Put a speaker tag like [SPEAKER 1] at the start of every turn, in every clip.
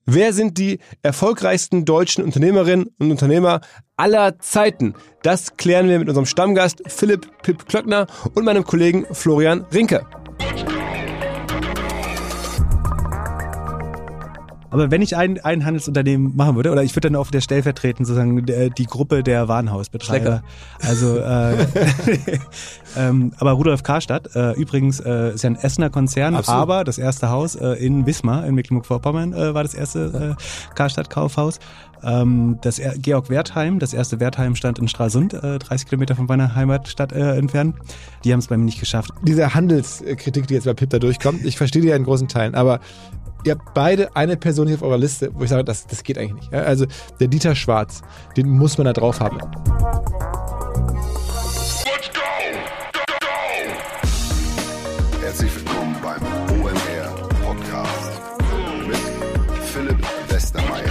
[SPEAKER 1] Wer sind die erfolgreichsten deutschen Unternehmerinnen und Unternehmer aller Zeiten? Das klären wir mit unserem Stammgast Philipp Pip Klöckner und meinem Kollegen Florian Rinke.
[SPEAKER 2] Aber wenn ich ein Handelsunternehmen machen würde, oder ich würde dann auf der stellvertretend sozusagen die Gruppe der Warenhausbetreiber. Also, aber Rudolf Karstadt, übrigens ist ja ein Essener Konzern, absolut. Aber das erste Haus in Wismar, in Mecklenburg-Vorpommern, war das erste Karstadt-Kaufhaus. Georg Wertheim, das erste Wertheim stand in Stralsund, 30 Kilometer von meiner Heimatstadt entfernt. Die haben es bei mir nicht geschafft.
[SPEAKER 1] Diese Handelskritik, die jetzt bei Pip da durchkommt, ich verstehe die ja in großen Teilen, aber ihr habt beide eine Person hier auf eurer Liste, wo ich sage, das geht eigentlich nicht. Ja, also der Dieter Schwarz, den muss man da drauf haben.
[SPEAKER 3] Herzlich willkommen beim OMR Podcast mit Philipp Westermeier.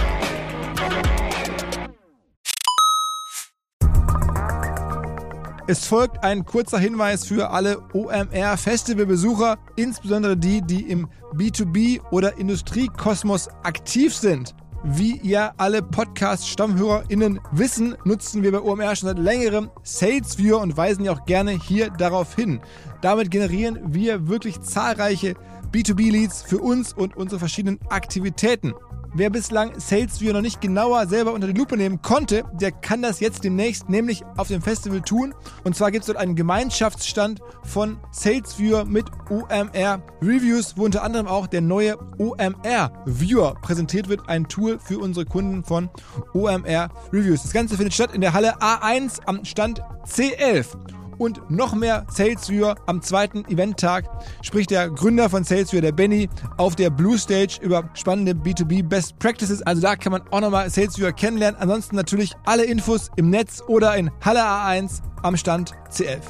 [SPEAKER 1] Es folgt ein kurzer Hinweis für alle OMR-Festivalbesucher, insbesondere die im B2B- oder Industriekosmos aktiv sind. Wie ihr alle Podcast-StammhörerInnen wissen, nutzen wir bei OMR schon seit längerem SalesViewer und weisen ja auch gerne hier darauf hin. Damit generieren wir wirklich zahlreiche B2B-Leads für uns und unsere verschiedenen Aktivitäten. Wer bislang SalesViewer noch nicht genauer selber unter die Lupe nehmen konnte, der kann das jetzt demnächst nämlich auf dem Festival tun. Und zwar gibt es dort einen Gemeinschaftsstand von SalesViewer mit OMR Reviews, wo unter anderem auch der neue OMR Viewer präsentiert wird, ein Tool für unsere Kunden von OMR Reviews. Das Ganze findet statt in der Halle A1 am Stand C11. Und noch mehr SalesViewer am zweiten Eventtag spricht der Gründer von SalesViewer, der Benny, auf der Blue Stage über spannende B2B Best Practices. Also da kann man auch nochmal SalesViewer kennenlernen. Ansonsten natürlich alle Infos im Netz oder in Halle A1 am Stand C11.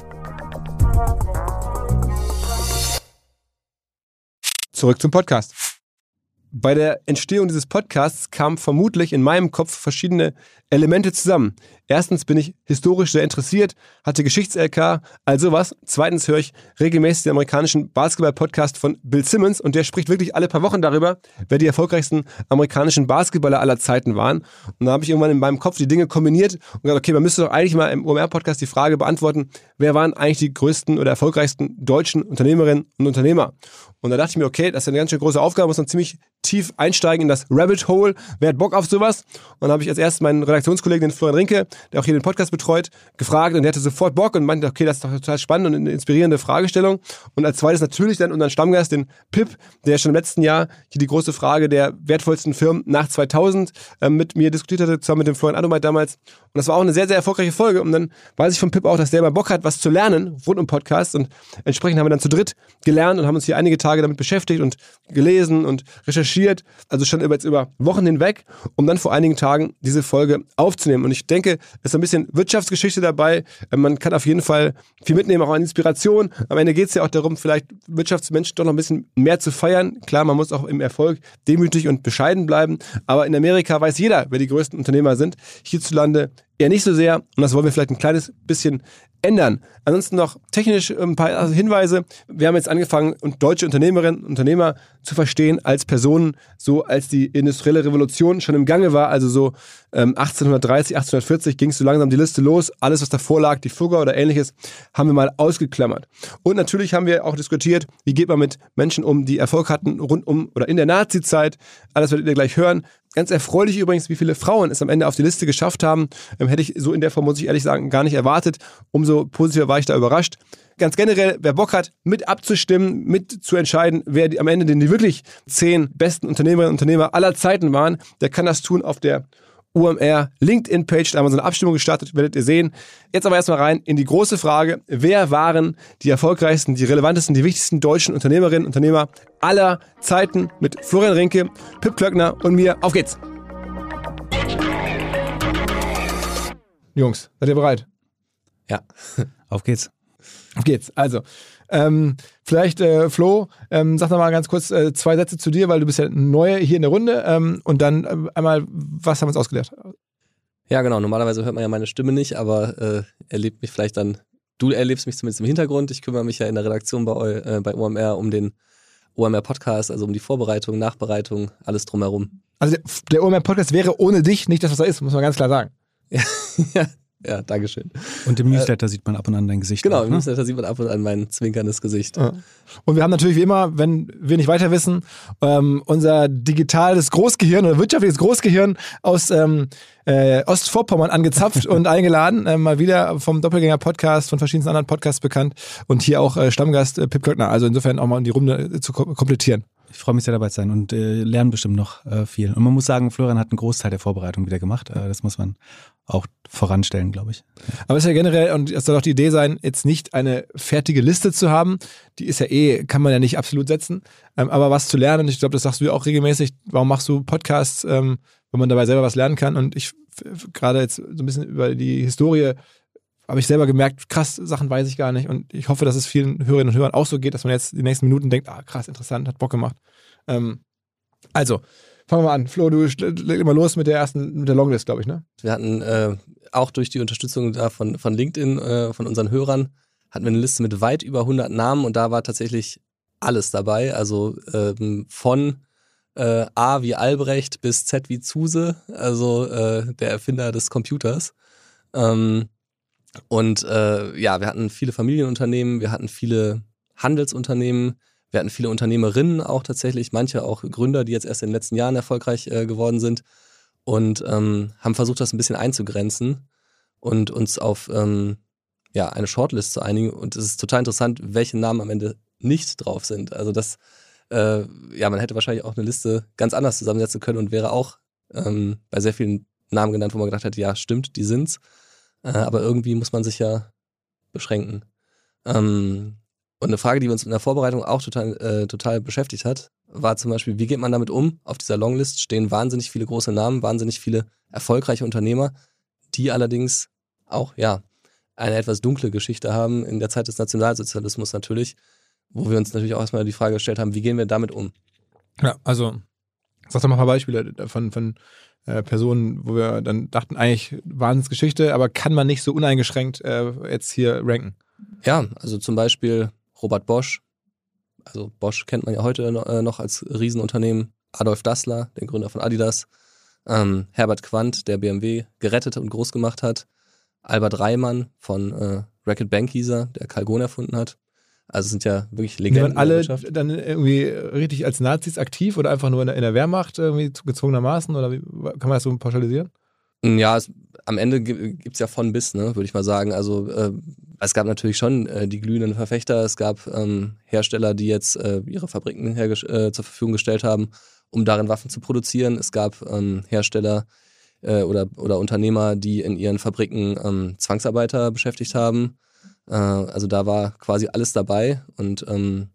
[SPEAKER 1] Zurück zum Podcast. Bei der Entstehung dieses Podcasts kamen vermutlich in meinem Kopf verschiedene Elemente zusammen. Erstens bin ich historisch sehr interessiert, hatte Geschichts-LK, all sowas. Zweitens höre ich regelmäßig den amerikanischen Basketball-Podcast von Bill Simmons und der spricht wirklich alle paar Wochen darüber, wer die erfolgreichsten amerikanischen Basketballer aller Zeiten waren. Und da habe ich irgendwann in meinem Kopf die Dinge kombiniert und gesagt, okay, man müsste doch eigentlich mal im OMR-Podcast die Frage beantworten, wer waren eigentlich die größten oder erfolgreichsten deutschen Unternehmerinnen und Unternehmer? Und da dachte ich mir, okay, das ist eine ganz schön große Aufgabe, muss man ziemlich tief einsteigen in das Rabbit Hole. Wer hat Bock auf sowas? Und dann habe ich als erstes meinen Redaktionskollegen, den Florian Rinke, der auch hier den Podcast betreut, gefragt und der hatte sofort Bock und meinte, okay, das ist doch total spannend und eine inspirierende Fragestellung. Und als zweites natürlich dann unseren Stammgast, den Pip, der schon im letzten Jahr hier die große Frage der wertvollsten Firmen nach 2000 mit mir diskutiert hatte, zusammen mit dem Florian Adomait damals. Und das war auch eine sehr, sehr erfolgreiche Folge. Und dann weiß ich von Pip auch, dass der mal Bock hat, was zu lernen rund um Podcasts. Und entsprechend haben wir dann zu dritt gelernt und haben uns hier einige Tage damit beschäftigt und gelesen und recherchiert. Also schon über Wochen hinweg, um dann vor einigen Tagen diese Folge aufzunehmen. Und ich denke, es ist ein bisschen Wirtschaftsgeschichte dabei. Man kann auf jeden Fall viel mitnehmen, auch an Inspiration. Am Ende geht es ja auch darum, vielleicht Wirtschaftsmenschen doch noch ein bisschen mehr zu feiern. Klar, man muss auch im Erfolg demütig und bescheiden bleiben. Aber in Amerika weiß jeder, wer die größten Unternehmer sind. Hierzulande eher nicht so sehr. Und das wollen wir vielleicht ein kleines bisschen ändern. Ansonsten noch technisch ein paar Hinweise. Wir haben jetzt angefangen, deutsche Unternehmerinnen und Unternehmer zu verstehen als Personen, so als die industrielle Revolution schon im Gange war. Also so 1830, 1840 ging es so langsam die Liste los. Alles, was davor lag, die Fugger oder ähnliches, haben wir mal ausgeklammert. Und natürlich haben wir auch diskutiert, wie geht man mit Menschen um, die Erfolg hatten rund um oder in der Nazi-Zeit. Alles werdet ihr gleich hören. Ganz erfreulich übrigens, wie viele Frauen es am Ende auf die Liste geschafft haben. Hätte ich so in der Form, muss ich ehrlich sagen, gar nicht erwartet. Umso positiver war ich da überrascht. Ganz generell, wer Bock hat, mit abzustimmen, mit zu entscheiden, wer am Ende die wirklich 10 besten Unternehmerinnen und Unternehmer aller Zeiten waren, der kann das tun auf der OMR LinkedIn-Page. Da haben wir so eine Abstimmung gestartet, werdet ihr sehen. Jetzt aber erstmal rein in die große Frage, wer waren die erfolgreichsten, die relevantesten, die wichtigsten deutschen Unternehmerinnen und Unternehmer aller Zeiten mit Florian Rinke, Pip Klöckner und mir. Auf geht's! Jungs, seid ihr bereit?
[SPEAKER 2] Ja, auf geht's.
[SPEAKER 1] Auf geht's. Also, vielleicht Flo, sag doch mal ganz kurz 2 Sätze zu dir, weil du bist ja neu hier in der Runde und dann einmal, was haben wir uns ausgedacht?
[SPEAKER 4] Ja, genau. Normalerweise hört man ja meine Stimme nicht, aber erlebt mich vielleicht dann, du erlebst mich zumindest im Hintergrund. Ich kümmere mich ja in der Redaktion bei OMR um den OMR-Podcast, also um die Vorbereitung, Nachbereitung, alles drumherum.
[SPEAKER 5] Also der OMR-Podcast wäre ohne dich nicht das, was er ist, muss man ganz klar sagen.
[SPEAKER 4] Ja, dankeschön.
[SPEAKER 2] Und im Newsletter sieht man ab und an dein Gesicht.
[SPEAKER 4] Genau,
[SPEAKER 2] auch,
[SPEAKER 4] im Newsletter sieht man ab und an mein zwinkerndes Gesicht.
[SPEAKER 5] Ja. Und wir haben natürlich wie immer, wenn wir nicht weiter wissen, unser digitales Großgehirn oder wirtschaftliches Großgehirn aus Ostvorpommern angezapft und eingeladen. Mal wieder vom Doppelgänger-Podcast, von verschiedensten anderen Podcasts bekannt. Und hier auch Stammgast Pip Klöckner. Also insofern auch mal um die Runde zu komplettieren.
[SPEAKER 2] Ich freue mich sehr dabei zu sein und lernen bestimmt noch viel. Und man muss sagen, Florian hat einen Großteil der Vorbereitung wieder gemacht. Das muss man auch voranstellen, glaube ich.
[SPEAKER 5] Aber es ist ja generell, und es soll auch die Idee sein, jetzt nicht eine fertige Liste zu haben. Die ist ja kann man ja nicht absolut setzen. Aber was zu lernen, und ich glaube, das sagst du ja auch regelmäßig, warum machst du Podcasts, wenn man dabei selber was lernen kann? Und ich gerade jetzt so ein bisschen über die Historie habe ich selber gemerkt, krass, Sachen weiß ich gar nicht. Und ich hoffe, dass es vielen Hörerinnen und Hörern auch so geht, dass man jetzt die nächsten Minuten denkt, krass, interessant, hat Bock gemacht. Also, fangen wir mal an. Flo, du leg mal los mit der Longlist, glaube ich, ne?
[SPEAKER 4] Wir hatten auch durch die Unterstützung da von LinkedIn, von unseren Hörern, hatten wir eine Liste mit weit über 100 Namen und da war tatsächlich alles dabei. Also von A wie Albrecht bis Z wie Zuse, also der Erfinder des Computers. Wir hatten viele Familienunternehmen, wir hatten viele Handelsunternehmen, wir hatten viele Unternehmerinnen auch tatsächlich, manche auch Gründer, die jetzt erst in den letzten Jahren erfolgreich geworden sind und haben versucht, das ein bisschen einzugrenzen und uns auf eine Shortlist zu einigen. Und es ist total interessant, welche Namen am Ende nicht drauf sind. Also man hätte wahrscheinlich auch eine Liste ganz anders zusammensetzen können und wäre auch bei sehr vielen Namen genannt, wo man gedacht hätte, ja stimmt, die sind's. Aber irgendwie muss man sich ja beschränken. Und eine Frage, die uns in der Vorbereitung auch total beschäftigt hat, war zum Beispiel, wie geht man damit um? Auf dieser Longlist stehen wahnsinnig viele große Namen, wahnsinnig viele erfolgreiche Unternehmer, die allerdings auch, eine etwas dunkle Geschichte haben in der Zeit des Nationalsozialismus natürlich, wo wir uns natürlich auch erstmal die Frage gestellt haben, wie gehen wir damit um?
[SPEAKER 5] Ja, also, sag doch mal ein paar Beispiele von Personen, wo wir dann dachten, eigentlich Wahnsinnsgeschichte, aber kann man nicht so uneingeschränkt jetzt hier ranken?
[SPEAKER 4] Ja, also zum Beispiel Robert Bosch. Also Bosch kennt man ja heute noch als Riesenunternehmen. Adolf Dassler, der Gründer von Adidas. Herbert Quandt, der BMW gerettet und groß gemacht hat. Albert Reimann von Reckitt Benckiser, der Calgon erfunden hat. Also sind ja wirklich Legenden.
[SPEAKER 5] Waren alle dann irgendwie richtig als Nazis aktiv oder einfach nur in der Wehrmacht irgendwie gezwungenermaßen? Oder wie kann man das so pauschalisieren?
[SPEAKER 4] Ja, am Ende gibt's ja von bis, ne, würde ich mal sagen. Also es gab natürlich schon die glühenden Verfechter. Es gab Hersteller, die jetzt ihre Fabriken zur Verfügung gestellt haben, um darin Waffen zu produzieren. Es gab Hersteller oder Unternehmer, die in ihren Fabriken Zwangsarbeiter beschäftigt haben. Also da war quasi alles dabei und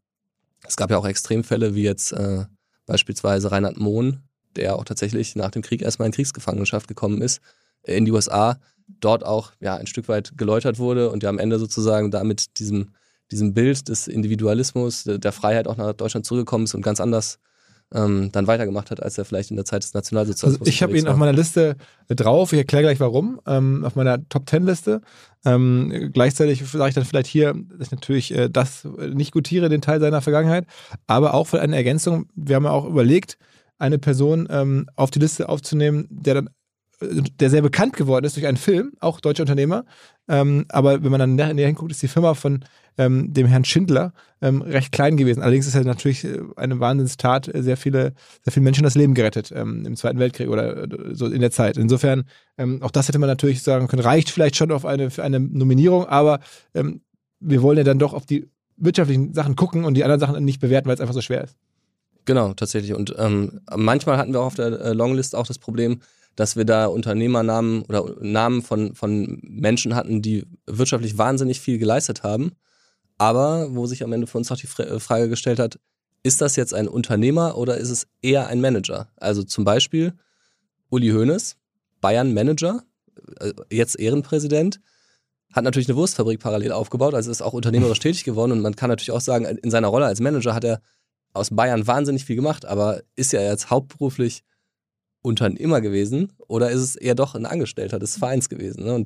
[SPEAKER 4] es gab ja auch Extremfälle wie jetzt beispielsweise Reinhard Mohn, der auch tatsächlich nach dem Krieg erstmal in Kriegsgefangenschaft gekommen ist, in die USA, dort auch ein Stück weit geläutert wurde und ja am Ende sozusagen damit diesem Bild des Individualismus, der Freiheit auch nach Deutschland zurückgekommen ist und ganz anders dann weitergemacht hat, als er vielleicht in der Zeit des Nationalsozialismus
[SPEAKER 5] Also ich habe ihn auf meiner Liste drauf, ich erkläre gleich warum, auf meiner Top-10-Liste. Gleichzeitig sage ich dann vielleicht hier, dass ich natürlich das nicht gutiere, den Teil seiner Vergangenheit, aber auch für eine Ergänzung, wir haben ja auch überlegt, eine Person auf die Liste aufzunehmen, der sehr bekannt geworden ist durch einen Film, auch deutscher Unternehmer, aber wenn man dann näher hinguckt, ist die Firma von dem Herrn Schindler recht klein gewesen. Allerdings ist er natürlich eine Wahnsinnstat, sehr vielen Menschen das Leben gerettet im Zweiten Weltkrieg oder so in der Zeit. Insofern, auch das hätte man natürlich sagen können, reicht vielleicht schon für eine Nominierung, aber wir wollen ja dann doch auf die wirtschaftlichen Sachen gucken und die anderen Sachen nicht bewerten, weil es einfach so schwer ist.
[SPEAKER 4] Genau, tatsächlich. Und manchmal hatten wir auch auf der Longlist auch das Problem, dass wir da Unternehmernamen oder Namen von Menschen hatten, die wirtschaftlich wahnsinnig viel geleistet haben, aber wo sich am Ende für uns auch die Frage gestellt hat, ist das jetzt ein Unternehmer oder ist es eher ein Manager? Also zum Beispiel Uli Hoeneß, Bayern-Manager, jetzt Ehrenpräsident, hat natürlich eine Wurstfabrik parallel aufgebaut, also ist auch unternehmerisch tätig geworden und man kann natürlich auch sagen, in seiner Rolle als Manager hat er aus Bayern wahnsinnig viel gemacht, aber ist ja jetzt hauptberuflich Unternehmer gewesen oder ist es eher doch ein Angestellter des Vereins gewesen? Ne? Und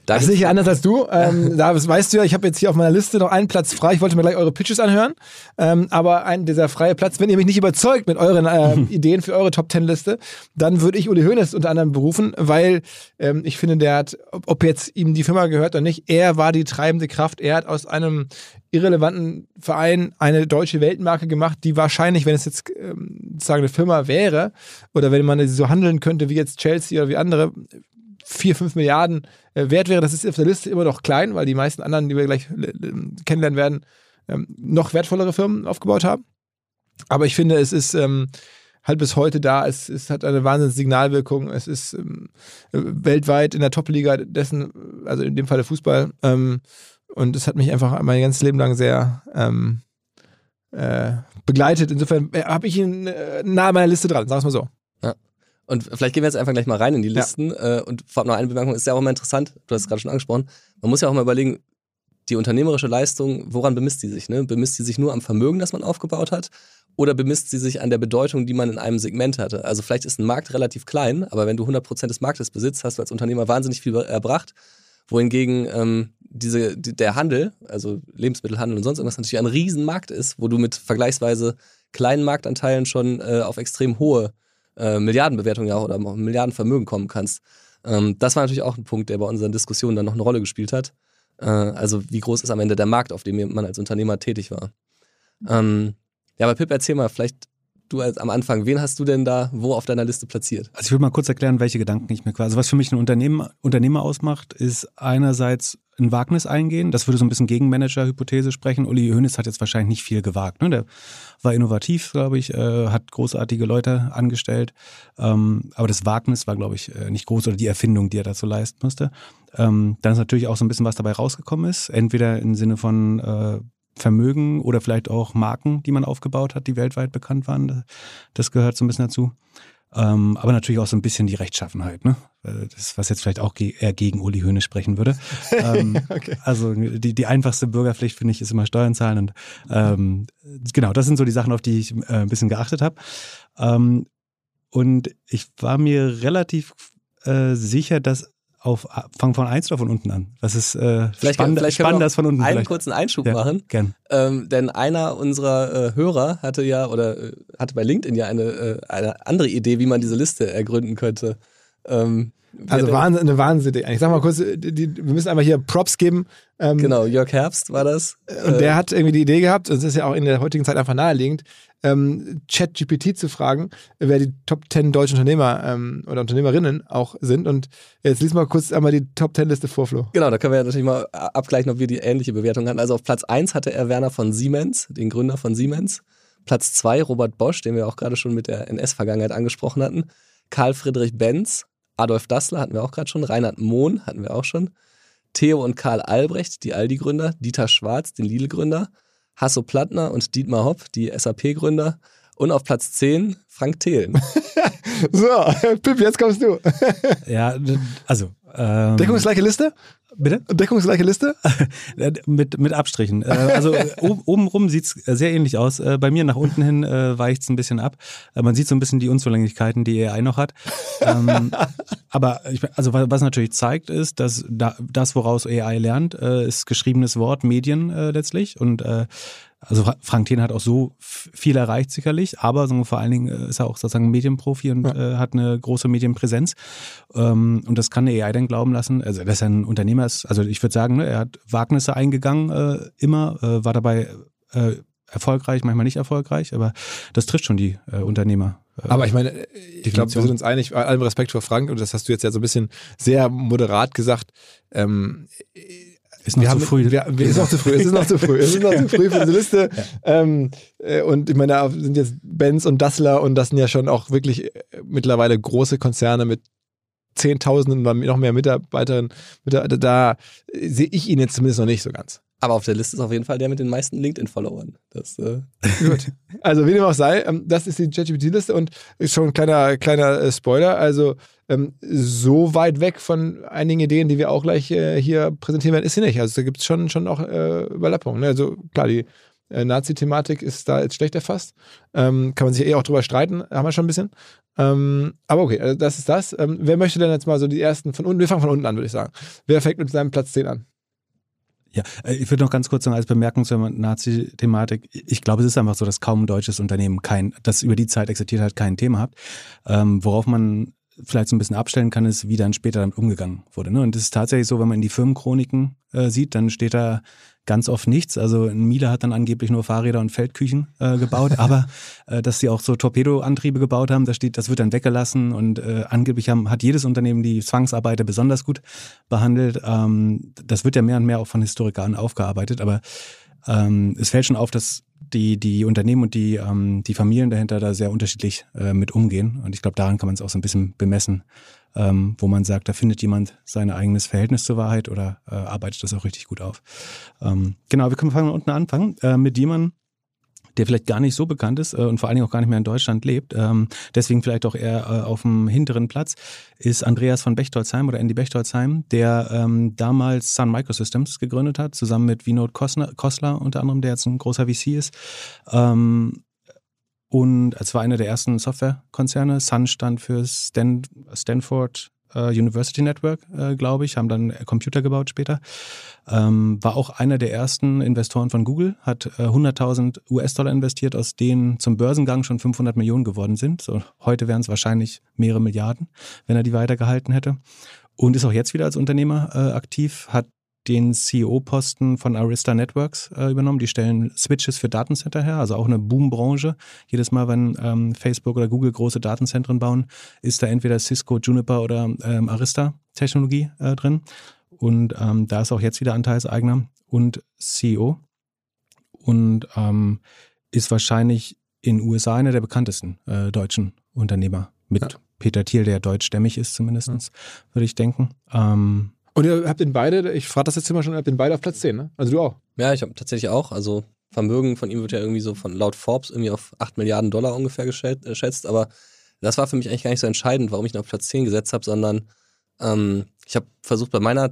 [SPEAKER 5] Das ist nicht anders als du. Das weißt du ja, ich habe jetzt hier auf meiner Liste noch einen Platz frei. Ich wollte mir gleich eure Pitches anhören. Aber dieser freie Platz, wenn ihr mich nicht überzeugt mit euren Ideen für eure Top-10-Liste, dann würde ich Uli Hoeneß unter anderem berufen, weil ich finde, der hat, ob jetzt ihm die Firma gehört oder nicht, er war die treibende Kraft. Er hat aus einem irrelevanten Verein eine deutsche Weltmarke gemacht, die wahrscheinlich, wenn es jetzt sozusagen eine Firma wäre oder wenn man sie so handeln könnte wie jetzt Chelsea oder wie andere, 4-5 Milliarden wert wäre. Das ist auf der Liste immer noch klein, weil die meisten anderen, die wir gleich kennenlernen werden, noch wertvollere Firmen aufgebaut haben. Aber ich finde, es ist halt bis heute da. Es hat eine wahnsinnige Signalwirkung. Es ist weltweit in der Top-Liga dessen, also in dem Fall der Fußball. Und es hat mich einfach mein ganzes Leben lang sehr begleitet. Insofern habe ich ihn nahe meiner Liste dran, sagen wir es mal so.
[SPEAKER 4] Ja. Und vielleicht gehen wir jetzt einfach gleich mal rein in die Listen. Und vorab noch eine Bemerkung, ist ja auch immer interessant, du hast es gerade schon angesprochen, man muss ja auch mal überlegen, die unternehmerische Leistung, woran bemisst die sich? Ne? Bemisst sie sich nur am Vermögen, das man aufgebaut hat? Oder bemisst sie sich an der Bedeutung, die man in einem Segment hatte? Also vielleicht ist ein Markt relativ klein, aber wenn du 100% des Marktes besitzt, hast du als Unternehmer wahnsinnig viel erbracht, wohingegen der Handel, also Lebensmittelhandel und sonst irgendwas, natürlich ein Riesenmarkt ist, wo du mit vergleichsweise kleinen Marktanteilen schon auf extrem hohe Milliardenbewertungen oder Milliardenvermögen kommen kannst. Das war natürlich auch ein Punkt, der bei unseren Diskussionen dann noch eine Rolle gespielt hat. Also wie groß ist am Ende der Markt, auf dem man als Unternehmer tätig war. Ja, aber Pip, erzähl mal, vielleicht du am Anfang, wen hast du denn da wo auf deiner Liste platziert?
[SPEAKER 2] Also ich will mal kurz erklären, welche Gedanken ich mir quasi, also was für mich ein Unternehmer ausmacht, ist einerseits ein Wagnis eingehen, das würde so ein bisschen gegen Manager-Hypothese sprechen. Uli Hoeneß hat jetzt wahrscheinlich nicht viel gewagt, ne? Der war innovativ, glaube ich, hat großartige Leute angestellt, aber das Wagnis war, glaube ich, nicht groß oder die Erfindung, die er dazu leisten musste. Dann ist natürlich auch so ein bisschen was dabei rausgekommen ist, entweder im Sinne von Vermögen oder vielleicht auch Marken, die man aufgebaut hat, die weltweit bekannt waren. Das gehört so ein bisschen dazu. Aber natürlich auch so ein bisschen die Rechtschaffenheit, ne? Das, was jetzt vielleicht auch eher gegen Uli Hoeneß sprechen würde. Okay. Also die einfachste Bürgerpflicht, finde ich, ist immer Steuern zahlen. Und genau, das sind so die Sachen, auf die ich ein bisschen geachtet habe. Und ich war mir relativ sicher, dass fang von eins oder von unten an? Was ist spannender als von unten?
[SPEAKER 4] Einen kurzen Einschub machen.
[SPEAKER 2] Gern.
[SPEAKER 4] Denn einer unserer Hörer hatte bei LinkedIn ja eine andere Idee, wie man diese Liste ergründen könnte.
[SPEAKER 5] Also eine Wahnsinnige. Ich sag mal kurz, wir müssen einfach hier Props geben.
[SPEAKER 4] Genau, Jörg Herbst war das.
[SPEAKER 5] Und der hat irgendwie die Idee gehabt, und es ist ja auch in der heutigen Zeit einfach naheliegend, ChatGPT zu fragen, wer die Top 10 deutschen Unternehmer oder Unternehmerinnen auch sind. Und jetzt lies mal kurz einmal die Top 10 Liste vor, Flo.
[SPEAKER 4] Genau, da können wir natürlich mal abgleichen, ob wir die ähnliche Bewertung hatten. Also auf Platz 1 hatte er Werner von Siemens, den Gründer von Siemens. Platz 2 Robert Bosch, den wir auch gerade schon mit der NS-Vergangenheit angesprochen hatten. Karl Friedrich Benz, Adolf Dassler hatten wir auch gerade schon, Reinhard Mohn hatten wir auch schon, Theo und Karl Albrecht, die Aldi-Gründer, Dieter Schwarz, den Lidl-Gründer, Hasso Plattner und Dietmar Hopp, die SAP-Gründer und auf Platz 10 Frank Thelen.
[SPEAKER 5] So, Pip, jetzt kommst du.
[SPEAKER 2] Ja, also
[SPEAKER 5] deckungsgleiche Liste?
[SPEAKER 2] Bitte?
[SPEAKER 5] Deckungsgleiche Liste?
[SPEAKER 2] mit Abstrichen. Also obenrum sieht es sehr ähnlich aus. Bei mir nach unten hin weicht es ein bisschen ab. Man sieht so ein bisschen die Unzulänglichkeiten, die AI noch hat. Aber was natürlich zeigt, ist, dass das, woraus AI lernt, ist geschriebenes Wort, Medien letztlich. Und also Frank Thelen hat auch so viel erreicht sicherlich, aber vor allen Dingen ist er auch sozusagen Medienprofi und hat eine große Medienpräsenz. Und das kann eine AI dann glauben lassen, also dass er ein Unternehmer ist. Also ich würde sagen, er hat Wagnisse eingegangen immer, war dabei erfolgreich, manchmal nicht erfolgreich, aber das trifft schon die Unternehmer.
[SPEAKER 5] Aber ich meine, ich glaube, wir sind uns einig, bei allem Respekt vor Frank, und das hast du jetzt ja so ein bisschen sehr moderat gesagt,
[SPEAKER 2] ist noch zu früh.
[SPEAKER 5] Es ist noch zu früh für diese Liste. Ja. Und ich meine, da sind jetzt Benz und Dassler, und das sind ja schon auch wirklich mittlerweile große Konzerne mit Zehntausenden und noch mehr Mitarbeiterinnen. Da sehe ich ihn jetzt zumindest noch nicht so ganz.
[SPEAKER 4] Aber auf der Liste ist auf jeden Fall der mit den meisten LinkedIn-Followern.
[SPEAKER 5] Gut. Also wie dem auch sei, das ist die ChatGPT-Liste und ist schon ein kleiner Spoiler. Also so weit weg von einigen Ideen, die wir auch gleich hier präsentieren werden, ist sie nicht. Also da gibt es schon auch Überlappungen. Ne? Also klar, die Nazi-Thematik ist da jetzt schlecht erfasst. Kann man sich auch drüber streiten, haben wir schon ein bisschen. Aber okay, also das ist das. Wer möchte denn jetzt mal so die ersten von unten? Wir fangen von unten an, würde ich sagen. Wer fängt mit seinem Platz 10 an?
[SPEAKER 2] Ja, ich würde noch ganz kurz sagen, als Bemerkung zur Nazi-Thematik, ich glaube, es ist einfach so, dass kaum ein deutsches Unternehmen das über die Zeit existiert hat, kein Thema hat. Worauf man vielleicht so ein bisschen abstellen kann, ist, wie dann später damit umgegangen wurde. Ne? Und es ist tatsächlich so, wenn man in die Firmenchroniken sieht, dann steht da ganz oft nichts. Also Miele hat dann angeblich nur Fahrräder und Feldküchen gebaut, aber dass sie auch so Torpedoantriebe gebaut haben, das wird dann weggelassen und angeblich hat jedes Unternehmen die Zwangsarbeiter besonders gut behandelt. Das wird ja mehr und mehr auch von Historikern aufgearbeitet, aber es fällt schon auf, dass die Unternehmen und die Familien dahinter da sehr unterschiedlich mit umgehen. Und ich glaube, daran kann man es auch so ein bisschen bemessen, wo man sagt, da findet jemand sein eigenes Verhältnis zur Wahrheit oder arbeitet das auch richtig gut auf. Genau, wir können von unten anfangen mit jemandem, der vielleicht gar nicht so bekannt ist und vor allen Dingen auch gar nicht mehr in Deutschland lebt, deswegen vielleicht auch eher auf dem hinteren Platz, ist Andreas von Bechtolzheim oder Andy Bechtolzheim, der damals Sun Microsystems gegründet hat, zusammen mit Vinod Khosla unter anderem, der jetzt ein großer VC ist. Und es war einer der ersten Softwarekonzerne. Sun stand für Stanford University Network, glaube ich, haben dann Computer gebaut später. War auch einer der ersten Investoren von Google, hat 100.000 US-Dollar investiert, aus denen zum Börsengang schon 500 Millionen geworden sind. So, heute wären es wahrscheinlich mehrere Milliarden, wenn er die weitergehalten hätte. Und ist auch jetzt wieder als Unternehmer aktiv, hat den CEO-Posten von Arista Networks übernommen. Die stellen Switches für Datencenter her, also auch eine Boombranche. Jedes Mal, wenn Facebook oder Google große Datenzentren bauen, ist da entweder Cisco, Juniper oder Arista-Technologie drin. Und da ist auch jetzt wieder Anteilseigner und CEO. Und ist wahrscheinlich in den USA einer der bekanntesten deutschen Unternehmer. Mit Peter Thiel, der deutschstämmig ist zumindest, würde ich denken.
[SPEAKER 5] Und ihr habt den beide, ich frage das jetzt immer schon, ihr habt den beide auf Platz 10, ne? Also du auch?
[SPEAKER 4] Ja, ich habe tatsächlich auch. Also Vermögen von ihm wird ja irgendwie so laut Forbes irgendwie auf 8 Milliarden Dollar ungefähr geschätzt. Aber das war für mich eigentlich gar nicht so entscheidend, warum ich ihn auf Platz 10 gesetzt habe, sondern ich habe versucht bei meiner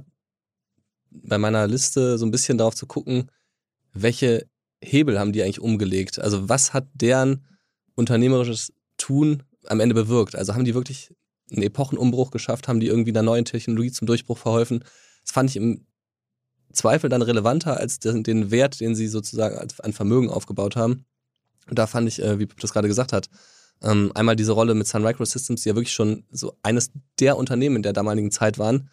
[SPEAKER 4] Liste so ein bisschen darauf zu gucken, welche Hebel haben die eigentlich umgelegt? Also was hat deren unternehmerisches Tun am Ende bewirkt? Also haben die wirklich einen Epochenumbruch geschafft, haben die irgendwie einer neuen Technologie zum Durchbruch verholfen? Das fand ich im Zweifel dann relevanter als den Wert, den sie sozusagen an Vermögen aufgebaut haben. Und da fand ich, wie Pip das gerade gesagt hat, einmal diese Rolle mit Sun Microsystems, die ja wirklich schon so eines der Unternehmen in der damaligen Zeit waren.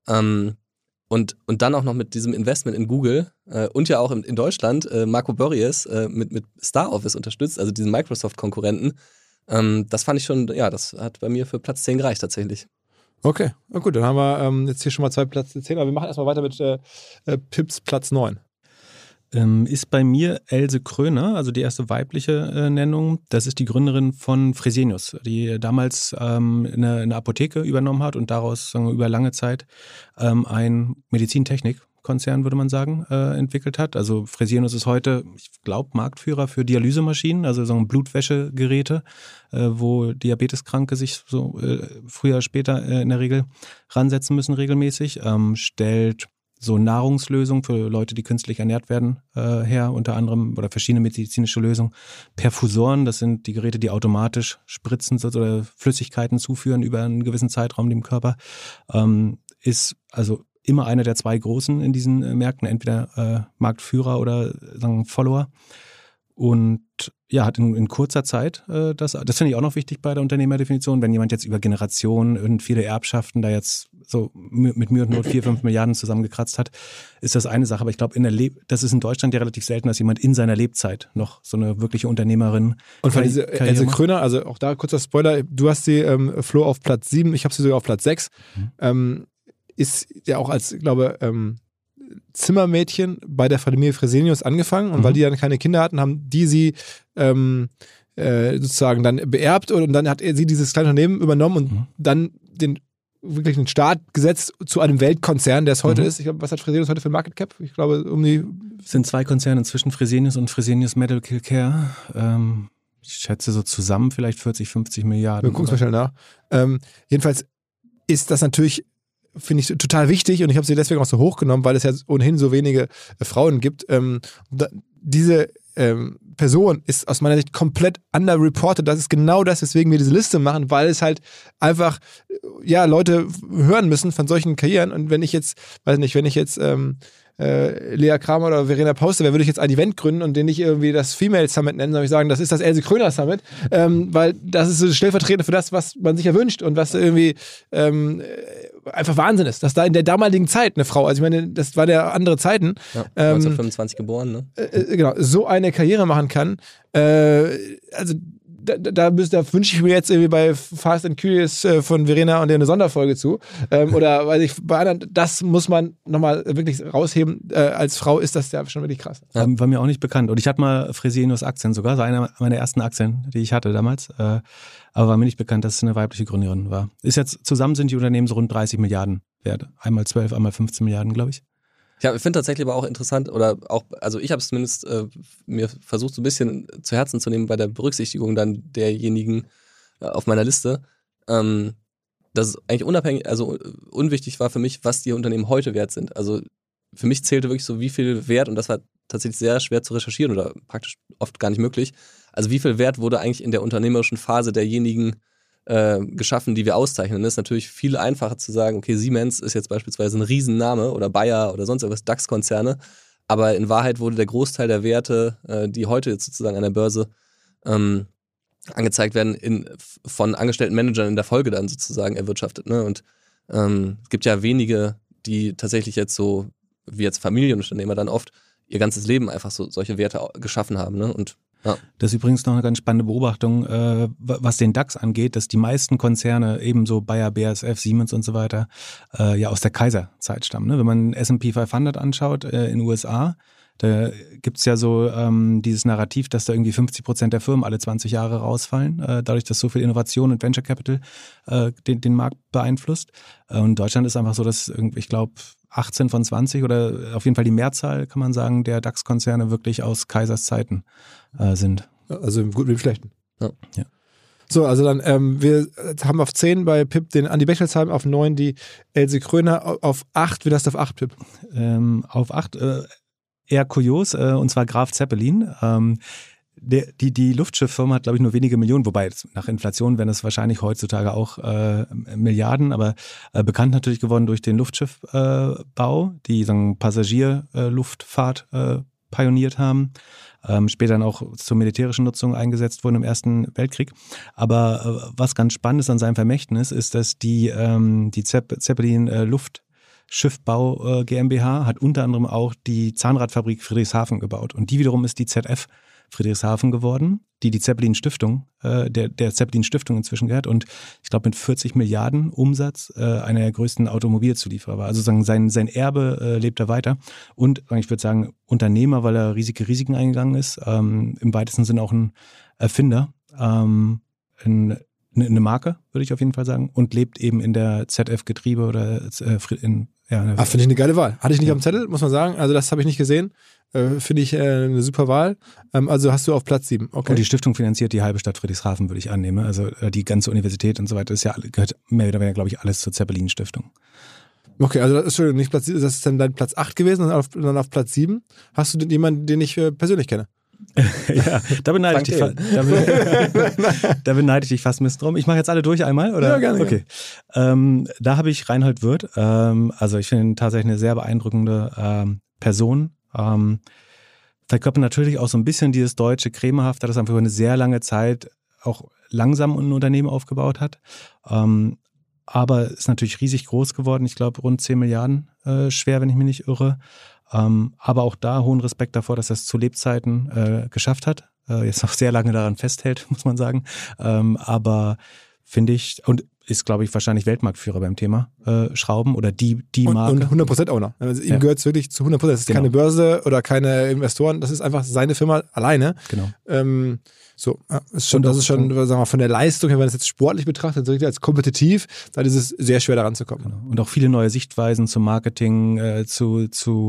[SPEAKER 4] Und dann auch noch mit diesem Investment in Google und ja auch in Deutschland Marco Börries mit Star Office unterstützt, also diesen Microsoft-Konkurrenten. Das fand ich schon, ja, das hat bei mir für Platz 10 gereicht tatsächlich.
[SPEAKER 5] Okay, na gut, dann haben wir jetzt hier schon mal 2 Platz 10, aber wir machen erstmal weiter mit Pips Platz 9.
[SPEAKER 2] Ist bei mir Else Kröner, also die erste weibliche Nennung. Das ist die Gründerin von Fresenius, die damals eine Apotheke übernommen hat und daraus über lange Zeit ein Medizintechnikkonzern, würde man sagen, entwickelt hat. Also Fresenius ist heute, ich glaube, Marktführer für Dialysemaschinen, also so Blutwäschegeräte, wo Diabeteskranke sich so früher oder später in der Regel ransetzen müssen regelmäßig, stellt so Nahrungslösungen für Leute, die künstlich ernährt werden, her, unter anderem, oder verschiedene medizinische Lösungen. Perfusoren, das sind die Geräte, die automatisch Spritzen oder Flüssigkeiten zuführen über einen gewissen Zeitraum dem Körper. Ist also immer einer der 2 Großen in diesen Märkten, entweder Marktführer oder sagen Follower. Und ja, hat in kurzer Zeit, das finde ich auch noch wichtig bei der Unternehmerdefinition, wenn jemand jetzt über Generationen und viele Erbschaften da jetzt so mit Mühe und Not 4-5 Milliarden zusammengekratzt hat, ist das eine Sache. Aber ich glaube, das ist in Deutschland ja relativ selten, dass jemand in seiner Lebzeit noch so eine wirkliche Unternehmerin.
[SPEAKER 5] Und von dieser Else Kröner, also auch da kurzer Spoiler, du hast sie, Flo, auf Platz 7, ich habe sie sogar auf Platz 6. Ist ja auch als, glaube Zimmermädchen bei der Familie Fresenius angefangen und weil die dann keine Kinder hatten, haben die sie sozusagen dann beerbt und dann hat sie dieses kleine Unternehmen übernommen und dann wirklich einen Start gesetzt zu einem Weltkonzern, der es heute ist. Ich glaube, was hat Fresenius heute für ein Market Cap? Ich glaube,
[SPEAKER 2] Es sind 2 Konzerne inzwischen, Fresenius und Fresenius Medical Care. Ich schätze so zusammen vielleicht 40-50 Milliarden.
[SPEAKER 5] Wir gucken es mal schnell nach. Jedenfalls ist das natürlich, finde ich, total wichtig und ich habe sie deswegen auch so hochgenommen, weil es ja ohnehin so wenige Frauen gibt. Diese Person ist aus meiner Sicht komplett underreported. Das ist genau das, weswegen wir diese Liste machen, weil es halt einfach, Leute hören müssen von solchen Karrieren. Und wenn ich jetzt, Lea Kramer oder Verena Pauster wäre, würde ich jetzt ein Event gründen und den nicht irgendwie das Female Summit nennen, sondern ich sagen, das ist das Else Kröner Summit, weil das ist so stellvertretend für das, was man sich erwünscht und was irgendwie einfach Wahnsinn ist, dass da in der damaligen Zeit eine Frau, also ich meine, das war ja andere Zeiten.
[SPEAKER 4] Ja, 1925 geboren, ne?
[SPEAKER 5] Genau, so eine Karriere machen kann. Also da wünsche ich mir jetzt irgendwie bei Fast and Curious von Verena und der eine Sonderfolge zu. Oder weiß ich, bei anderen, das muss man nochmal wirklich rausheben. Als Frau ist das ja schon wirklich krass.
[SPEAKER 2] Ja. War mir auch nicht bekannt. Und ich hatte mal Fresenius Aktien sogar, so einer meiner ersten Aktien, die ich hatte damals. Aber war mir nicht bekannt, dass es eine weibliche Gründerin war. Zusammen sind die Unternehmen so rund 30 Milliarden wert. Einmal 12, einmal 15 Milliarden, glaube ich.
[SPEAKER 4] Ja, ich finde tatsächlich aber auch interessant, also ich habe es zumindest mir versucht, so ein bisschen zu Herzen zu nehmen bei der Berücksichtigung dann derjenigen auf meiner Liste, dass es eigentlich unwichtig war für mich, was die Unternehmen heute wert sind. Also für mich zählte wirklich so, wie viel Wert, und das war tatsächlich sehr schwer zu recherchieren oder praktisch oft gar nicht möglich, also wie viel Wert wurde eigentlich in der unternehmerischen Phase derjenigen geschaffen, die wir auszeichnen. Das ist natürlich viel einfacher zu sagen, okay, Siemens ist jetzt beispielsweise ein Riesenname oder Bayer oder sonst irgendwas, DAX-Konzerne, aber in Wahrheit wurde der Großteil der Werte, die heute jetzt sozusagen an der Börse angezeigt werden, von angestellten Managern in der Folge dann sozusagen erwirtschaftet. Ne? Und es gibt ja wenige, die tatsächlich jetzt so, wie jetzt Familienunternehmer dann oft, ihr ganzes Leben einfach so solche Werte geschaffen haben. Ne? Und ja.
[SPEAKER 2] Das ist übrigens noch eine ganz spannende Beobachtung, was den DAX angeht, dass die meisten Konzerne, ebenso Bayer, BASF, Siemens und so weiter, aus der Kaiserzeit stammen. Ne? Wenn man S&P 500 anschaut in den USA, da gibt's ja so dieses Narrativ, dass da irgendwie 50% der Firmen alle 20 Jahre rausfallen, dadurch, dass so viel Innovation und Venture Capital den Markt beeinflusst. Und Deutschland ist einfach so, dass ich glaube 18 von 20 oder auf jeden Fall die Mehrzahl, kann man sagen, der DAX-Konzerne wirklich aus Kaisers Zeiten sind.
[SPEAKER 5] Also im Guten wie im Schlechten.
[SPEAKER 2] Ja.
[SPEAKER 5] So, also dann, wir haben auf 10 bei Pip den Andi Bechtelsheim, auf 9 die Else Kröner, auf 8, wie hast du auf 8, Pip?
[SPEAKER 2] Auf 8 eher kurios, und zwar Graf Zeppelin. Die Luftschiffffirma hat, glaube ich, nur wenige Millionen, wobei nach Inflation wären es wahrscheinlich heutzutage auch Milliarden, aber bekannt natürlich geworden durch den Luftschiffbau, die Passagierluftfahrt pioniert haben, später dann auch zur militärischen Nutzung eingesetzt wurden im Ersten Weltkrieg. Aber was ganz spannend ist an seinem Vermächtnis, ist, dass die Zeppelin Luftschiffbau GmbH hat unter anderem auch die Zahnradfabrik Friedrichshafen gebaut. Und die wiederum ist die ZF Friedrichshafen geworden, die Zeppelin Stiftung, der Zeppelin Stiftung inzwischen gehört und ich glaube mit 40 Milliarden Umsatz einer der größten Automobilzulieferer war. Also sein Erbe lebt er weiter und ich würde sagen Unternehmer, weil er riesige Risiken eingegangen ist, im weitesten Sinne auch ein Erfinder, eine Marke, würde ich auf jeden Fall sagen, und lebt eben in der ZF-Getriebe oder finde ich
[SPEAKER 5] eine geile Wahl. Hatte ich nicht auf dem Zettel, muss man sagen. Also das habe ich nicht gesehen. Finde ich eine super Wahl. Also hast du auf Platz 7. Okay.
[SPEAKER 2] Und die Stiftung finanziert die halbe Stadt Friedrichshafen, würde ich annehmen. Also die ganze Universität und so weiter gehört mehr oder weniger, glaube ich, alles zur Zeppelin-Stiftung.
[SPEAKER 5] Okay, also das ist nicht Platz 7, das ist dann dein Platz 8 gewesen und dann auf Platz 7. Hast du jemanden, den ich persönlich kenne?
[SPEAKER 2] Ja, da beneide ich dich fast ein bisschen drum. Ich mache jetzt alle durch einmal, oder?
[SPEAKER 5] Ja, gerne.
[SPEAKER 2] Okay. Da habe ich Reinhold Wirth. Also ich finde ihn tatsächlich eine sehr beeindruckende Person. Vielleicht kommt natürlich auch so ein bisschen dieses deutsche Cremehafte, das einfach über eine sehr lange Zeit auch langsam ein Unternehmen aufgebaut hat. Aber ist natürlich riesig groß geworden. Ich glaube rund 10 Milliarden schwer, wenn ich mich nicht irre. Aber auch da hohen Respekt davor, dass er es zu Lebzeiten geschafft hat. Jetzt noch sehr lange daran festhält, muss man sagen. Aber finde ich, und ist, glaube ich, wahrscheinlich Weltmarktführer beim Thema Schrauben oder die Marke.
[SPEAKER 5] Und 100% Owner. Also ihm gehört es wirklich zu 100%. Das ist keine Börse oder keine Investoren. Das ist einfach seine Firma alleine.
[SPEAKER 2] Genau.
[SPEAKER 5] Das ist schon, sagen wir mal, von der Leistung her, wenn man es jetzt sportlich betrachtet, so richtig als kompetitiv, dann ist es sehr schwer daran zu kommen.
[SPEAKER 2] Genau. Und auch viele neue Sichtweisen zum Marketing, zu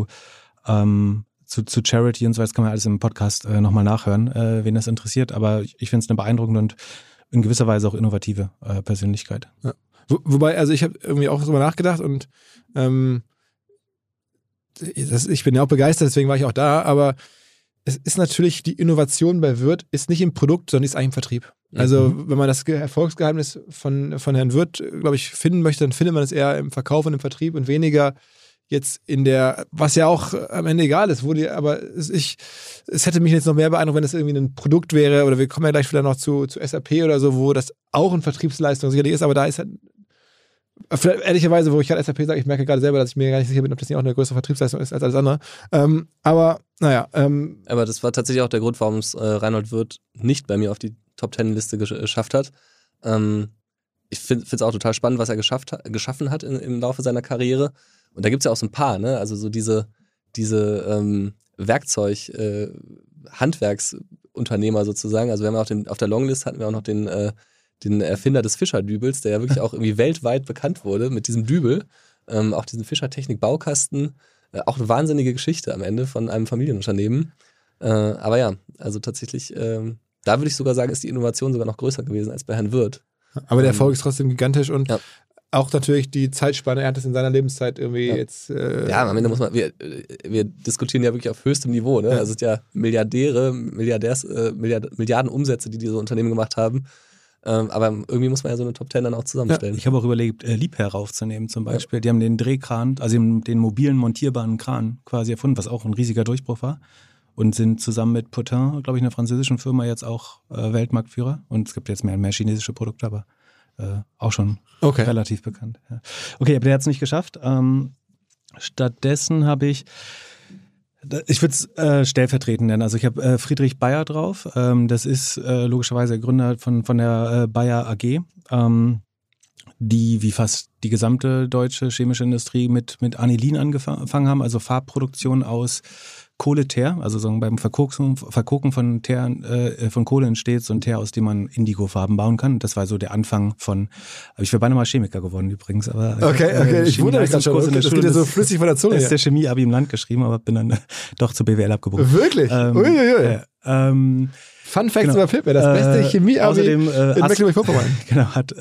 [SPEAKER 2] Charity und so weiter. Das kann man alles im Podcast nochmal nachhören, wen das interessiert. Aber ich finde es eine beeindruckende und in gewisser Weise auch innovative Persönlichkeit.
[SPEAKER 5] Ja. Wobei, also ich habe irgendwie auch drüber nachgedacht und ich bin ja auch begeistert, deswegen war ich auch da, aber es ist natürlich, die Innovation bei Wirth ist nicht im Produkt, sondern ist eigentlich im Vertrieb. Also wenn man das Erfolgsgeheimnis von Herrn Wirth, glaube ich, finden möchte, dann findet man es eher im Verkauf und im Vertrieb und weniger jetzt in der, was ja auch am Ende egal ist, aber es hätte mich jetzt noch mehr beeindruckt, wenn es irgendwie ein Produkt wäre, oder wir kommen ja gleich wieder noch zu SAP oder so, wo das auch eine Vertriebsleistung sicherlich ist, aber da ist halt, ehrlicherweise, wo ich gerade SAP sage, ich merke gerade selber, dass ich mir gar nicht sicher bin, ob das nicht auch eine größere Vertriebsleistung ist als alles andere. Aber naja.
[SPEAKER 4] Aber das war tatsächlich auch der Grund, warum es Reinhold Wirth nicht bei mir auf die Top-10-Liste geschafft hat. Ich finde es auch total spannend, was er geschaffen hat im Laufe seiner Karriere. Und da gibt es ja auch so ein paar, ne? Also so diese Handwerksunternehmer sozusagen. Also wir haben auch auf der Longlist hatten wir auch noch den Erfinder des Fischerdübels, der ja wirklich auch irgendwie weltweit bekannt wurde mit diesem Dübel. Auch diesen Fischertechnik-Baukasten. Auch eine wahnsinnige Geschichte am Ende von einem Familienunternehmen. Aber ja, also tatsächlich, da würde ich sogar sagen, ist die Innovation sogar noch größer gewesen als bei Herrn Wirth.
[SPEAKER 5] Aber der Erfolg ist trotzdem gigantisch und auch natürlich die Zeitspanne, er hat es in seiner Lebenszeit irgendwie jetzt...
[SPEAKER 4] ja, am Ende muss man, wir diskutieren ja wirklich auf höchstem Niveau, ne? Also es sind ja Milliarden Umsätze, die diese Unternehmen gemacht haben. Aber irgendwie muss man ja so eine Top 10 dann auch zusammenstellen.
[SPEAKER 2] Ja, ich habe auch überlegt, Liebherr raufzunehmen zum Beispiel. Die haben den Drehkran, also den mobilen montierbaren Kran quasi erfunden, was auch ein riesiger Durchbruch war. Und sind zusammen mit Potin, glaube ich, einer französischen Firma jetzt auch Weltmarktführer. Und es gibt jetzt mehr chinesische Produkte, aber auch schon relativ bekannt. Ja. Okay, aber der hat es nicht geschafft. Stattdessen habe ich würde es stellvertretend nennen. Also ich habe Friedrich Bayer drauf. Das ist logischerweise der Gründer von der Bayer AG, die wie fast die gesamte deutsche chemische Industrie mit Anilin angefangen haben, also Farbproduktion aus Kohleteer, also sagen beim Verkoken von Kohle entsteht so ein Teer, aus dem man Indigofarben bauen kann. Das war so der Anfang von, ich wäre beinahe mal Chemiker geworden übrigens. Aber
[SPEAKER 5] okay, ich wundere mich gerade schon. Das geht ja so flüssig von der Zunge.
[SPEAKER 2] Das ist der Chemie-Abi im Land geschrieben, aber bin dann doch zur BWL abgebogen.
[SPEAKER 5] Wirklich? Uiuiui. Fun Facts über Pippe, das beste Chemie-Abi in Mecklenburg-Vorpommern.
[SPEAKER 2] Genau, hat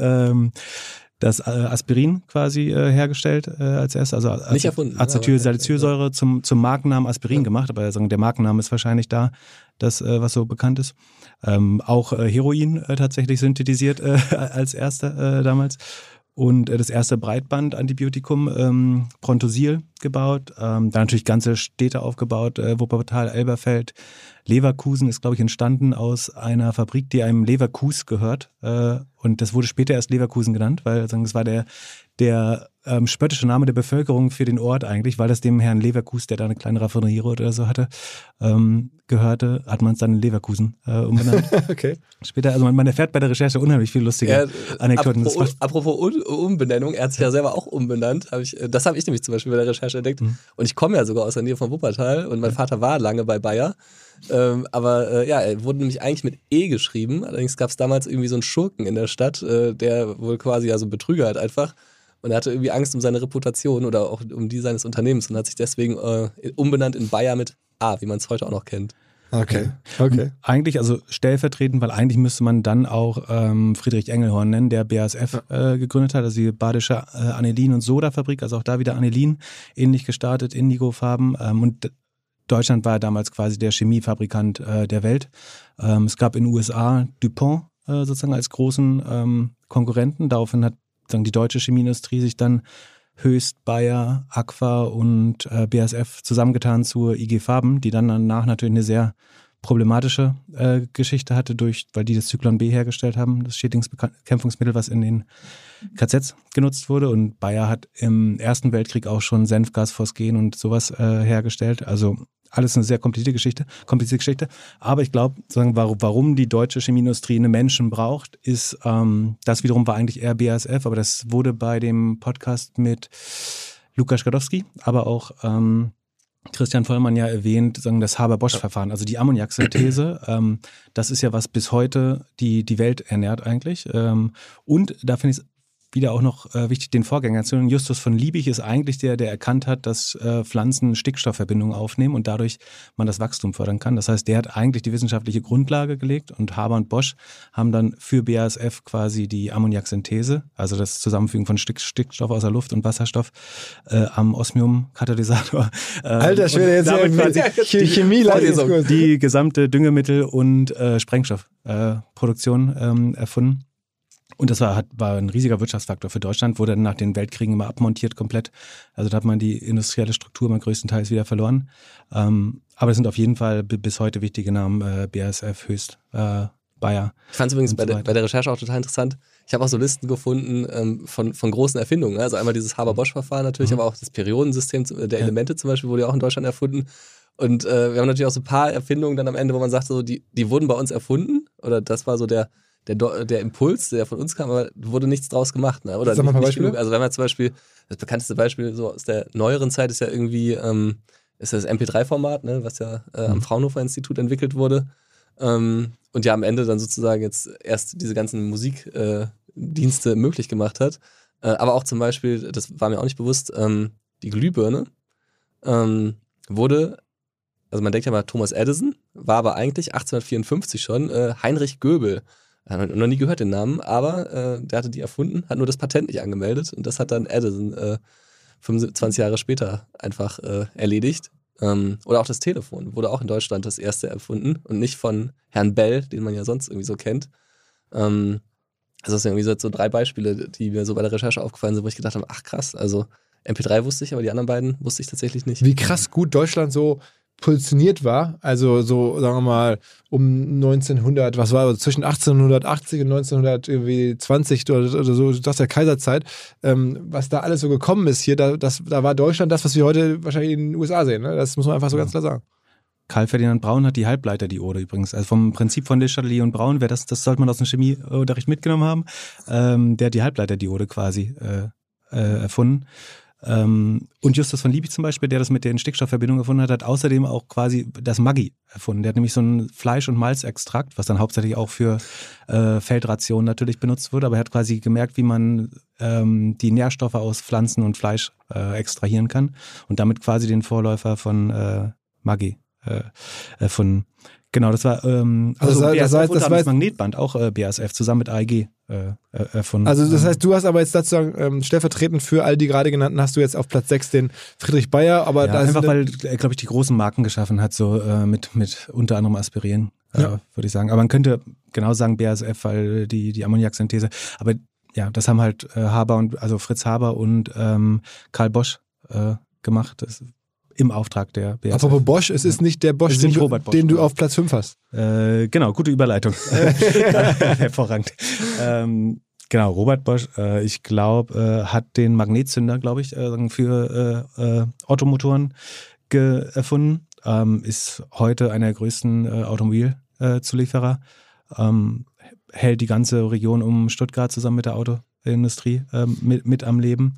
[SPEAKER 2] das Aspirin quasi hergestellt als erstes, also
[SPEAKER 4] nicht erfunden,
[SPEAKER 2] Acetylsalicylsäure zum Markennamen Aspirin gemacht, aber der Markenname ist wahrscheinlich da, das was so bekannt ist. Auch Heroin tatsächlich synthetisiert als erster damals. Und das erste Breitband-Antibiotikum, Prontosil, gebaut. Dann natürlich ganze Städte aufgebaut, Wuppertal, Elberfeld. Leverkusen ist, glaube ich, entstanden aus einer Fabrik, die einem Leverkus gehört. Und das wurde später erst Leverkusen genannt, weil es war der spöttische Name der Bevölkerung für den Ort eigentlich, weil das dem Herrn Leverkus, der da eine kleine Raffinerie oder so hatte, gehörte, hat man es dann in Leverkusen umbenannt.
[SPEAKER 5] Okay.
[SPEAKER 2] Später, also man erfährt bei der Recherche unheimlich viel lustige Anekdoten.
[SPEAKER 4] Apropos Umbenennung, er hat sich ja selber auch umbenannt. Das habe ich nämlich zum Beispiel bei der Recherche entdeckt. Und ich komme ja sogar aus der Nähe von Wuppertal und mein Vater war lange bei Bayer. Aber er wurde nämlich eigentlich mit E geschrieben. Allerdings gab es damals irgendwie so einen Schurken in der Stadt, der wohl quasi so ein Betrüger halt einfach. Und er hatte irgendwie Angst um seine Reputation oder auch um die seines Unternehmens und hat sich deswegen umbenannt in Bayer mit A, wie man es heute auch noch kennt.
[SPEAKER 5] Okay.
[SPEAKER 2] Eigentlich, also stellvertretend, weil eigentlich müsste man dann auch Friedrich Engelhorn nennen, der BASF gegründet hat, also die Badische Anilin- und Sodafabrik, also auch da wieder Anilin, ähnlich gestartet, Indigofarben. Und Deutschland war damals quasi der Chemiefabrikant der Welt. Es gab in den USA DuPont sozusagen als großen Konkurrenten. Daraufhin hat die deutsche Chemieindustrie sich dann Höchst, Bayer, Aqua und BASF zusammengetan zur IG Farben, die dann danach natürlich eine sehr problematische Geschichte hatte, weil die das Zyklon B hergestellt haben, das Schädlingsbekämpfungsmittel, was in den KZs genutzt wurde. Und Bayer hat im Ersten Weltkrieg auch schon Senfgas, Phosgen und sowas hergestellt. Also alles eine sehr komplizierte Geschichte. Aber ich glaube, warum die deutsche Chemieindustrie eine Menschen braucht, ist, das wiederum war eigentlich eher BASF, aber das wurde bei dem Podcast mit Lukas Skadowski, aber auch Christian Vollmann ja erwähnt, das Haber-Bosch-Verfahren, also die Ammoniaksynthese, das ist ja was bis heute die Welt ernährt eigentlich. Und da finde ich es wieder auch noch wichtig, den Vorgänger zu nennen. Justus von Liebig ist eigentlich der erkannt hat, dass Pflanzen Stickstoffverbindungen aufnehmen und dadurch man das Wachstum fördern kann. Das heißt, der hat eigentlich die wissenschaftliche Grundlage gelegt und Haber und Bosch haben dann für BASF quasi die Ammoniaksynthese, also das Zusammenfügen von Stickstoff aus der Luft und Wasserstoff am Osmium-Katalysator.
[SPEAKER 5] Alter Schwede, jetzt quasi Chemie-Leistungskurs.
[SPEAKER 2] Die gesamte Düngemittel- und Sprengstoffproduktion erfunden. Und das war ein riesiger Wirtschaftsfaktor für Deutschland, wurde dann nach den Weltkriegen immer abmontiert komplett. Also da hat man die industrielle Struktur mal größtenteils wieder verloren. Aber es sind auf jeden Fall bis heute wichtige Namen, BASF, Höchst, Bayer.
[SPEAKER 4] Ich fand es übrigens bei der Recherche auch total interessant. Ich habe auch so Listen gefunden von großen Erfindungen. Also einmal dieses Haber-Bosch-Verfahren natürlich, aber auch das Periodensystem der Elemente zum Beispiel wurde ja auch in Deutschland erfunden. Und wir haben natürlich auch so ein paar Erfindungen dann am Ende, wo man sagt, so, die wurden bei uns erfunden. Oder das war so der Impuls, der von uns kam, aber wurde nichts draus gemacht. Ne? Oder
[SPEAKER 5] sag mal ein Beispiel.
[SPEAKER 4] Genug. Also wenn man zum Beispiel, das bekannteste Beispiel so aus der neueren Zeit ist ja irgendwie ist das MP3-Format, ne? Was ja am Fraunhofer-Institut entwickelt wurde. Und ja am Ende dann sozusagen jetzt erst diese ganzen Musikdienste möglich gemacht hat. Aber auch zum Beispiel, das war mir auch nicht bewusst, die Glühbirne wurde, also man denkt ja mal Thomas Edison, war aber eigentlich 1854 schon Heinrich Göbel. Ich habe noch nie gehört den Namen, aber der hatte die erfunden, hat nur das Patent nicht angemeldet und das hat dann Edison 25 Jahre später einfach erledigt. Oder auch das Telefon wurde auch in Deutschland das erste erfunden und nicht von Herrn Bell, den man ja sonst irgendwie so kennt. Also das sind irgendwie so 3 Beispiele, die mir so bei der Recherche aufgefallen sind, wo ich gedacht habe, ach krass, also MP3 wusste ich, aber die anderen beiden wusste ich tatsächlich nicht.
[SPEAKER 5] Wie krass gut Deutschland so positioniert war, also so, sagen wir mal, um 1900, was war, zwischen 1880 und 1920 oder so, das ist ja Kaiserzeit, was da alles so gekommen ist hier, da war Deutschland das, was wir heute wahrscheinlich in den USA sehen, ne? Das muss man einfach so ganz klar sagen.
[SPEAKER 2] Karl Ferdinand Braun hat die Halbleiterdiode übrigens, also vom Prinzip von Le Chatelier und Braun, das sollte man aus dem Chemieunterricht mitgenommen haben, der hat die Halbleiterdiode quasi erfunden. Und Justus von Liebig zum Beispiel, der das mit den Stickstoffverbindungen erfunden hat außerdem auch quasi das Maggi erfunden. Der hat nämlich so ein Fleisch- und Malzextrakt, was dann hauptsächlich auch für Feldrationen natürlich benutzt wurde, aber er hat quasi gemerkt, wie man die Nährstoffe aus Pflanzen und Fleisch extrahieren kann und damit quasi den Vorläufer von Maggi erfunden. Genau, das war BASF das Magnetband, auch BASF, zusammen mit AEG erfunden.
[SPEAKER 5] Also das heißt, du hast aber jetzt dazu stellvertretend für all die gerade genannten, hast du jetzt auf Platz 6 den Friedrich Bayer, aber
[SPEAKER 2] ja,
[SPEAKER 5] da
[SPEAKER 2] einfach weil er, glaube ich, die großen Marken geschaffen hat, so mit unter anderem Aspirin, würde ich sagen. Aber man könnte genau sagen BASF, weil die Ammoniaksynthese, aber ja, das haben halt Fritz Haber und Karl Bosch gemacht. Das im Auftrag der BASF.
[SPEAKER 5] Apropos Bosch, es ist nicht der Bosch, den du auf Platz 5 hast.
[SPEAKER 2] Genau, gute Überleitung. Hervorragend. Genau, Robert Bosch, ich glaube, hat den Magnetzünder, glaube ich, für Automotoren erfunden. Ist heute einer der größten Automobilzulieferer. Hält die ganze Region um Stuttgart zusammen mit der Autoindustrie mit am Leben.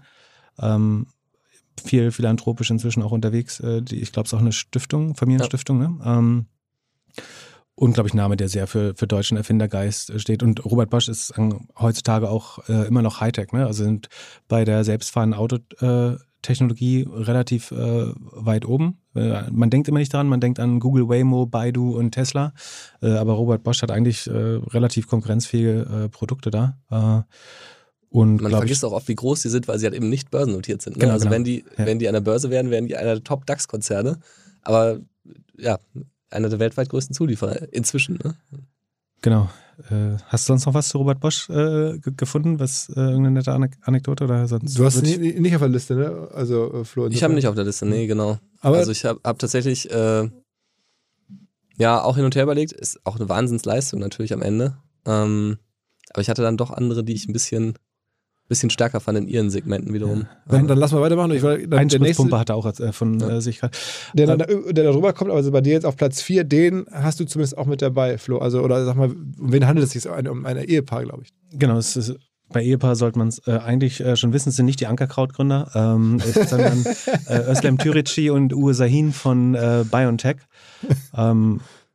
[SPEAKER 2] Viel philanthropisch inzwischen auch unterwegs. Ich glaube, es ist auch eine Stiftung, Familienstiftung, ne? Und, glaube ich, ein Name, der sehr für deutschen Erfindergeist steht. Und Robert Bosch ist heutzutage auch immer noch Hightech, ne? Also sind bei der selbstfahrenden Autotechnologie relativ weit oben. Man denkt immer nicht dran, man denkt an Google, Waymo, Baidu und Tesla. Aber Robert Bosch hat eigentlich relativ konkurrenzfähige Produkte da. Und
[SPEAKER 4] man vergisst auch oft, wie groß die sind, weil sie halt eben nicht börsennotiert sind. Ne?
[SPEAKER 2] Genau,
[SPEAKER 4] also
[SPEAKER 2] genau.
[SPEAKER 4] wenn die an der Börse wären, wären die einer der Top-DAX-Konzerne. Aber ja, einer der weltweit größten Zulieferer inzwischen. Ne?
[SPEAKER 2] Genau. Hast du sonst noch was zu Robert Bosch gefunden? Irgendeine nette Anekdote? Oder sonst?
[SPEAKER 5] Du hast nicht auf der Liste, ne? Also Flo.
[SPEAKER 4] Ich habe nicht auf der Liste, nee, genau.
[SPEAKER 5] Aber
[SPEAKER 4] also ich hab tatsächlich auch hin und her überlegt. Ist auch eine Wahnsinnsleistung natürlich am Ende. Aber ich hatte dann doch andere, die ich ein bisschen stärker fand in ihren Segmenten wiederum.
[SPEAKER 5] Ja. Dann lass mal weitermachen.
[SPEAKER 2] Einspritzpumpe hat er auch von sich gerade.
[SPEAKER 5] Der darüber kommt, aber also bei dir jetzt auf Platz 4, den hast du zumindest auch mit dabei, Flo. Also, oder sag mal, um wen handelt es sich? Um ein Ehepaar, glaube ich.
[SPEAKER 2] Genau, bei Ehepaar sollte man es eigentlich schon wissen, es sind nicht die Ankerkrautgründer, sondern Özlem Türeci und Uğur Şahin von BioNTech.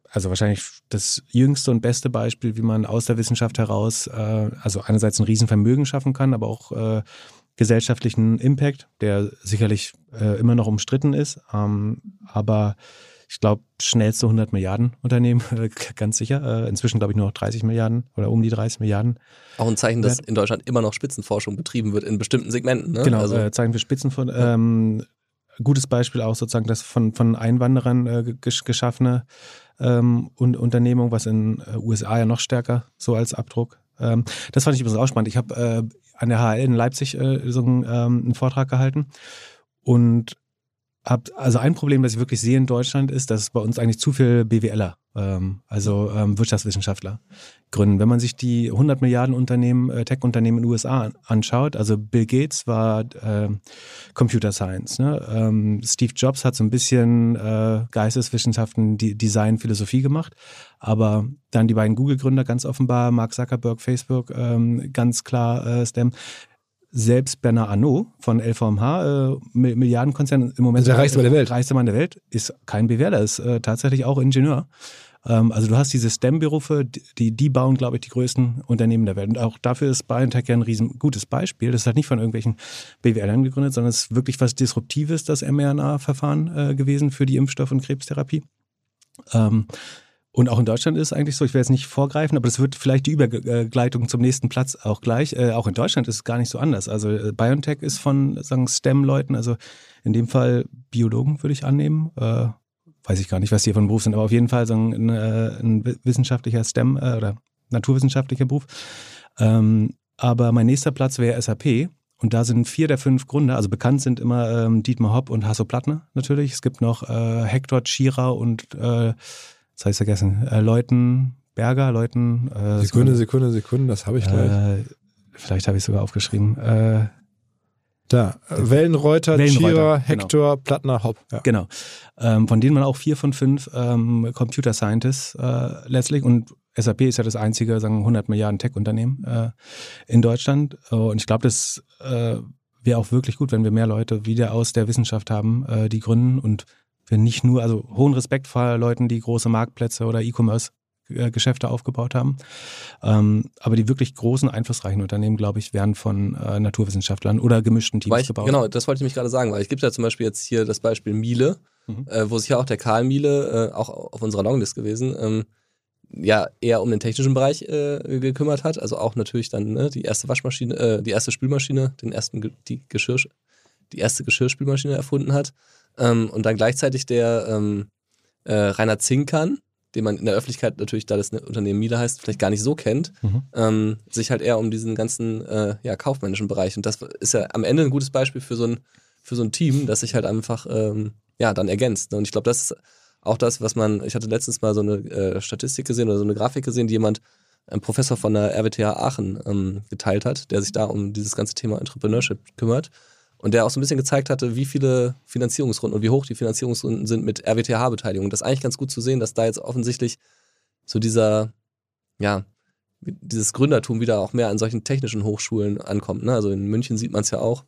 [SPEAKER 2] also wahrscheinlich das jüngste und beste Beispiel, wie man aus der Wissenschaft heraus also einerseits ein Riesenvermögen schaffen kann, aber auch gesellschaftlichen Impact, der sicherlich immer noch umstritten ist, aber ich glaube, schnellste 100 Milliarden Unternehmen, ganz sicher. Inzwischen glaube ich nur noch 30 Milliarden oder um die 30 Milliarden.
[SPEAKER 4] Auch ein Zeichen, dass in Deutschland immer noch Spitzenforschung betrieben wird in bestimmten Segmenten. Ne?
[SPEAKER 2] Genau, Zeichen für Spitzenforschung. Gutes Beispiel auch sozusagen das von Einwanderern geschaffene Unternehmung, was in USA ja noch stärker so als Abdruck. Das fand ich übrigens auch spannend. Ich habe an der HL in Leipzig so einen Vortrag gehalten und also ein Problem, das ich wirklich sehe in Deutschland, ist, dass bei uns eigentlich zu viel BWLer, Wirtschaftswissenschaftler gründen. Wenn man sich die 100 Milliarden Unternehmen, Tech-Unternehmen in den USA anschaut, also Bill Gates war Computer Science, ne? Steve Jobs hat so ein bisschen Geisteswissenschaften, Design, Philosophie gemacht, aber dann die beiden Google-Gründer ganz offenbar, Mark Zuckerberg, Facebook, ganz klar STEM. Selbst Bernard Arnault von LVMH, Milliardenkonzern im Moment.
[SPEAKER 5] Der reichste Mann der Welt.
[SPEAKER 2] Reichste Mann der Welt, ist kein BWLer, ist tatsächlich auch Ingenieur. Also du hast diese STEM-Berufe, die bauen, glaube ich, die größten Unternehmen der Welt. Und auch dafür ist BioNTech ja ein riesen gutes Beispiel. Das ist halt nicht von irgendwelchen BWLern gegründet, sondern es ist wirklich was Disruptives, das mRNA-Verfahren gewesen für die Impfstoff- und Krebstherapie. Und auch in Deutschland ist es eigentlich so, ich will jetzt nicht vorgreifen, aber das wird vielleicht die Übergleitung zum nächsten Platz auch gleich. Auch in Deutschland ist es gar nicht so anders. Also BioNTech ist von STEM-Leuten, also in dem Fall Biologen würde ich annehmen. Weiß ich gar nicht, was die von Beruf sind, aber auf jeden Fall so ein wissenschaftlicher STEM oder naturwissenschaftlicher Beruf. Aber mein nächster Platz wäre SAP. Und da sind 4 der 5 Gründer, also bekannt sind immer Dietmar Hopp und Hasso Plattner natürlich. Es gibt noch Hector Tschira und das habe ich vergessen. Leutenberger.
[SPEAKER 5] Sekunde, das habe ich gleich.
[SPEAKER 2] Vielleicht habe ich es sogar aufgeschrieben.
[SPEAKER 5] Wellenreuter, Tschira, Hector, genau. Plattner, Hopp.
[SPEAKER 2] Ja. Genau. Von denen man auch 4 von 5 Computer Scientists letztlich. Und SAP ist ja das einzige, 100 Milliarden Tech-Unternehmen in Deutschland. Und ich glaube, das wäre auch wirklich gut, wenn wir mehr Leute wieder aus der Wissenschaft haben, die gründen und wir nicht nur, also hohen Respekt vor Leuten, die große Marktplätze oder E-Commerce-Geschäfte aufgebaut haben. Aber die wirklich großen, einflussreichen Unternehmen, glaube ich, werden von Naturwissenschaftlern oder gemischten Teams gebaut.
[SPEAKER 4] Genau, das wollte ich mich gerade sagen, weil es gibt ja zum Beispiel jetzt hier das Beispiel Miele, wo sich ja auch der Karl Miele, auch auf unserer Longlist gewesen, ja eher um den technischen Bereich gekümmert hat. Also auch natürlich dann die erste Waschmaschine, die erste Spülmaschine, die erste Geschirrspülmaschine erfunden hat. Und dann gleichzeitig der Rainer Zinkern, den man in der Öffentlichkeit natürlich, da das Unternehmen Miele heißt, vielleicht gar nicht so kennt, sich halt eher um diesen ganzen kaufmännischen Bereich. Und das ist ja am Ende ein gutes Beispiel für so ein Team, das sich halt einfach dann ergänzt. Und ich glaube, das ist auch das, was ich hatte letztens mal so eine Statistik gesehen oder so eine Grafik gesehen, die ein Professor von der RWTH Aachen geteilt hat, der sich da um dieses ganze Thema Entrepreneurship kümmert. Und der auch so ein bisschen gezeigt hatte, wie viele Finanzierungsrunden und wie hoch die Finanzierungsrunden sind mit RWTH-Beteiligung. Das ist eigentlich ganz gut zu sehen, dass da jetzt offensichtlich so dieses Gründertum wieder auch mehr an solchen technischen Hochschulen ankommt. Ne? Also in München sieht man es ja auch.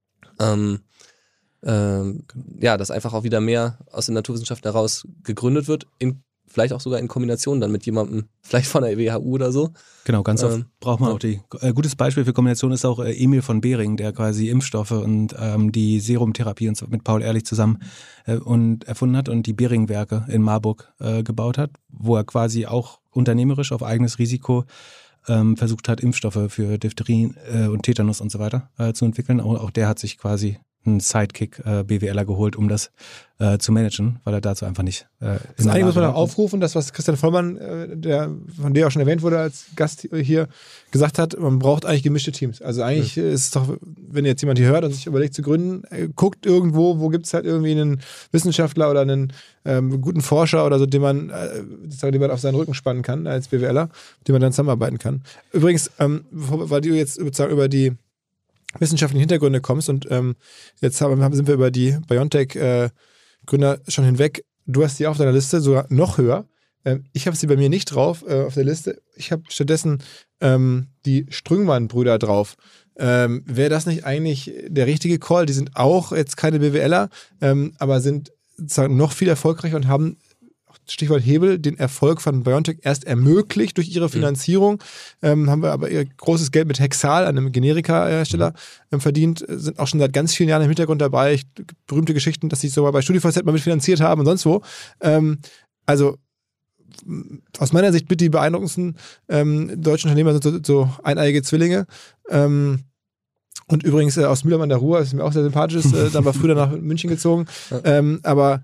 [SPEAKER 4] Dass einfach auch wieder mehr aus den Naturwissenschaften heraus gegründet wird, vielleicht auch sogar in Kombination dann mit jemandem, vielleicht von der WHU oder so.
[SPEAKER 2] Genau, ganz oft braucht man auch die. Gutes Beispiel für Kombination ist auch Emil von Behring, der quasi Impfstoffe und die Serumtherapie und so mit Paul Ehrlich zusammen erfunden hat und die Behring-Werke in Marburg gebaut hat, wo er quasi auch unternehmerisch auf eigenes Risiko versucht hat, Impfstoffe für Diphtherie und Tetanus und so weiter zu entwickeln. Auch der hat sich quasi einen Sidekick BWLer geholt, um das zu managen, weil er dazu einfach nicht
[SPEAKER 5] das eigentlich muss man auch aufrufen, das, was Christian Vollmann, von der auch schon erwähnt wurde als Gast hier, gesagt hat, man braucht eigentlich gemischte Teams. Also eigentlich ist es doch, wenn jetzt jemand hier hört und sich überlegt zu gründen, guckt irgendwo, wo gibt es halt irgendwie einen Wissenschaftler oder einen guten Forscher oder so, den man auf seinen Rücken spannen kann als BWLer, mit dem man dann zusammenarbeiten kann. Übrigens, weil du jetzt sozusagen über die wissenschaftlichen Hintergründe kommst und jetzt sind wir über die BioNTech-Gründer schon hinweg. Du hast die auf deiner Liste sogar noch höher. Ich habe sie bei mir nicht drauf auf der Liste. Ich habe stattdessen die Strüngmann-Brüder drauf. Wäre das nicht eigentlich der richtige Call? Die sind auch jetzt keine BWLer, aber sind sozusagen noch viel erfolgreicher und haben Stichwort Hebel, den Erfolg von BioNTech erst ermöglicht durch ihre Finanzierung. Haben wir aber ihr großes Geld mit Hexal, einem Generika-Hersteller, verdient, sind auch schon seit ganz vielen Jahren im Hintergrund dabei. Berühmte Geschichten, dass sie sogar bei StudiVZ mal mitfinanziert haben und sonst wo. Also aus meiner Sicht mit die beeindruckendsten deutschen Unternehmer sind so eineiige Zwillinge. Und übrigens aus Mühlheim an der Ruhr, das ist mir auch sehr sympathisch, dann war früher nach München gezogen. Aber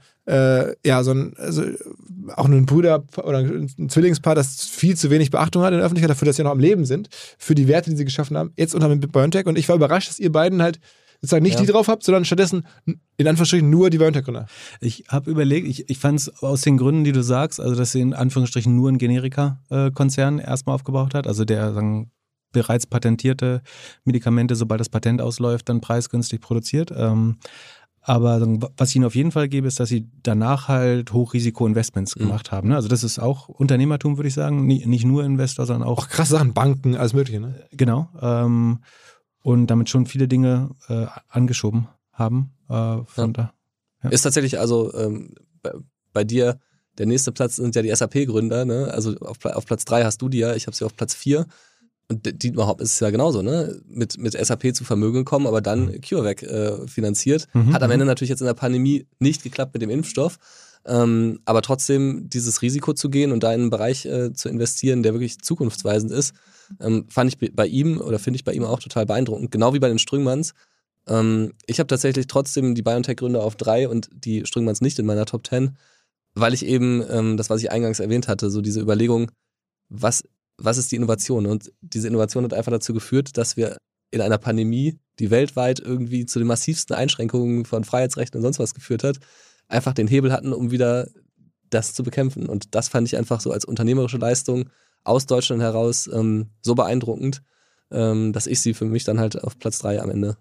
[SPEAKER 5] auch ein Bruder oder ein Zwillingspaar, das viel zu wenig Beachtung hat in der Öffentlichkeit, dafür, dass sie noch am Leben sind, für die Werte, die sie geschaffen haben, jetzt unter mit BioNTech. Und ich war überrascht, dass ihr beiden halt sozusagen nicht die drauf habt, sondern stattdessen in Anführungsstrichen nur die BioNTech-Gründer.
[SPEAKER 2] Ich habe überlegt, ich fand es aus den Gründen, die du sagst, also dass sie in Anführungsstrichen nur einen Generika-Konzern erstmal aufgebaut hat, also der bereits patentierte Medikamente, sobald das Patent ausläuft, dann preisgünstig produziert. Aber was ich ihnen auf jeden Fall gebe, ist, dass sie danach halt Hochrisiko-Investments gemacht haben. Also das ist auch Unternehmertum, würde ich sagen. Nicht nur Investor, sondern auch
[SPEAKER 5] krasse Sachen, Banken, alles Mögliche. Ne?
[SPEAKER 2] Genau. Und damit schon viele Dinge angeschoben haben.
[SPEAKER 4] Ist tatsächlich also bei dir der nächste Platz sind ja die SAP-Gründer. Ne? Also auf Platz 3 hast du die ja, ich habe sie auf Platz 4. Und Dietmar Hopp ist es ja genauso, ne? Mit SAP zu Vermögen gekommen, aber dann CureVac finanziert. Hat am Ende natürlich jetzt in der Pandemie nicht geklappt mit dem Impfstoff. Aber trotzdem dieses Risiko zu gehen und da in einen Bereich zu investieren, der wirklich zukunftsweisend ist, finde ich bei ihm auch total beeindruckend. Genau wie bei den Strüngmanns. Ich habe tatsächlich trotzdem die BioNTech-Gründer auf 3 und die Strüngmanns nicht in meiner Top 10, weil ich eben das, was ich eingangs erwähnt hatte, so diese Überlegung, was ist die Innovation? Und diese Innovation hat einfach dazu geführt, dass wir in einer Pandemie, die weltweit irgendwie zu den massivsten Einschränkungen von Freiheitsrechten und sonst was geführt hat, einfach den Hebel hatten, um wieder das zu bekämpfen. Und das fand ich einfach so als unternehmerische Leistung aus Deutschland heraus so beeindruckend, dass ich sie für mich dann halt auf Platz 3 am Ende.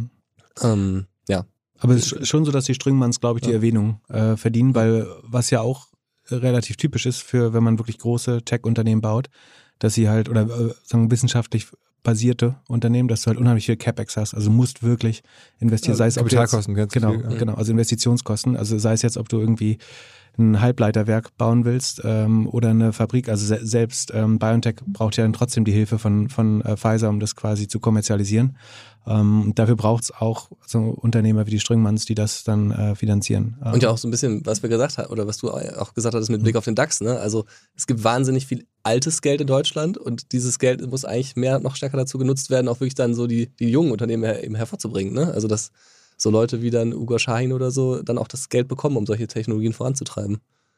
[SPEAKER 2] Aber es ist schon so, dass die Strüngmanns, glaube ich, die Erwähnung verdienen, weil was ja auch relativ typisch ist für, wenn man wirklich große Tech-Unternehmen baut, dass sie halt, oder wissenschaftlich basierte Unternehmen, dass du halt unheimlich viel CapEx hast. Also du musst wirklich investieren, sei es
[SPEAKER 5] Kapitalkosten, ganz
[SPEAKER 2] genau,
[SPEAKER 5] viel,
[SPEAKER 2] genau, also Investitionskosten. Also sei es jetzt, ob du irgendwie ein Halbleiterwerk bauen willst oder eine Fabrik. Also selbst BioNTech braucht ja dann trotzdem die Hilfe von Pfizer, um das quasi zu kommerzialisieren. Und dafür braucht es auch so Unternehmer wie die Strüngmanns, die das dann finanzieren.
[SPEAKER 4] Und ja auch so ein bisschen, was wir gesagt haben, oder was du auch gesagt hattest mit Blick auf den DAX. Ne? Also es gibt wahnsinnig viel altes Geld in Deutschland und dieses Geld muss eigentlich noch stärker dazu genutzt werden, auch wirklich dann so die jungen Unternehmen eben hervorzubringen. Ne? Also dass so Leute wie dann Ugo Shahin oder so dann auch das Geld bekommen, um solche Technologien voranzutreiben.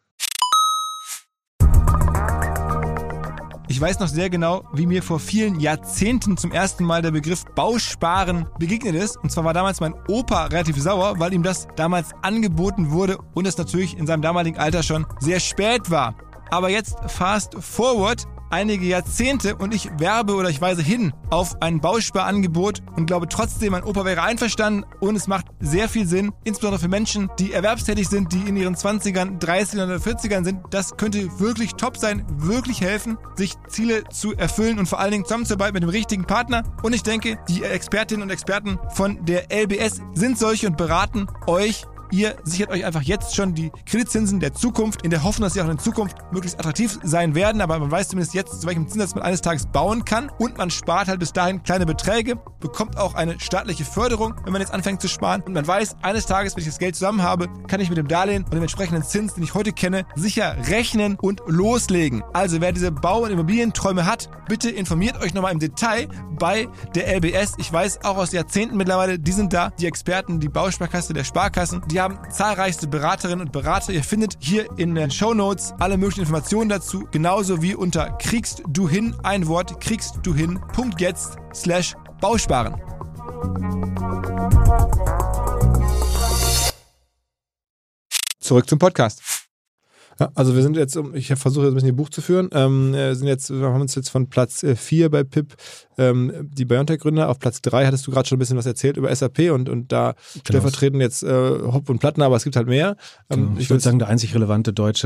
[SPEAKER 6] Ich weiß noch sehr genau, wie mir vor vielen Jahrzehnten zum ersten Mal der Begriff Bausparen begegnet ist. Und zwar war damals mein Opa relativ sauer, weil ihm das damals angeboten wurde und es natürlich in seinem damaligen Alter schon sehr spät war. Aber jetzt fast forward einige Jahrzehnte und ich weise hin auf ein Bausparangebot und glaube trotzdem, mein Opa wäre einverstanden und es macht sehr viel Sinn, insbesondere für Menschen, die erwerbstätig sind, die in ihren 20ern, 30ern oder 40ern sind. Das könnte wirklich top sein, wirklich helfen, sich Ziele zu erfüllen und vor allen Dingen zusammenzuarbeiten mit dem richtigen Partner. Und ich denke, die Expertinnen und Experten von der LBS sind solche und beraten euch. Ihr sichert euch einfach jetzt schon die Kreditzinsen der Zukunft, in der Hoffnung, dass sie auch in Zukunft möglichst attraktiv sein werden. Aber man weiß zumindest jetzt, zu welchem Zinssatz man eines Tages bauen kann. Und man spart halt bis dahin kleine Beträge, bekommt auch eine staatliche Förderung, wenn man jetzt anfängt zu sparen. Und man weiß, eines Tages, wenn ich das Geld zusammen habe, kann ich mit dem Darlehen und dem entsprechenden Zins, den ich heute kenne, sicher rechnen und loslegen. Also wer diese Bau- und Immobilienträume hat, bitte informiert euch nochmal im Detail bei der LBS. Ich weiß auch aus Jahrzehnten mittlerweile, die sind da, die Experten, die Bausparkasse der Sparkassen. Die haben zahlreichste Beraterinnen und Berater. Ihr findet hier in den Shownotes alle möglichen Informationen dazu, genauso wie unter kriegst du hin, ein Wort, kriegstduhin.jetzt/Bausparen.
[SPEAKER 1] Zurück zum Podcast.
[SPEAKER 5] Ja, also wir sind jetzt, ich versuche jetzt ein bisschen Buch zu führen, wir haben uns jetzt von Platz 4 bei PIP die BioNTech-Gründer, auf Platz 3 hattest du gerade schon ein bisschen was erzählt über SAP und da stellvertretend jetzt Hopp und Plattner, aber es gibt halt mehr.
[SPEAKER 2] Genau. Ich würde sagen, der einzig relevante deutsche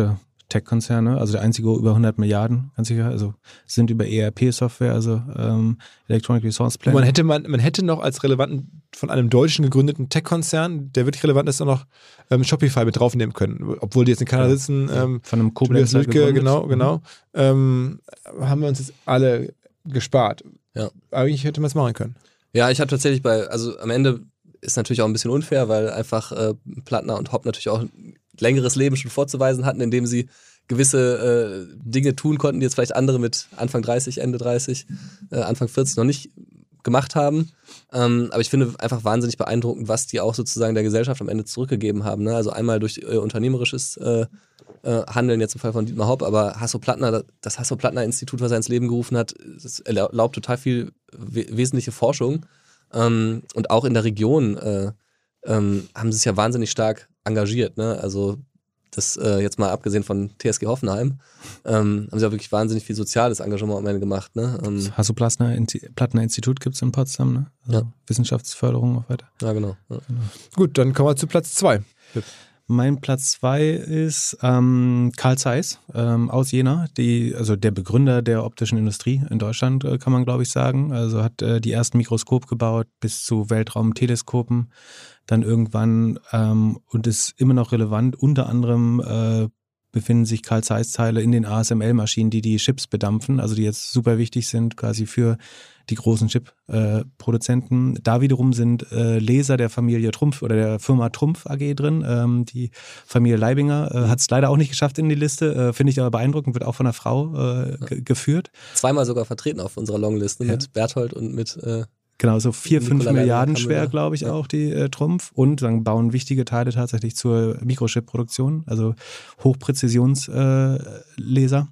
[SPEAKER 2] Tech-Konzerne, also der einzige über 100 Milliarden, ganz sicher, also sind über ERP-Software, also Electronic Resource Planning.
[SPEAKER 5] Man hätte noch als relevanten, von einem deutschen gegründeten Tech-Konzern, der wirklich relevant ist, auch noch Shopify mit draufnehmen können, obwohl die jetzt in Kanada sitzen.
[SPEAKER 2] Von einem Koblenzer
[SPEAKER 5] gegründet. Genau. Haben wir uns jetzt alle gespart.
[SPEAKER 4] Ja.
[SPEAKER 5] Eigentlich hätte man es machen können.
[SPEAKER 4] Ja, ich habe tatsächlich also am Ende ist natürlich auch ein bisschen unfair, weil einfach Plattner und Hopp natürlich auch ein längeres Leben schon vorzuweisen hatten, indem sie gewisse Dinge tun konnten, die jetzt vielleicht andere mit Anfang 30, Ende 30, Anfang 40 noch nicht gemacht haben. Aber ich finde einfach wahnsinnig beeindruckend, was die auch sozusagen der Gesellschaft am Ende zurückgegeben haben. Ne? Also einmal durch unternehmerisches Handeln, jetzt im Fall von Dietmar Hopp, aber das Hasso-Plattner-Institut, was er ins Leben gerufen hat, das erlaubt total viel wesentliche Forschung. Und auch in der Region haben sie sich ja wahnsinnig stark engagiert. Ne? Also das jetzt mal abgesehen von TSG Hoffenheim, haben sie ja wirklich wahnsinnig viel soziales Engagement am Ende gemacht. Ne?
[SPEAKER 2] Das Hasso-Plattner-Institut gibt es in Potsdam, ne? Also Wissenschaftsförderung und weiter.
[SPEAKER 4] Ja, genau.
[SPEAKER 5] Gut, dann kommen wir zu Platz 2.
[SPEAKER 2] Mein Platz 2 ist Carl Zeiss aus Jena, also der Begründer der optischen Industrie in Deutschland, kann man glaube ich sagen. Also hat die ersten Mikroskop gebaut bis zu Weltraumteleskopen, dann irgendwann und ist immer noch relevant. Unter anderem befinden sich Carl Zeiss-Teile in den ASML-Maschinen, die Chips bedampfen, also die jetzt super wichtig sind quasi für die großen Chip-Produzenten. Da wiederum sind Laser der Familie Trumpf oder der Firma Trumpf AG drin. Die Familie Leibinger hat es leider auch nicht geschafft in die Liste, finde ich aber beeindruckend, wird auch von einer Frau geführt.
[SPEAKER 4] Zweimal sogar vertreten auf unserer Longliste mit Berthold und mit
[SPEAKER 2] genau, so 4-5 Milliarden schwer,
[SPEAKER 4] wir,
[SPEAKER 2] glaube ich, auch die Trumpf. Und dann bauen wichtige Teile tatsächlich zur Mikrochip-Produktion, also Hochpräzisionslaser.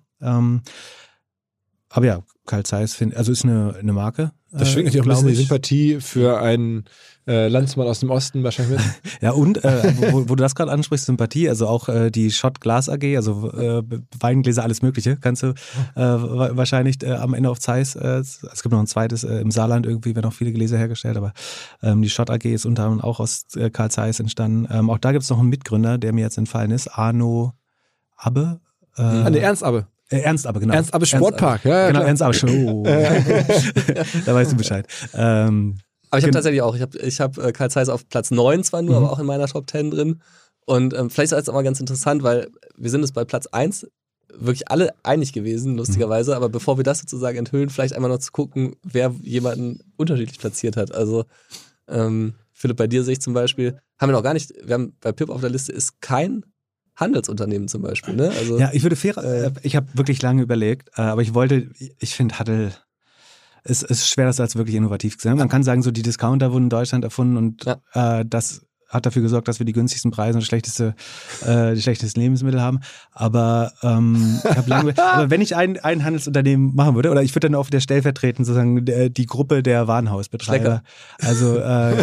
[SPEAKER 2] Aber ja, Carl Zeiss ist eine Marke.
[SPEAKER 5] Das schwingt natürlich auch ein bisschen die Sympathie für einen Landsmann aus dem Osten wahrscheinlich mit.
[SPEAKER 2] Ja, und wo du das gerade ansprichst, Sympathie, also auch die Schott Glas AG, also Weingläser, alles Mögliche, kannst du wahrscheinlich am Ende auf Zeiss, es gibt noch ein zweites im Saarland irgendwie, werden auch viele Gläser hergestellt, aber die Schott AG ist unter anderem auch aus Carl Zeiss entstanden. Auch da gibt es noch einen Mitgründer, der mir jetzt entfallen ist, Arno Abbe.
[SPEAKER 5] Ernst Abbe.
[SPEAKER 2] Ernst Abbe, genau.
[SPEAKER 5] Ernst Abbe Sportpark,
[SPEAKER 2] ja. Genau, Ernst Abbe Show. Da weißt du Bescheid.
[SPEAKER 4] Aber ich habe tatsächlich auch, ich habe Carl Zeiss auf Platz 9 zwar nur, aber auch in meiner Top 10 drin. Und vielleicht ist es auch mal ganz interessant, weil wir sind es bei Platz 1 wirklich alle einig gewesen, lustigerweise. Aber bevor wir das sozusagen enthüllen, vielleicht einmal noch zu gucken, wer jemanden unterschiedlich platziert hat. Also Philipp, bei dir sehe ich zum Beispiel, haben wir noch gar nicht, wir haben bei Pip auf der Liste ist kein Handelsunternehmen zum Beispiel, ne? Also,
[SPEAKER 2] ja, ich würde ich habe wirklich lange überlegt, aber ich finde Handel, es ist schwer, das als wirklich innovativ zu sehen. Man kann sagen, so die Discounter wurden in Deutschland erfunden und das hat dafür gesorgt, dass wir die günstigsten Preise und die schlechtesten Lebensmittel haben. Aber ich habe lange, aber wenn ich ein Handelsunternehmen machen würde, oder ich würde dann auch wieder stellvertretend sozusagen die Gruppe der Warenhausbetreiber. Also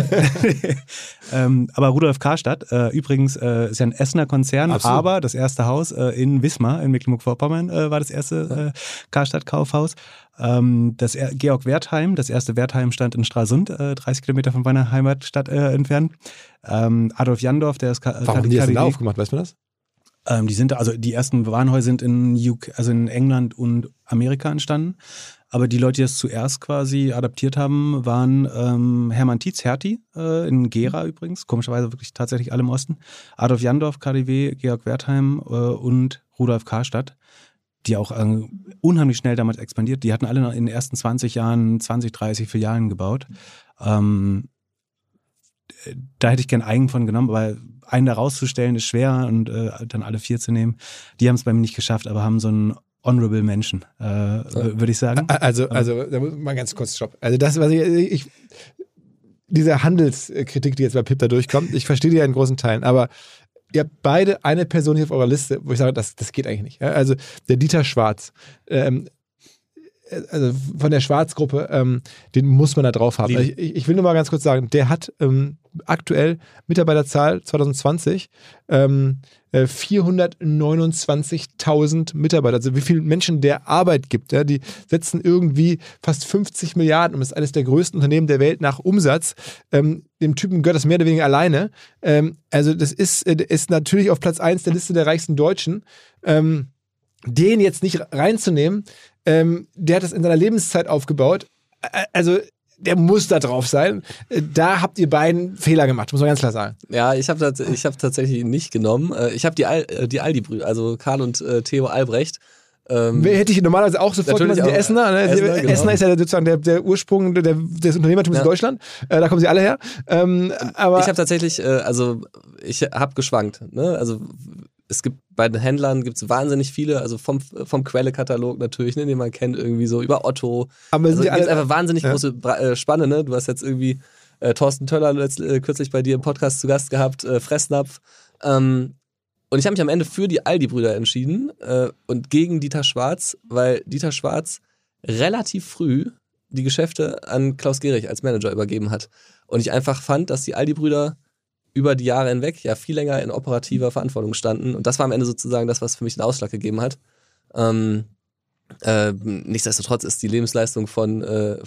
[SPEAKER 2] aber Rudolf Karstadt, übrigens ist ja ein Essener Konzern, absolut. Aber das erste Haus in Wismar in Mecklenburg-Vorpommern war das erste Karstadt-Kaufhaus. Das Georg Wertheim, das erste Wertheim stand in Stralsund, 30 Kilometer von meiner Heimatstadt entfernt. Adolf Jandorf, der ist
[SPEAKER 5] Warum haben die das denn aufgemacht, weißt du das?
[SPEAKER 2] Die ersten Warenhäuser sind in England und Amerika entstanden. Aber die Leute, die das zuerst quasi adaptiert haben, waren Hermann Tietz, Hertie, in Gera übrigens, komischerweise wirklich tatsächlich alle im Osten, Adolf Jandorf, KaDeWe, Georg Wertheim und Rudolf Karstadt, die auch unheimlich schnell damals expandiert. Die hatten alle noch in den ersten 20 Jahren 20, 30 Filialen gebaut. Da hätte ich gern einen von genommen, aber einen da rauszustellen ist schwer und dann alle 4 zu nehmen. Die haben es bei mir nicht geschafft, aber haben so einen honorable Menschen, würde ich sagen.
[SPEAKER 5] Also, da muss mal ganz kurz stoppen. Also das, was ich diese Handelskritik, die jetzt bei Pip da durchkommt, ich verstehe die ja in großen Teilen, aber ihr habt beide eine Person hier auf eurer Liste, wo ich sage, das geht eigentlich nicht. Also der Dieter Schwarz. also von der Schwarz-Gruppe, den muss man da drauf haben. Also ich will nur mal ganz kurz sagen, der hat aktuell Mitarbeiterzahl 2020 429.000 Mitarbeiter, also wie viele Menschen der Arbeit gibt. Ja? Die setzen irgendwie fast 50 Milliarden um. Das ist eines der größten Unternehmen der Welt nach Umsatz. Dem Typen gehört das mehr oder weniger alleine. Also das ist natürlich auf Platz 1 der Liste der reichsten Deutschen. Den jetzt nicht reinzunehmen, der hat das in seiner Lebenszeit aufgebaut. Also der muss da drauf sein. Da habt ihr beiden Fehler gemacht, muss man ganz klar sagen.
[SPEAKER 4] Ja, ich habe tatsächlich nicht genommen. Ich habe die Aldi-Brüder, also Karl und Theo Albrecht.
[SPEAKER 5] Hätte ich normalerweise auch sofort gemacht, die Essener. Ne?
[SPEAKER 4] Essener, genau.
[SPEAKER 5] Essener ist ja sozusagen der Ursprung des Unternehmertums in Deutschland. Da kommen sie alle her. Aber
[SPEAKER 4] ich habe tatsächlich, ich habe geschwankt. Ne? Also es gibt bei den Händlern gibt's wahnsinnig viele, also vom Quelle-Katalog natürlich, ne, den man kennt, irgendwie so über Otto. Aber also, es gibt einfach wahnsinnig große Spanne, ne? Du hast jetzt irgendwie Thorsten Töller kürzlich bei dir im Podcast zu Gast gehabt, Fressnapf. Und ich habe mich am Ende für die Aldi-Brüder entschieden und gegen Dieter Schwarz, weil Dieter Schwarz relativ früh die Geschäfte an Klaus Gehrig als Manager übergeben hat. Und ich einfach fand, dass die Aldi-Brüder über die Jahre hinweg ja viel länger in operativer Verantwortung standen. Und das war am Ende sozusagen das, was für mich den Ausschlag gegeben hat. Nichtsdestotrotz ist die Lebensleistung von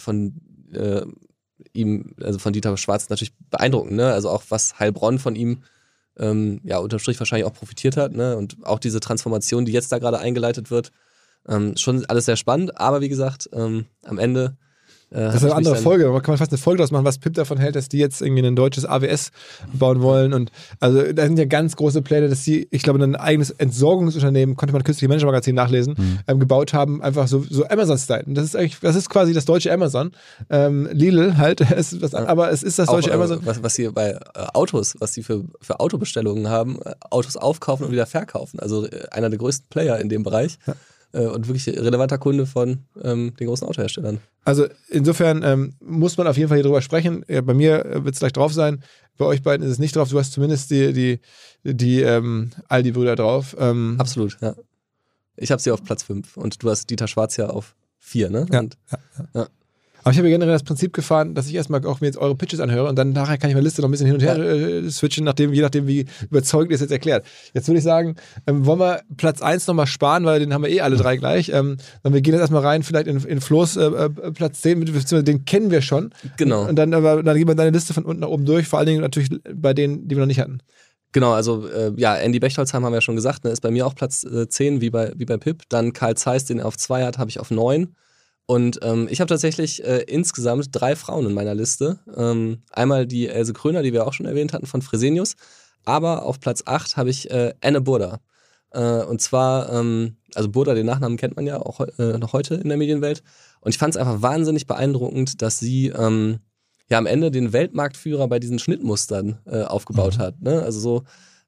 [SPEAKER 4] ihm, also von Dieter Schwarz, natürlich beeindruckend. Ne? Also auch was Heilbronn von ihm unterm Strich wahrscheinlich auch profitiert hat. Ne? Und auch diese Transformation, die jetzt da gerade eingeleitet wird, schon alles sehr spannend. Aber wie gesagt, am Ende
[SPEAKER 5] das ist eine andere Folge, da kann man fast eine Folge draus machen, was Pip davon hält, dass die jetzt irgendwie ein deutsches AWS bauen wollen und also da sind ja ganz große Pläne, dass die, ich glaube, ein eigenes Entsorgungsunternehmen, konnte man kürzlich im Manager-Magazin nachlesen, gebaut haben, einfach so Amazon-Style. Und das ist quasi das deutsche Amazon. Lidl halt, aber es ist das deutsche Amazon.
[SPEAKER 4] Was sie bei Autos, was sie für Autobestellungen haben, Autos aufkaufen und wieder verkaufen. Also einer der größten Player in dem Bereich. Ja. Und wirklich relevanter Kunde von den großen Autoherstellern. Also
[SPEAKER 5] insofern muss man auf jeden Fall hier drüber sprechen. Ja, bei mir wird es gleich drauf sein. Bei euch beiden ist es nicht drauf. Du hast zumindest die Aldi-Brüder drauf.
[SPEAKER 4] Absolut, ja. Ich habe sie auf Platz 5 und du hast Dieter Schwarz ja auf 4, ne?
[SPEAKER 5] Ja. Aber ich habe generell das Prinzip gefahren, dass ich erstmal auch mir jetzt eure Pitches anhöre und dann nachher kann ich meine Liste noch ein bisschen hin und her switchen, je nachdem, wie überzeugend ihr es jetzt erklärt. Jetzt würde ich sagen, wollen wir Platz 1 nochmal sparen, weil den haben wir alle drei gleich. Wir gehen jetzt erstmal rein, vielleicht in Flo's Platz 10, den kennen wir schon.
[SPEAKER 4] Genau.
[SPEAKER 5] Und dann gehen wir deine Liste von unten nach oben durch, vor allen Dingen natürlich bei denen, die wir noch nicht hatten.
[SPEAKER 4] Genau, also Andy Bechtolzheim haben wir ja schon gesagt, ne, ist bei mir auch Platz 10, wie bei Pip. Dann Karl Zeiss, den er auf 2 hat, habe ich auf 9. Und ich habe tatsächlich insgesamt 3 Frauen in meiner Liste. Einmal die Else Kröner, die wir auch schon erwähnt hatten, von Fresenius. Aber auf Platz 8 habe ich Anne Burda. Und zwar, also Burda, den Nachnamen kennt man ja auch noch heute in der Medienwelt. Und ich fand es einfach wahnsinnig beeindruckend, dass sie am Ende den Weltmarktführer bei diesen Schnittmustern aufgebaut hat. Ne? Also so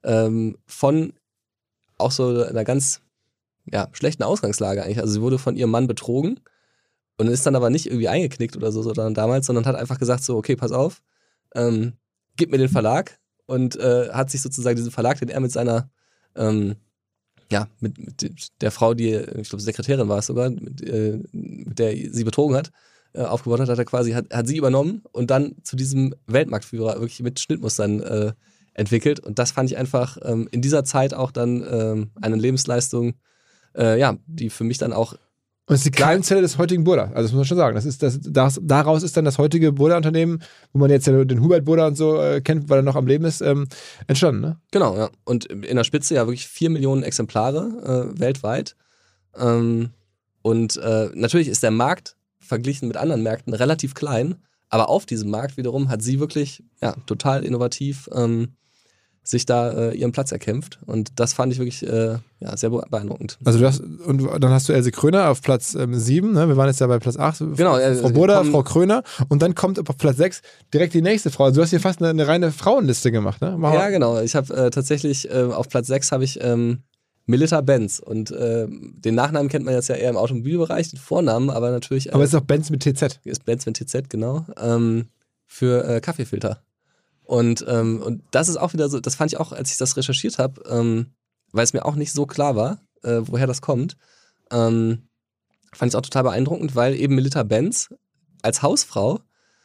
[SPEAKER 4] von auch so einer ganz schlechten Ausgangslage eigentlich. Also sie wurde von ihrem Mann betrogen. Und ist dann aber nicht irgendwie eingeknickt oder so sondern hat einfach gesagt so, okay, pass auf, gib mir den Verlag und hat sich sozusagen diesen Verlag, den er mit seiner, mit der Frau, die, ich glaube Sekretärin war es sogar, mit der sie betrogen hat, aufgebaut hat, hat sie übernommen und dann zu diesem Weltmarktführer wirklich mit Schnittmustern entwickelt. Und das fand ich einfach in dieser Zeit auch dann eine Lebensleistung, die für mich dann auch.
[SPEAKER 5] Und es ist die Keimzelle des heutigen Burda. Also das muss man schon sagen. Daraus ist dann das heutige Burda-Unternehmen, wo man jetzt ja den Hubert Burda und so kennt, weil er noch am Leben ist, entstanden. Ne?
[SPEAKER 4] Genau, ja. Und in der Spitze ja wirklich 4 Millionen Exemplare weltweit. Und natürlich ist der Markt verglichen mit anderen Märkten relativ klein, aber auf diesem Markt wiederum hat sie wirklich total innovativ sich da ihren Platz erkämpft. Und das fand ich wirklich sehr beeindruckend.
[SPEAKER 5] Also dann hast du Else Kröner auf Platz 7, ne? Wir waren jetzt ja bei Platz 8.
[SPEAKER 4] Genau.
[SPEAKER 5] Frau Burda, Frau Kröner und dann kommt auf Platz 6 direkt die nächste Frau. Also du hast hier fast eine reine Frauenliste gemacht, ne?
[SPEAKER 4] Ja, genau. Ich habe tatsächlich auf Platz 6 habe ich Melita Benz und den Nachnamen kennt man jetzt ja eher im Automobilbereich, den Vornamen, aber natürlich...
[SPEAKER 5] aber es ist auch Benz mit TZ.
[SPEAKER 4] Ist Benz mit TZ, genau. Für Kaffeefilter. Und das ist auch wieder so, das fand ich auch, als ich das recherchiert habe, weil es mir auch nicht so klar war, woher das kommt. fand ich auch total beeindruckend, weil eben Melitta Benz als Hausfrau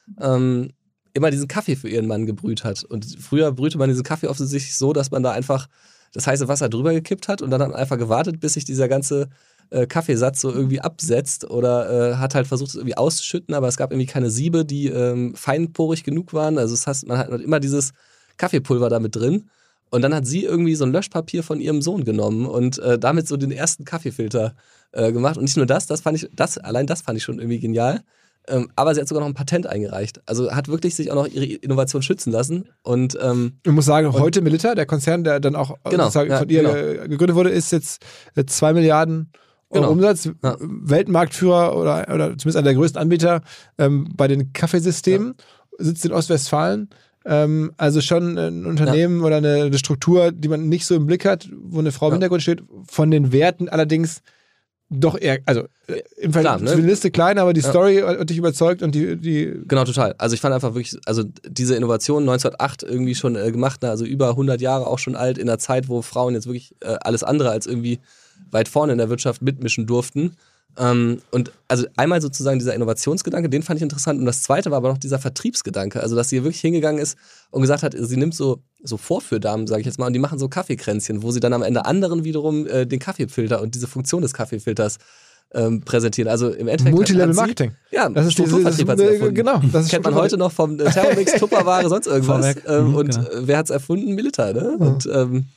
[SPEAKER 4] immer diesen Kaffee für ihren Mann gebrüht hat. Und früher brühte man diesen Kaffee offensichtlich so, dass man da einfach das heiße Wasser drüber gekippt hat und dann hat man einfach gewartet, bis sich dieser ganze Kaffeesatz so irgendwie absetzt oder hat halt versucht, es irgendwie auszuschütten, aber es gab irgendwie keine Siebe, die feinporig genug waren. Also das heißt, man hat immer dieses Kaffeepulver da mit drin. Und dann hat sie irgendwie so ein Löschpapier von ihrem Sohn genommen und damit so den ersten Kaffeefilter gemacht. Und nicht nur das fand ich schon irgendwie genial. Aber sie hat sogar noch ein Patent eingereicht. Also hat wirklich sich auch noch ihre Innovation schützen lassen. Und
[SPEAKER 5] ich muss sagen, heute Melitta, der Konzern, der dann auch von ihr gegründet wurde, ist jetzt 2 Milliarden Euro Umsatz, Weltmarktführer oder zumindest einer der größten Anbieter bei den Kaffeesystemen, sitzt in Ostwestfalen. Also schon ein Unternehmen oder eine Struktur, die man nicht so im Blick hat, wo eine Frau im Hintergrund steht, von den Werten allerdings doch eher, also im Fall die Liste klein, aber die Story hat dich überzeugt und die...
[SPEAKER 4] Genau, total. Also ich fand einfach wirklich, also diese Innovation 1908 irgendwie schon gemacht, also über 100 Jahre auch schon alt, in einer Zeit, wo Frauen jetzt wirklich alles andere als irgendwie weit vorne in der Wirtschaft mitmischen durften. Und also einmal sozusagen dieser Innovationsgedanke, den fand ich interessant. Und das zweite war aber noch dieser Vertriebsgedanke. Also, dass sie wirklich hingegangen ist und gesagt hat, sie nimmt so Vorführdamen, sage ich jetzt mal, und die machen so Kaffeekränzchen, wo sie dann am Ende anderen wiederum den Kaffeefilter und diese Funktion des Kaffeefilters präsentieren. Also im Endeffekt
[SPEAKER 5] Multilevel-Marketing.
[SPEAKER 4] Ja,
[SPEAKER 5] das ist
[SPEAKER 4] Strukturvertrieb hat sie erfunden.
[SPEAKER 5] Genau. Das
[SPEAKER 4] kennt man heute noch vom Thermomix, Tupperware, sonst irgendwas. Und wer hat's erfunden? Melitta, ne? Und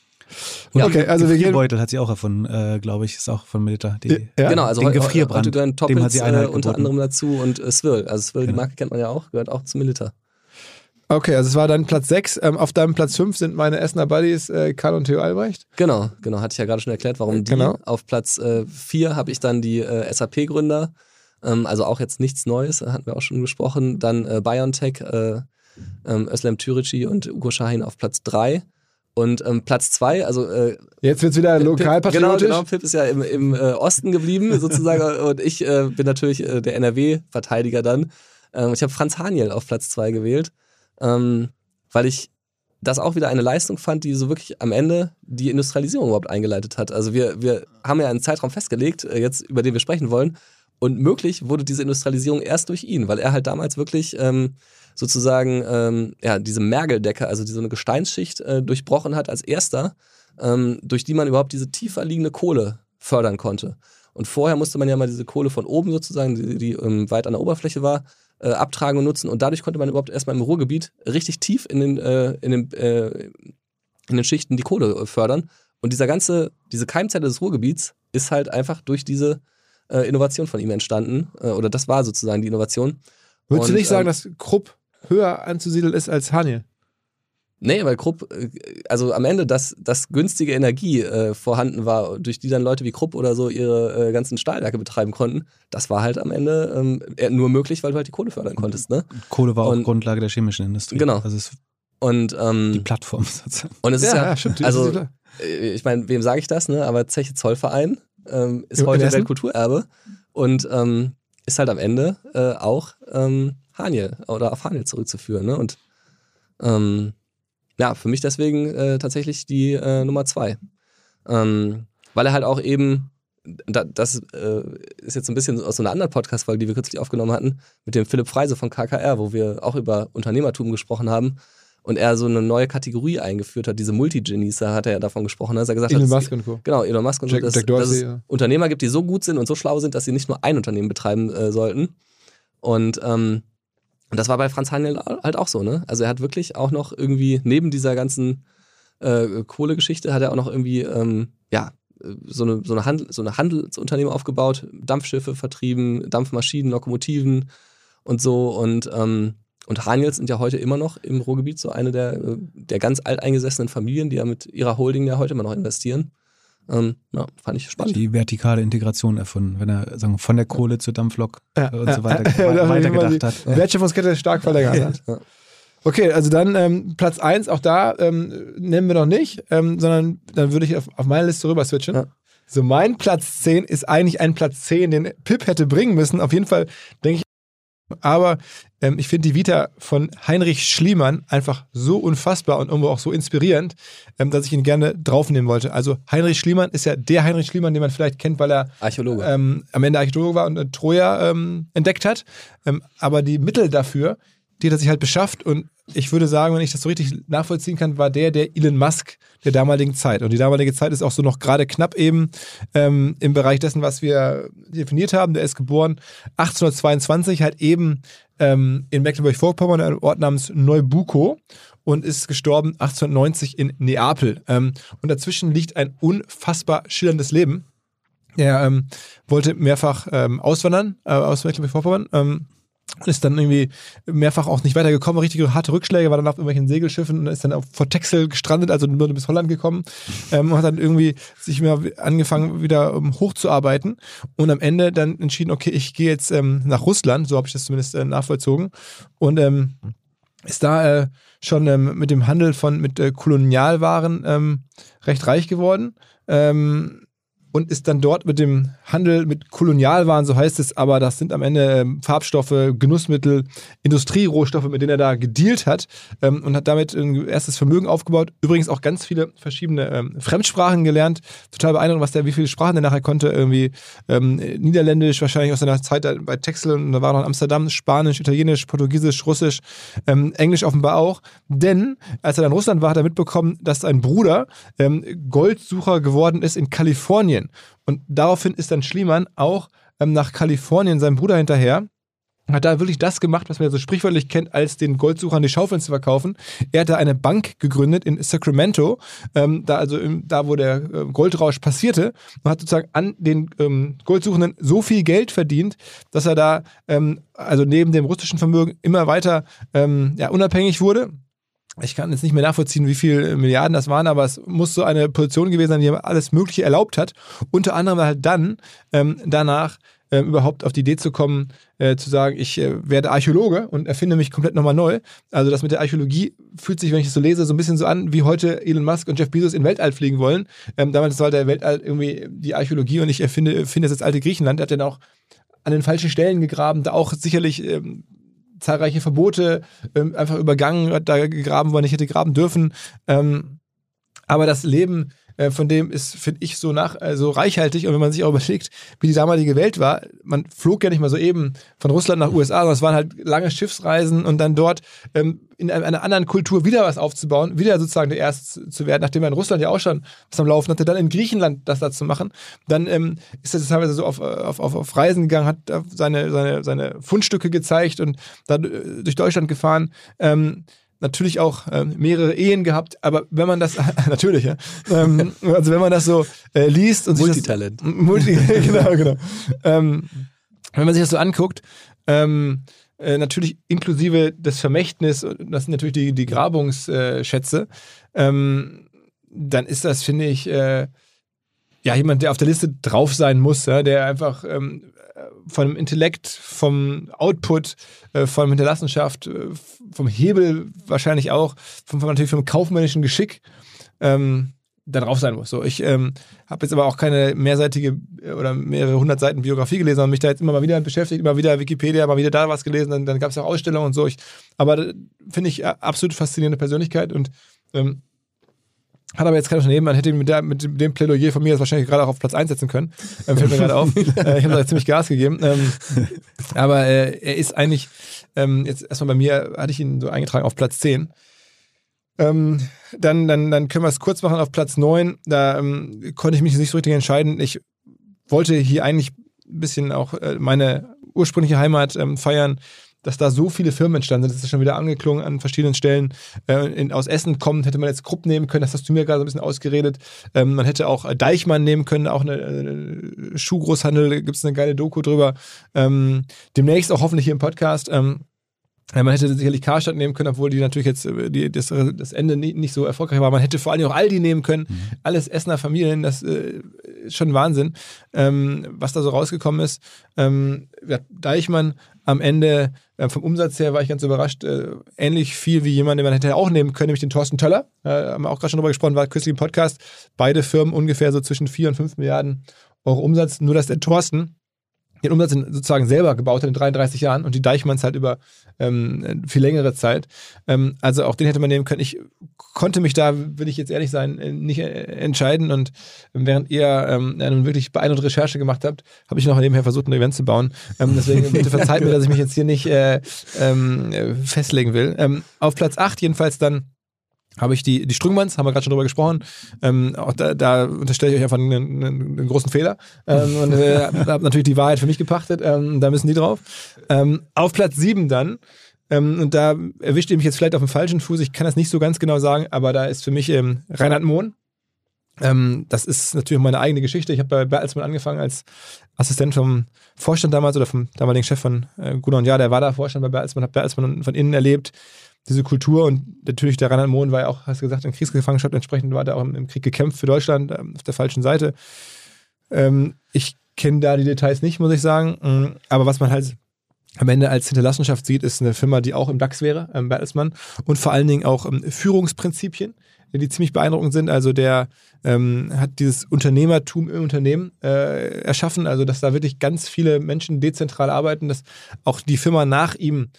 [SPEAKER 5] okay, also
[SPEAKER 2] den Gefrierbeutel hat sie auch erfunden, glaube ich, ist auch von Melitta.
[SPEAKER 4] Genau, also
[SPEAKER 2] den Gefrierbrand,
[SPEAKER 4] heute gehören Toppings
[SPEAKER 2] dem hat sie Einhalt
[SPEAKER 4] unter
[SPEAKER 2] geboten.
[SPEAKER 4] anderem dazu und Swirl. Also Swirl, die Marke kennt man ja auch, gehört auch zu Melitta.
[SPEAKER 5] Okay, also es war dann Platz 6. Auf deinem Platz 5 sind meine Essener Buddies Karl und Theo Albrecht.
[SPEAKER 4] Genau, hatte ich ja gerade schon erklärt, warum die.
[SPEAKER 5] Genau.
[SPEAKER 4] Auf Platz 4 habe ich dann die SAP-Gründer. Also auch jetzt nichts Neues, hatten wir auch schon gesprochen. Dann BioNTech, Özlem Türeci und Ugo Şahin auf Platz 3. Und Platz 2, also
[SPEAKER 5] jetzt wird's wieder lokalpatriotisch.
[SPEAKER 4] Genau, Pip ist ja im Osten geblieben sozusagen und ich bin natürlich der NRW-Verteidiger dann. Ich habe Franz Haniel auf Platz 2 gewählt, weil ich das auch wieder eine Leistung fand, die so wirklich am Ende die Industrialisierung überhaupt eingeleitet hat. Also wir haben ja einen Zeitraum festgelegt, jetzt über den wir sprechen wollen, und möglich wurde diese Industrialisierung erst durch ihn, weil er halt damals wirklich sozusagen diese Mergeldecke, also so eine Gesteinsschicht durchbrochen hat als erster, durch die man überhaupt diese tiefer liegende Kohle fördern konnte. Und vorher musste man ja mal diese Kohle von oben sozusagen, die weit an der Oberfläche war, abtragen und nutzen. Und dadurch konnte man überhaupt erstmal im Ruhrgebiet richtig tief in den Schichten die Kohle fördern. Und diese Keimzelle des Ruhrgebiets ist halt einfach durch diese Innovation von ihm entstanden. Oder das war sozusagen die Innovation.
[SPEAKER 5] Würdest du nicht sagen, dass Krupp höher anzusiedeln ist als Haniel?
[SPEAKER 4] Nee, weil Krupp, also am Ende, dass günstige Energie vorhanden war, durch die dann Leute wie Krupp oder so ihre ganzen Stahlwerke betreiben konnten, das war halt am Ende nur möglich, weil du halt die Kohle fördern konntest. Ne?
[SPEAKER 2] Kohle war auch Grundlage der chemischen Industrie.
[SPEAKER 4] Genau.
[SPEAKER 2] Also es
[SPEAKER 4] und
[SPEAKER 2] die Plattform sozusagen.
[SPEAKER 4] Und es ist
[SPEAKER 5] stimmt,
[SPEAKER 4] also ich meine, wem sage ich das, ne? Aber Zeche Zollverein ist heute Weltkulturerbe und ist halt am Ende auch Haniel oder auf Haniel zurückzuführen. Ne? Und für mich deswegen tatsächlich die Nummer 2. Weil er halt auch eben, das ist jetzt ein bisschen aus so einer anderen Podcast-Folge, die wir kürzlich aufgenommen hatten, mit dem Philipp Freise von KKR, wo wir auch über Unternehmertum gesprochen haben. Und er so eine neue Kategorie eingeführt hat, diese Multi-Genies, da hat er ja davon gesprochen, dass er gesagt hat,
[SPEAKER 5] Elon Musk und Co.
[SPEAKER 4] Genau, Elon Musk und so, dass es Unternehmer gibt, die so gut sind und so schlau sind, dass sie nicht nur ein Unternehmen betreiben sollten. Und das war bei Franz Haniel halt auch so, ne? Also er hat wirklich auch noch irgendwie, neben dieser ganzen Kohlegeschichte, hat er auch noch irgendwie, so eine Handelsunternehmen aufgebaut, Dampfschiffe vertrieben, Dampfmaschinen, Lokomotiven und so. Und Haniels sind ja heute immer noch im Ruhrgebiet so eine der ganz alteingesessenen Familien, die ja mit ihrer Holding ja heute immer noch investieren. Fand ich spannend.
[SPEAKER 2] Die vertikale Integration erfunden, wenn er von der Kohle zur Dampflok und so weiter weitergedacht hat.
[SPEAKER 5] Wertschöpfungskette stark verlängert hat. Ja. Okay, also dann Platz 1, auch da nennen wir noch nicht, sondern dann würde ich auf meine Liste rüber switchen. Ja. So, mein Platz 10 ist eigentlich ein Platz 10, den Pip hätte bringen müssen. Auf jeden Fall denke ich, Aber ich finde die Vita von Heinrich Schliemann einfach so unfassbar und irgendwo auch so inspirierend, dass ich ihn gerne draufnehmen wollte. Also Heinrich Schliemann ist ja der Heinrich Schliemann, den man vielleicht kennt, weil er
[SPEAKER 4] Archäologe.
[SPEAKER 5] Am Ende Archäologe war und Troja entdeckt hat. Aber die Mittel dafür, die hat er sich halt beschafft, und ich würde sagen, wenn ich das so richtig nachvollziehen kann, war der Elon Musk der damaligen Zeit. Und die damalige Zeit ist auch so noch gerade knapp eben im Bereich dessen, was wir definiert haben. Der ist geboren 1822, halt eben in Mecklenburg-Vorpommern, einem Ort namens Neubuko, und ist gestorben 1890 in Neapel. Und dazwischen liegt ein unfassbar schillerndes Leben. Er wollte mehrfach auswandern aus Mecklenburg-Vorpommern. Ist dann irgendwie mehrfach auch nicht weitergekommen, richtige harte Rückschläge, war dann auf irgendwelchen Segelschiffen und ist dann vor Texel gestrandet, also nur bis Holland gekommen, und hat dann irgendwie sich mehr angefangen wieder hochzuarbeiten und am Ende dann entschieden, okay, ich gehe jetzt nach Russland, so habe ich das zumindest nachvollzogen, und ist da schon mit dem Handel mit Kolonialwaren recht reich geworden. Und ist dann dort mit dem Handel mit Kolonialwaren, so heißt es, aber das sind am Ende Farbstoffe, Genussmittel, Industrierohstoffe, mit denen er da gedealt hat, und hat damit ein erstes Vermögen aufgebaut. Übrigens auch ganz viele verschiedene Fremdsprachen gelernt. Total beeindruckend, wie viele Sprachen der nachher konnte. Irgendwie Niederländisch, wahrscheinlich aus seiner Zeit bei Texel, und da war noch in Amsterdam, Spanisch, Italienisch, Portugiesisch, Russisch, Englisch offenbar auch. Denn als er dann in Russland war, hat er mitbekommen, dass sein Bruder Goldsucher geworden ist in Kalifornien. Und daraufhin ist dann Schliemann auch nach Kalifornien seinem Bruder hinterher, hat da wirklich das gemacht, was man ja so sprichwörtlich kennt, als den Goldsuchern die Schaufeln zu verkaufen. Er hat da eine Bank gegründet in Sacramento, da wo der Goldrausch passierte, und hat sozusagen an den Goldsuchenden so viel Geld verdient, dass er da also neben dem russischen Vermögen immer weiter unabhängig wurde. Ich kann jetzt nicht mehr nachvollziehen, wie viele Milliarden das waren, aber es muss so eine Position gewesen sein, die ihm alles Mögliche erlaubt hat. Unter anderem halt dann danach überhaupt auf die Idee zu kommen, zu sagen, ich werde Archäologe und erfinde mich komplett nochmal neu. Also das mit der Archäologie fühlt sich, wenn ich das so lese, so ein bisschen so an, wie heute Elon Musk und Jeff Bezos in Weltall fliegen wollen. Damals war der Weltall irgendwie die Archäologie, und ich finde es das alte Griechenland. Er hat dann auch an den falschen Stellen gegraben, da auch sicherlich zahlreiche Verbote einfach übergangen, hat da gegraben, wo er nicht hätte graben dürfen. Aber das Leben von dem ist, finde ich, so reichhaltig. Und wenn man sich auch überlegt, wie die damalige Welt war, man flog ja nicht mal so eben von Russland nach USA, sondern es waren halt lange Schiffsreisen, und dann dort in einer anderen Kultur wieder was aufzubauen, wieder sozusagen der Erste zu werden, nachdem er in Russland ja auch schon was am Laufen hatte, dann in Griechenland das da zu machen. Dann ist er teilweise so auf Reisen gegangen, hat seine Fundstücke gezeigt und dann durch Deutschland gefahren. Natürlich auch mehrere Ehen gehabt, aber wenn man das, natürlich, ja, also wenn man das so liest und
[SPEAKER 4] Multitalent.
[SPEAKER 5] Genau. Wenn man sich das so anguckt, natürlich inklusive des Vermächtnis, das sind natürlich die Grabungsschätze, dann ist das, finde ich, jemand, der auf der Liste drauf sein muss, ja, der einfach von dem Intellekt, vom Output, von Hinterlassenschaft, vom Hebel wahrscheinlich auch, natürlich vom kaufmännischen Geschick da drauf sein muss. So, ich habe jetzt aber auch keine mehrseitige oder mehrere 100 Seiten Biografie gelesen, sondern mich da jetzt immer mal wieder beschäftigt, immer wieder Wikipedia, mal wieder da was gelesen, dann gab es auch Ausstellungen und so. Aber finde ich absolut faszinierende Persönlichkeit, und hat aber jetzt kein Unternehmen, man hätte ihn mit dem Plädoyer von mir jetzt wahrscheinlich gerade auch auf Platz 1 setzen können. Fällt mir gerade auf. Ich habe da ziemlich Gas gegeben. Aber er ist eigentlich, jetzt erstmal bei mir, hatte ich ihn so eingetragen auf Platz 10. Dann können wir es kurz machen auf Platz 9. Da konnte ich mich nicht so richtig entscheiden. Ich wollte hier eigentlich ein bisschen auch meine ursprüngliche Heimat feiern, dass da so viele Firmen entstanden sind. Das ist schon wieder angeklungen an verschiedenen Stellen. Aus Essen kommend hätte man jetzt Krupp nehmen können, das hast du mir gerade so ein bisschen ausgeredet. Man hätte auch Deichmann nehmen können, auch eine Schuhgroßhandel, gibt es eine geile Doku drüber. Demnächst auch hoffentlich hier im Podcast. Man hätte sicherlich Karstadt nehmen können, obwohl die natürlich jetzt das Ende nicht so erfolgreich war. Man hätte vor allem auch Aldi nehmen können. Alles Essener Familien, das ist schon Wahnsinn, was da so rausgekommen ist. Deichmann am Ende vom Umsatz her war ich ganz überrascht, ähnlich viel wie jemand, den man hätte auch nehmen können, nämlich den Thorsten Töller. Haben wir auch gerade schon drüber gesprochen, war kürzlich im Podcast. Beide Firmen ungefähr so zwischen 4 und 5 Milliarden Euro Umsatz. Nur, dass der Thorsten den Umsatz sozusagen selber gebaut hat in 33 Jahren und die Deichmanns halt über viel längere Zeit. Also auch den hätte man nehmen können. Ich konnte mich da, will ich jetzt ehrlich sein, nicht entscheiden und während ihr eine wirklich beeindruckende Recherche gemacht habt, habe ich noch nebenher versucht, ein Event zu bauen. Deswegen bitte verzeiht mir, dass ich mich jetzt hier nicht festlegen will. Auf Platz 8 jedenfalls dann habe ich die Strüngmanns, haben wir gerade schon drüber gesprochen. Auch da unterstelle ich euch einfach einen großen Fehler. Und habe natürlich die Wahrheit für mich gepachtet. Da müssen die drauf. Auf Platz 7 dann, und da erwischt ihr mich jetzt vielleicht auf dem falschen Fuß, ich kann das nicht so ganz genau sagen, aber da ist für mich Reinhard Mohn. Das ist natürlich meine eigene Geschichte. Ich habe bei Bertelsmann angefangen als Assistent vom Vorstand damals oder vom damaligen Chef von Gunnar und Jahr, der war da Vorstand bei Bertelsmann, habe Bertelsmann von innen erlebt. Diese Kultur und natürlich der Reinhard Mohn war ja auch, hast du gesagt, in Kriegsgefangenschaft, entsprechend war der auch im Krieg gekämpft für Deutschland, auf der falschen Seite. Ich kenne da die Details nicht, muss ich sagen, aber was man halt am Ende als Hinterlassenschaft sieht, ist eine Firma, die auch im DAX wäre, Bertelsmann, und vor allen Dingen auch Führungsprinzipien, die ziemlich beeindruckend sind. Also der hat dieses Unternehmertum im Unternehmen erschaffen, also dass da wirklich ganz viele Menschen dezentral arbeiten, dass auch die Firma nach ihm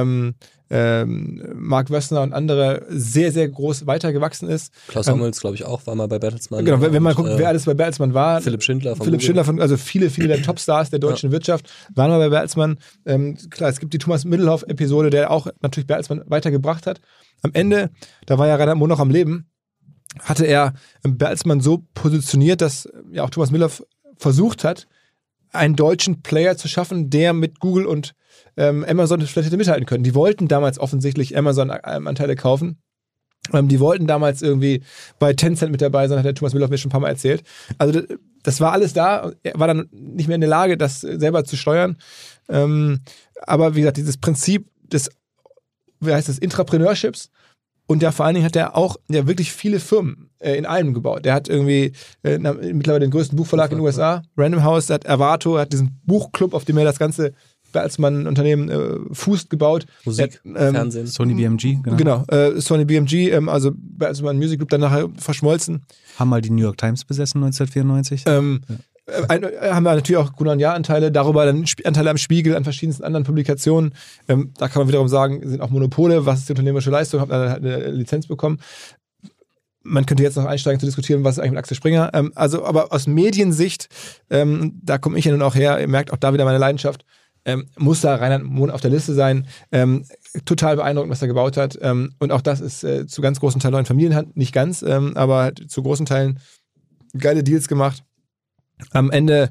[SPEAKER 5] Mark Wössner und andere sehr, sehr groß weitergewachsen ist.
[SPEAKER 4] Klaus Hommels, glaube ich, auch, war mal bei Bertelsmann.
[SPEAKER 5] Genau, wenn man guckt, wer alles bei Bertelsmann war.
[SPEAKER 4] Philipp Schindler,
[SPEAKER 5] also viele der Topstars der deutschen Wirtschaft waren mal bei Bertelsmann. Klar, es gibt die Thomas Middelhoff-Episode, der auch natürlich Bertelsmann weitergebracht hat. Am Ende, da war ja Reinhard Mohn noch am Leben, hatte er Bertelsmann so positioniert, dass ja auch Thomas Middelhoff versucht hat, einen deutschen Player zu schaffen, der mit Google und Amazon vielleicht hätte mithalten können. Die wollten damals offensichtlich Amazon-Anteile kaufen. Die wollten damals irgendwie bei Tencent mit dabei sein, hat der Thomas Middelhoff mir schon ein paar Mal erzählt. Also das war alles da. Er war dann nicht mehr in der Lage, das selber zu steuern. Aber wie gesagt, dieses Prinzip des, Intrapreneurships, und ja, vor allen Dingen hat er auch wirklich viele Firmen in einem gebaut. Der hat irgendwie mittlerweile den größten Buchverlag in den USA, Random House, hat Avato, hat diesen Buchclub, auf dem er das ganze Bertelsmann-Unternehmen fußt, gebaut.
[SPEAKER 4] Musik, Fernsehen.
[SPEAKER 2] Sony BMG,
[SPEAKER 5] genau. Sony BMG, also Bertelsmann Music Group, dann nachher verschmolzen.
[SPEAKER 2] Haben mal die New York Times besessen 1994.
[SPEAKER 5] Haben wir natürlich auch Gunnar und Jahr-Anteile, darüber dann Anteile am Spiegel, an verschiedensten anderen Publikationen. Da kann man wiederum sagen, sind auch Monopole, was ist die unternehmerische Leistung, hat dann halt eine Lizenz bekommen. Man könnte jetzt noch einsteigen zu diskutieren, was ist eigentlich mit Axel Springer. Aber aus Mediensicht, da komme ich ja nun auch her, ihr merkt auch da wieder meine Leidenschaft, muss da Reinhard Mohn auf der Liste sein. Total beeindruckend, was er gebaut hat. Und auch das ist zu ganz großen Teilen noch in Familienhand, nicht ganz, aber halt zu großen Teilen geile Deals gemacht. Am Ende,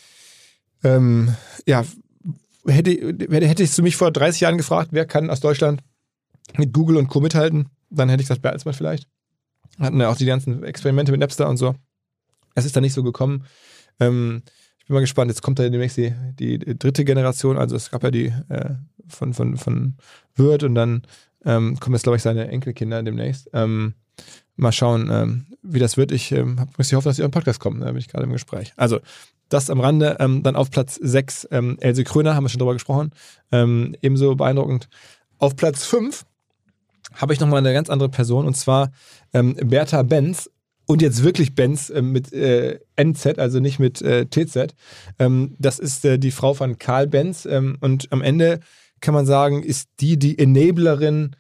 [SPEAKER 5] hättest du mich vor 30 Jahren gefragt, wer kann aus Deutschland mit Google und Co. mithalten, dann hätte ich das Bertelsmann vielleicht. Hatten ja auch die ganzen Experimente mit Napster und so. Es ist da nicht so gekommen. Ich bin mal gespannt, jetzt kommt da demnächst die dritte Generation, also es gab ja die von Wirth und dann kommen jetzt, glaube ich, seine Enkelkinder demnächst. Mal schauen, wie das wird. Ich muss hoffen, dass sie auf den Podcast kommen. Da bin ich gerade im Gespräch. Also, das am Rande. Dann auf Platz 6 Else Kröner, haben wir schon drüber gesprochen. Ebenso beeindruckend. Auf Platz 5 habe ich nochmal eine ganz andere Person, und zwar Bertha Benz. Und jetzt wirklich Benz mit NZ, also nicht mit TZ. Das ist die Frau von Karl Benz. Und am Ende kann man sagen, ist die Enablerin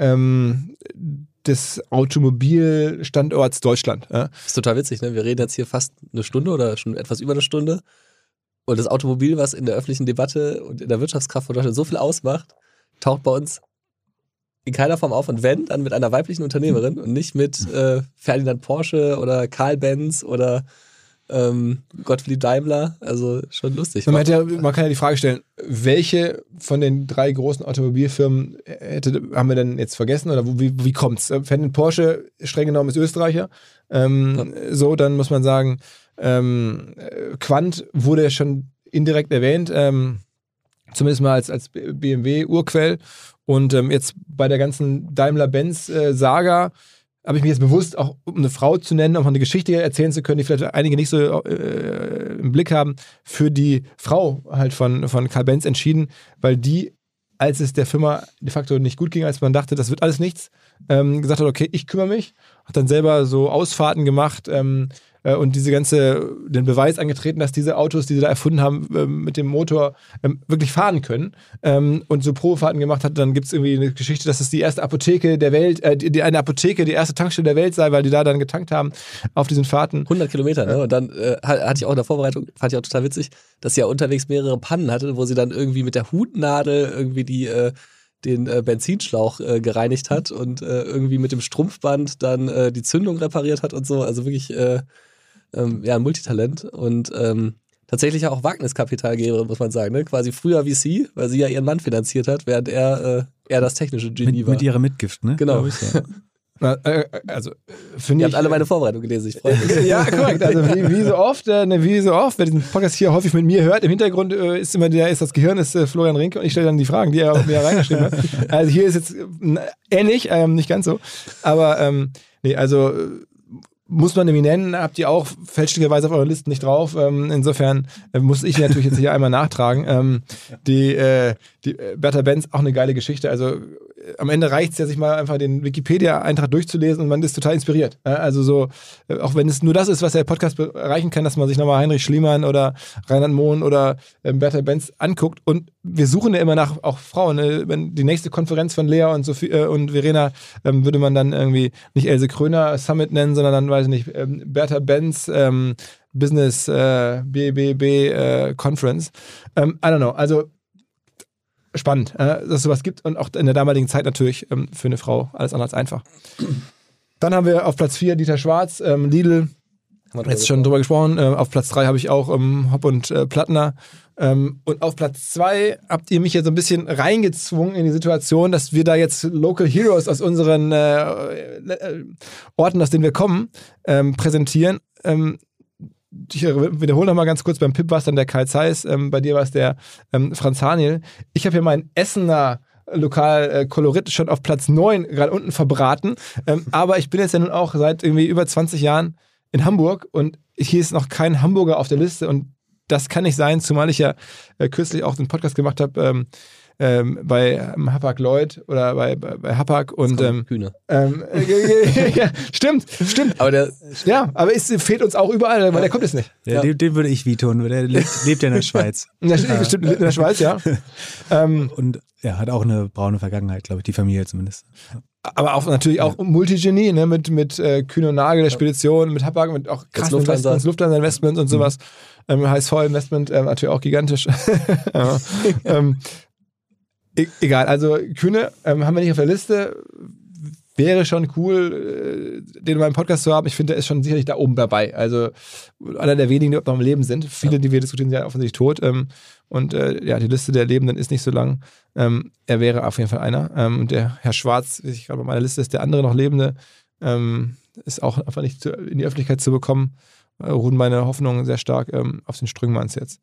[SPEAKER 5] des Automobilstandorts Deutschland. Ja?
[SPEAKER 4] Das ist total witzig, ne? Wir reden jetzt hier fast eine Stunde oder schon etwas über eine Stunde. Und das Automobil, was in der öffentlichen Debatte und in der Wirtschaftskraft von Deutschland so viel ausmacht, taucht bei uns in keiner Form auf. Und wenn, dann mit einer weiblichen Unternehmerin und nicht mit Ferdinand Porsche oder Karl Benz oder Gottfried Daimler. Also schon lustig.
[SPEAKER 5] Man kann ja die Frage stellen, welche von den 3 großen Automobilfirmen haben wir denn jetzt vergessen oder wie kommt's? Ferdinand Porsche, streng genommen, ist Österreicher. So, dann muss man sagen, Quandt wurde ja schon indirekt erwähnt, zumindest mal als BMW-Urquell. Und jetzt bei der ganzen Daimler-Benz-Saga habe ich mich jetzt bewusst, auch um eine Frau zu nennen, um eine Geschichte erzählen zu können, die vielleicht einige nicht so im Blick haben, für die Frau halt von Karl Benz entschieden, weil die, als es der Firma de facto nicht gut ging, als man dachte, das wird alles nichts, gesagt hat, okay, ich kümmere mich. hat dann selber so Ausfahrten gemacht, und den Beweis angetreten, dass diese Autos, die sie da erfunden haben, mit dem Motor wirklich fahren können, und so Probefahrten gemacht hat. Dann gibt es irgendwie eine Geschichte, dass es die erste Apotheke der Welt, die erste Tankstelle der Welt sei, weil die da dann getankt haben auf diesen Fahrten.
[SPEAKER 4] 100 Kilometer, ne? Und dann hatte ich auch in der Vorbereitung, fand ich auch total witzig, dass sie ja unterwegs mehrere Pannen hatte, wo sie dann irgendwie mit der Hutnadel irgendwie den Benzinschlauch gereinigt hat und irgendwie mit dem Strumpfband dann die Zündung repariert hat und so. Also wirklich ein Multitalent und tatsächlich auch Wagniskapitalgeberin, muss man sagen. Ne? Quasi früher VC, weil sie ja ihren Mann finanziert hat, während er das technische Genie war.
[SPEAKER 2] Mit ihrer Mitgift, ne?
[SPEAKER 4] Genau.
[SPEAKER 2] Ich, ja.
[SPEAKER 5] Also,
[SPEAKER 4] Ihr habt alle meine Vorbereitung gelesen, ich freue mich.
[SPEAKER 5] Ja, korrekt. Also wie so oft, wer diesen Podcast hier häufig mit mir hört, im Hintergrund ist das Gehirn, ist Florian Rinke, und ich stelle dann die Fragen, die er mir reingeschrieben hat. Also hier ist jetzt ähnlich, nicht ganz so. Aber muss man nämlich nennen, habt ihr auch fälschlicherweise auf euren Listen nicht drauf. Insofern muss ich natürlich jetzt hier einmal nachtragen. Die Bertha Benz, auch eine geile Geschichte. Also am Ende reicht es ja, sich mal einfach den Wikipedia-Eintrag durchzulesen und man ist total inspiriert. Also so, auch wenn es nur das ist, was der Podcast erreichen kann, dass man sich nochmal Heinrich Schliemann oder Reinhard Mohn oder Bertha Benz anguckt. Und wir suchen ja immer nach auch Frauen. Wenn die nächste Konferenz von Lea und Sophie und Verena würde man dann irgendwie nicht Else Kröner Summit nennen, sondern dann, weiß ich nicht, Bertha Benz Business BBB Conference. I don't know. Also spannend, dass es sowas gibt, und auch in der damaligen Zeit natürlich für eine Frau alles andere als einfach. Dann haben wir auf Platz 4 Dieter Schwarz, Lidl, jetzt schon drüber gesprochen. Auf Platz 3 habe ich auch Hopp und Plattner. Und auf Platz 2 habt ihr mich ja so ein bisschen reingezwungen in die Situation, dass wir da jetzt Local Heroes aus unseren Orten, aus denen wir kommen, präsentieren. Ich wiederhole noch mal ganz kurz, beim Pip war es dann der Karl Zeiss, bei dir war es der Franz Haniel. Ich habe hier meinen Essener Lokal Kolorit schon auf Platz 9 gerade unten verbraten, aber ich bin jetzt ja nun auch seit irgendwie über 20 Jahren in Hamburg und hier ist noch kein Hamburger auf der Liste, und das kann nicht sein, zumal ich ja kürzlich auch den Podcast gemacht habe bei Hapag-Lloyd oder bei Hapag und
[SPEAKER 4] Kühne.
[SPEAKER 5] Ja, stimmt.
[SPEAKER 4] Aber
[SPEAKER 5] aber es fehlt uns auch überall, weil der kommt jetzt nicht.
[SPEAKER 2] Ja. Den würde ich wehtun, weil der lebt ja in der Schweiz.
[SPEAKER 5] Stimmt, in der Schweiz, ja.
[SPEAKER 2] Und er hat auch eine braune Vergangenheit, glaube ich, die Familie zumindest.
[SPEAKER 5] Aber auch natürlich auch Multigenie, ne, mit Kühne und Nagel, der Spedition, mit Hapag, mit auch krassen Investments, Lufthansa-Investments und sowas. HSV-Investment, natürlich auch gigantisch. Egal, also Kühne haben wir nicht auf der Liste. Wäre schon cool, den in meinem Podcast zu haben. Ich finde, der ist schon sicherlich da oben dabei. Also einer der wenigen, die noch im Leben sind. Viele, die wir diskutieren, sind ja offensichtlich tot. Und die Liste der Lebenden ist nicht so lang. Er wäre auf jeden Fall einer. Und der Herr Schwarz, wie ich gerade bei meiner Liste ist, der andere noch Lebende, ist auch einfach nicht in die Öffentlichkeit zu bekommen. Ruhen meine Hoffnungen sehr stark auf den Strüngmanns jetzt.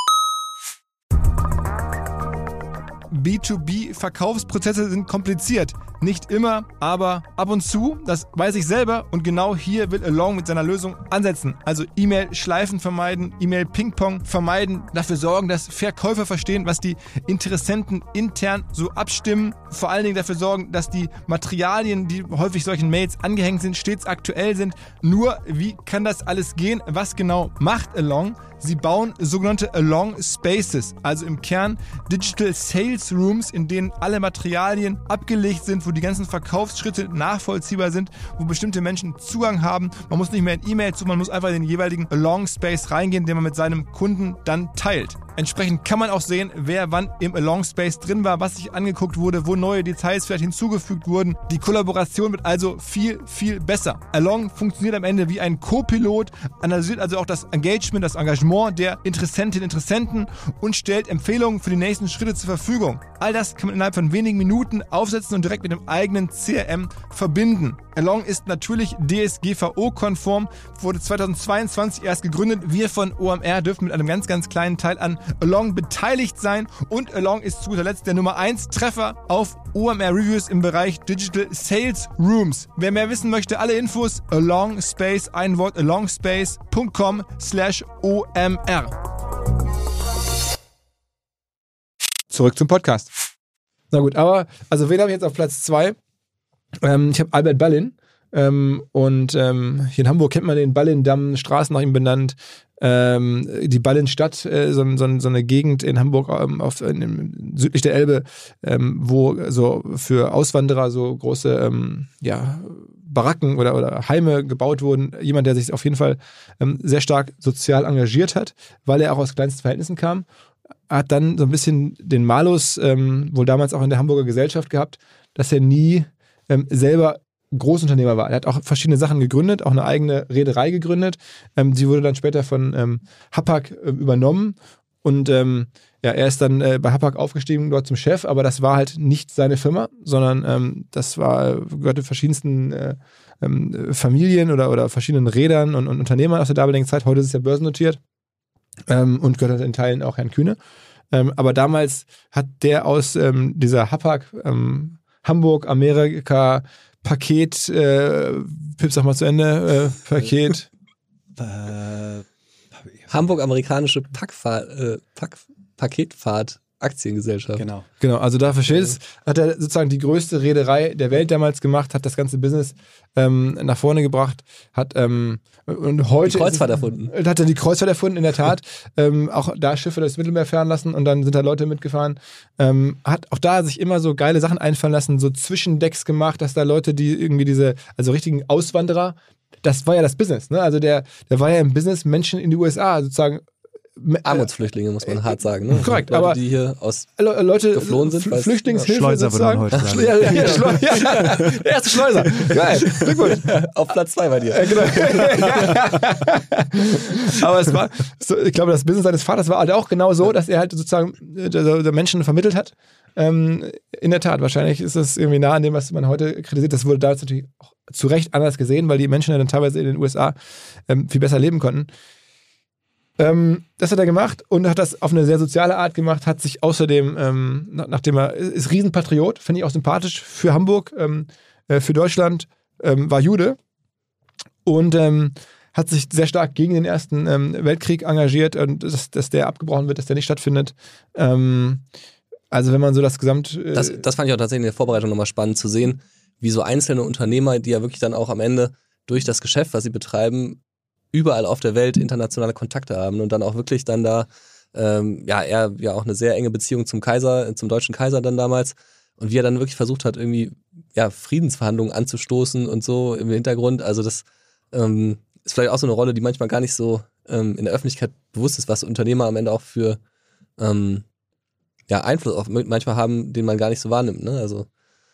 [SPEAKER 6] B2B-Verkaufsprozesse sind kompliziert. Nicht immer, aber ab und zu, das weiß ich selber, und genau hier will Along mit seiner Lösung ansetzen. Also E-Mail-Schleifen vermeiden, E-Mail-Ping-Pong vermeiden, dafür sorgen, dass Verkäufer verstehen, was die Interessenten intern so abstimmen, vor allen Dingen dafür sorgen, dass die Materialien, die häufig solchen Mails angehängt sind, stets aktuell sind. Nur, wie kann das alles gehen? Was genau macht Along? Sie bauen sogenannte Along Spaces, also im Kern Digital Sales Rooms, in denen alle Materialien abgelegt sind, wo die ganzen Verkaufsschritte nachvollziehbar sind, wo bestimmte Menschen Zugang haben. Man muss nicht mehr in E-Mails suchen, man muss einfach in den jeweiligen Along Space reingehen, den man mit seinem Kunden dann teilt. Entsprechend kann man auch sehen, wer wann im Along Space drin war, was sich angeguckt wurde, wo neue Details vielleicht hinzugefügt wurden. Die Kollaboration wird also viel, viel besser. Along funktioniert am Ende wie ein Co-Pilot, analysiert also auch das Engagement, das Engagement der Interessentinnen und Interessenten und stellt Empfehlungen für die nächsten Schritte zur Verfügung. All das kann man innerhalb von wenigen Minuten aufsetzen und direkt mit dem eigenen CRM verbinden. Along ist natürlich DSGVO-konform, wurde 2022 erst gegründet. Wir von OMR dürfen mit einem ganz, ganz kleinen Teil an Along beteiligt sein, und Along ist zu guter Letzt der Nummer 1 Treffer auf OMR Reviews im Bereich Digital Sales Rooms. Wer mehr wissen möchte, alle Infos Along Space, ein Wort, alongspace.com/OMR.
[SPEAKER 5] Zurück zum Podcast. Na gut, aber, also wen habe ich jetzt auf Platz 2? Ich habe Albert Ballin. Hier in Hamburg kennt man den Ballindamm, Straßen nach ihm benannt. Die Ballinstadt, so eine Gegend in Hamburg südlich der Elbe, wo so für Auswanderer so große Baracken oder Heime gebaut wurden. Jemand, der sich auf jeden Fall sehr stark sozial engagiert hat, weil er auch aus kleinsten Verhältnissen kam, hat dann so ein bisschen den Malus, wohl damals auch in der Hamburger Gesellschaft gehabt, dass er nie selber Großunternehmer war. Er hat auch verschiedene Sachen gegründet, auch eine eigene Reederei gegründet. Die wurde dann später von Hapag übernommen und er ist dann bei Hapag aufgestiegen, dort zum Chef, aber das war halt nicht seine Firma, sondern gehörte verschiedensten Familien oder verschiedenen Rädern und Unternehmern aus der damaligen Zeit. Heute ist es ja börsennotiert und gehört in Teilen auch Herrn Kühne. Aber damals hat der aus dieser Hapag Hamburg, Amerika, Paket, Pip, sag mal zu Ende, Paket.
[SPEAKER 4] Hamburg-amerikanische Paketfahrt Aktiengesellschaft.
[SPEAKER 5] Genau, also da versteht es, hat er sozusagen die größte Reederei der Welt damals gemacht, hat das ganze Business nach vorne gebracht, hat und heute
[SPEAKER 4] die Kreuzfahrt erfunden.
[SPEAKER 5] Hat er die Kreuzfahrt erfunden, in der Tat. Auch da Schiffe durchs Mittelmeer fahren lassen und dann sind da Leute mitgefahren. Hat auch da sich immer so geile Sachen einfallen lassen, so Zwischendecks gemacht, dass da Leute, die irgendwie richtigen Auswanderer, das war ja das Business, ne? Also der war ja im Business, Menschen in die USA sozusagen.
[SPEAKER 4] Armutsflüchtlinge, muss man hart sagen. Ne?
[SPEAKER 5] Korrekt,
[SPEAKER 4] Leute,
[SPEAKER 5] aber
[SPEAKER 4] die hier aus
[SPEAKER 5] Leute
[SPEAKER 4] geflohen sind.
[SPEAKER 5] Flüchtlingshilfe
[SPEAKER 2] Schleuser würde man heute sagen.
[SPEAKER 5] Der erste Schleuser. Geil, Glückwunsch.
[SPEAKER 4] Auf Platz 2 bei dir.
[SPEAKER 5] Genau. Aber es war, ich glaube, das Business seines Vaters war halt auch genau so, dass er halt sozusagen der Menschen vermittelt hat. In der Tat, wahrscheinlich ist das irgendwie nah an dem, was man heute kritisiert. Das wurde damals natürlich auch zu Recht anders gesehen, weil die Menschen ja dann teilweise in den USA viel besser leben konnten. Das hat er gemacht und hat das auf eine sehr soziale Art gemacht, hat sich außerdem, nachdem er ist Riesenpatriot, finde ich auch sympathisch, für Hamburg, für Deutschland, war Jude und hat sich sehr stark gegen den Ersten Weltkrieg engagiert und dass der abgebrochen wird, dass der nicht stattfindet. Also wenn man so das
[SPEAKER 4] Das fand ich auch tatsächlich in der Vorbereitung nochmal spannend zu sehen, wie so einzelne Unternehmer, die ja wirklich dann auch am Ende durch das Geschäft, was sie betreiben, überall auf der Welt internationale Kontakte haben und dann auch wirklich dann da, er ja auch eine sehr enge Beziehung zum deutschen Kaiser dann damals und wie er dann wirklich versucht hat, irgendwie Friedensverhandlungen anzustoßen und so im Hintergrund. Also das ist vielleicht auch so eine Rolle, die manchmal gar nicht so in der Öffentlichkeit bewusst ist, was Unternehmer am Ende auch für Einfluss auf manchmal haben, den man gar nicht so wahrnimmt. Ne? Also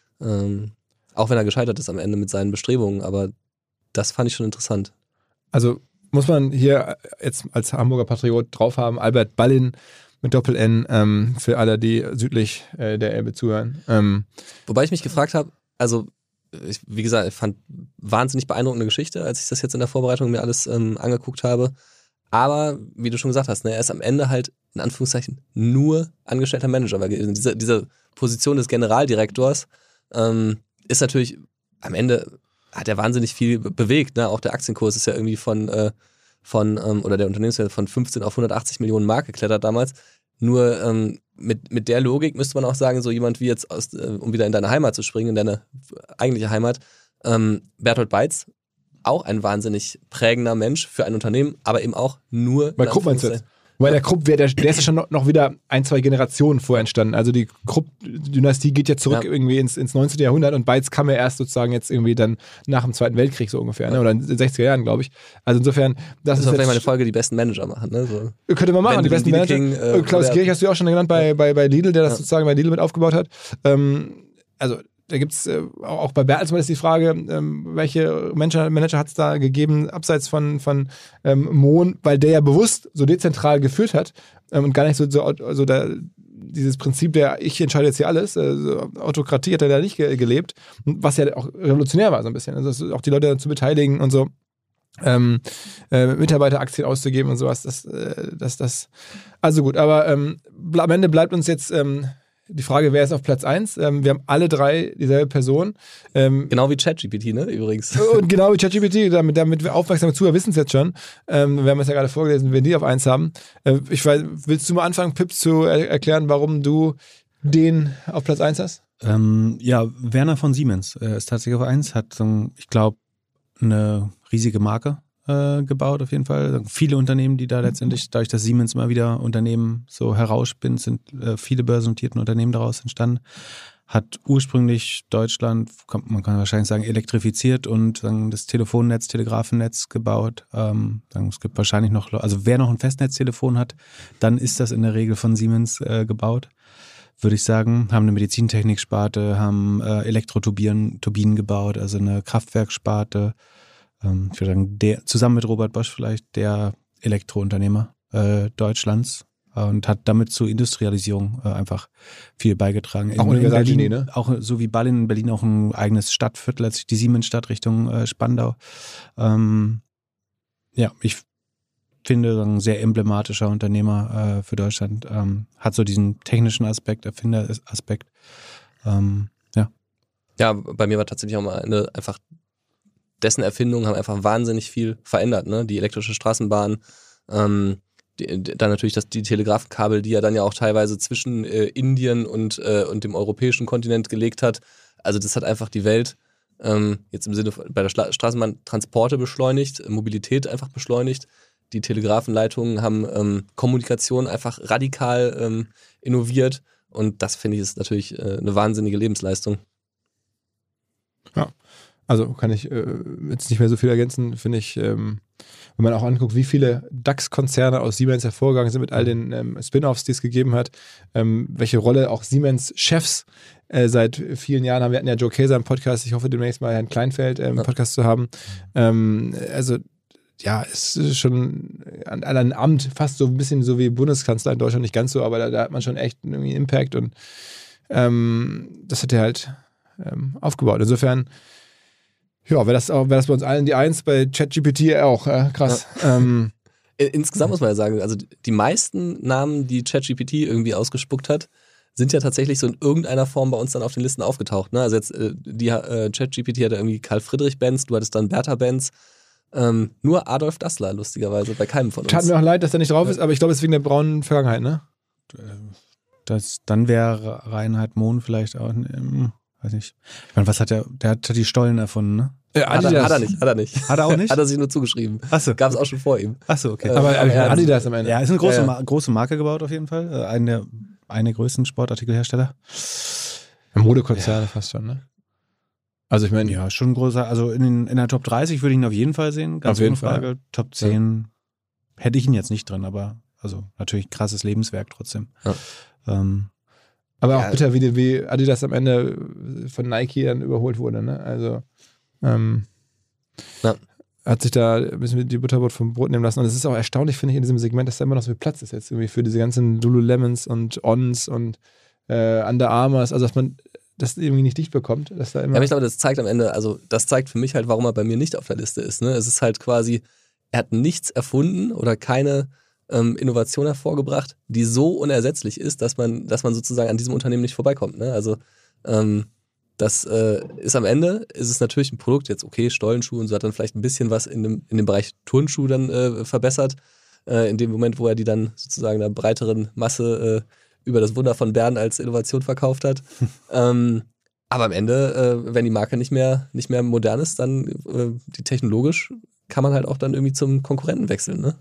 [SPEAKER 4] auch wenn er gescheitert ist am Ende mit seinen Bestrebungen, aber das fand ich schon interessant.
[SPEAKER 5] Also muss man hier jetzt als Hamburger Patriot drauf haben, Albert Ballin mit Doppel-N, für alle, die südlich der Elbe zuhören.
[SPEAKER 4] Wobei ich mich gefragt habe, also wie gesagt, ich fand wahnsinnig beeindruckende Geschichte, als ich das jetzt in der Vorbereitung mir alles angeguckt habe. Aber wie du schon gesagt hast, er ist am Ende halt in Anführungszeichen nur angestellter Manager, weil diese Position des Generaldirektors ist natürlich am Ende hat er wahnsinnig viel bewegt, ne? Auch der Aktienkurs ist ja irgendwie oder der Unternehmenswert von 15 auf 180 Millionen Mark geklettert damals. Nur mit der Logik müsste man auch sagen, so jemand wie jetzt, um wieder in deine Heimat zu springen, in deine eigentliche Heimat, Bertolt Beitz, auch ein wahnsinnig prägender Mensch für ein Unternehmen, aber eben auch nur...
[SPEAKER 5] Bei Krupp meinst du jetzt? Weil der Krupp, der ist ja schon noch wieder 1-2 Generationen vorher entstanden. Also die Krupp-Dynastie geht ja zurück irgendwie ins 19. Jahrhundert und Beitz kam ja erst sozusagen jetzt irgendwie dann nach dem Zweiten Weltkrieg so ungefähr, ne? Oder in den 60er Jahren, glaube ich. Also insofern, das ist
[SPEAKER 4] vielleicht mal eine Folge, die besten Manager machen, ne? So.
[SPEAKER 5] Könnte man machen, die besten Manager. Klaus Gehrig hast du ja auch schon genannt bei Lidl, der das sozusagen bei Lidl mit aufgebaut hat. Also da gibt es auch bei Bertelsmann ist die Frage, welche Manager hat es da gegeben, abseits von Mohn, weil der ja bewusst so dezentral geführt hat und gar nicht so dieses Prinzip ich entscheide jetzt hier alles, Autokratie hat er da nicht gelebt, was ja auch revolutionär war so ein bisschen. Also auch die Leute zu beteiligen und so. Mitarbeiteraktien auszugeben und sowas, das also gut, aber am Ende bleibt uns jetzt die Frage, wer ist auf Platz 1? Wir haben alle drei dieselbe Person.
[SPEAKER 4] Genau wie ChatGPT, ne, übrigens.
[SPEAKER 5] Und genau wie ChatGPT, damit wir aufmerksame Zuhörer wissen es jetzt schon. Wir haben es ja gerade vorgelesen, wenn die auf 1 haben. Willst du mal anfangen, Pip, zu erklären, warum du den auf Platz 1 hast?
[SPEAKER 2] Werner von Siemens ist tatsächlich auf 1, hat, ich glaube, eine riesige Marke gebaut auf jeden Fall. Viele Unternehmen, die da letztendlich, dadurch, dass Siemens immer wieder Unternehmen so herausspinnt, sind viele börsennotierten Unternehmen daraus entstanden. Hat ursprünglich Deutschland, man kann wahrscheinlich sagen, elektrifiziert und das Telefonnetz, Telegrafennetz gebaut. Es gibt wahrscheinlich noch, also wer noch ein Festnetztelefon hat, dann ist das in der Regel von Siemens gebaut, würde ich sagen. Haben eine Medizintechniksparte, haben Elektroturbinen gebaut, also eine Kraftwerksparte. Ich würde sagen, zusammen mit Robert Bosch vielleicht der Elektrounternehmer Deutschlands. Und hat damit zur Industrialisierung einfach viel beigetragen.
[SPEAKER 5] Auch Universalgenie, ne?
[SPEAKER 2] Auch so wie Ballin in Berlin auch ein eigenes Stadtviertel, also die Siemensstadt Richtung Spandau. Ich finde, ein sehr emblematischer Unternehmer für Deutschland. Hat so diesen technischen Aspekt, Erfinderaspekt.
[SPEAKER 4] Ja, bei mir war tatsächlich auch mal einfach dessen Erfindungen haben einfach wahnsinnig viel verändert, ne? Die elektrische Straßenbahn, dann natürlich die Telegrafenkabel, die er dann ja auch teilweise zwischen Indien und dem europäischen Kontinent gelegt hat. Also das hat einfach die Welt jetzt im Sinne bei der Straßenbahn Transporte beschleunigt, Mobilität einfach beschleunigt. Die Telegrafenleitungen haben Kommunikation einfach radikal innoviert und das finde ich ist natürlich eine wahnsinnige Lebensleistung.
[SPEAKER 5] Ja, also kann ich jetzt nicht mehr so viel ergänzen, finde ich, wenn man auch anguckt, wie viele DAX-Konzerne aus Siemens hervorgegangen sind mit all den Spin-Offs, die es gegeben hat, welche Rolle auch Siemens-Chefs seit vielen Jahren haben. Wir hatten ja Joe Kaeser im Podcast, ich hoffe demnächst mal Herrn Kleinfeld im Podcast zu haben. Also ja, es ist schon an ein Amt fast so ein bisschen so wie Bundeskanzler in Deutschland, nicht ganz so, aber da hat man schon echt irgendwie Impact und das hat er halt aufgebaut. Insofern ja, wäre das bei uns allen die Eins, bei ChatGPT auch. Krass. Ja.
[SPEAKER 4] Insgesamt muss man ja sagen, also die meisten Namen, die ChatGPT irgendwie ausgespuckt hat, sind ja tatsächlich so in irgendeiner Form bei uns dann auf den Listen aufgetaucht. Ne? Also jetzt ChatGPT hatte irgendwie Karl Friedrich Benz, du hattest dann Bertha Benz. Nur Adolf Dassler, lustigerweise, bei keinem von uns.
[SPEAKER 5] Tat mir auch leid, dass er nicht drauf ist, aber ich glaube, es ist wegen der braunen Vergangenheit, ne?
[SPEAKER 2] Dann wäre Reinhard Mohn vielleicht auch... weiß nicht. Ich meine, was hat der hat die Stollen erfunden, ne?
[SPEAKER 4] Hat er nicht.
[SPEAKER 2] Hat er auch nicht?
[SPEAKER 4] Hat er sich nur zugeschrieben.
[SPEAKER 2] Achso.
[SPEAKER 4] Gab es auch schon vor ihm.
[SPEAKER 2] Achso, okay.
[SPEAKER 5] Aber Adidas am Ende.
[SPEAKER 2] Ja, ist eine große Marke gebaut auf jeden Fall. Eine der größten Sportartikelhersteller.
[SPEAKER 5] Modekonzerne fast schon, ne? Also ich meine...
[SPEAKER 2] Ja, schon ein großer, also in der Top 30 würde ich ihn auf jeden Fall sehen. Ganz ohne Frage. Fall. Top 10 hätte ich ihn jetzt nicht drin, aber also natürlich krasses Lebenswerk trotzdem. Ja.
[SPEAKER 5] Aber auch bitter, wie Adidas am Ende von Nike dann überholt wurde, ne? Also hat sich da ein bisschen die Butterbrot vom Brot nehmen lassen. Und es ist auch erstaunlich, finde ich, in diesem Segment, dass da immer noch so viel Platz ist jetzt irgendwie für diese ganzen Lululemons und Ons und Under Armours. Also dass man das irgendwie nicht dicht bekommt. Dass da immer
[SPEAKER 4] aber ich glaube, das zeigt am Ende, also das zeigt für mich halt, warum er bei mir nicht auf der Liste ist. Ne? Es ist halt quasi, er hat nichts erfunden oder keine Innovation hervorgebracht, die so unersetzlich ist, dass man sozusagen an diesem Unternehmen nicht vorbeikommt. Ne? Also das ist am Ende, ist es natürlich ein Produkt, jetzt okay, Stollenschuh und so hat dann vielleicht ein bisschen was in dem Bereich Turnschuh dann verbessert, in dem Moment, wo er die dann sozusagen einer breiteren Masse über das Wunder von Bern als Innovation verkauft hat. Aber am Ende, wenn die Marke nicht mehr modern ist, dann die technologisch kann man halt auch dann irgendwie zum Konkurrenten wechseln, ne?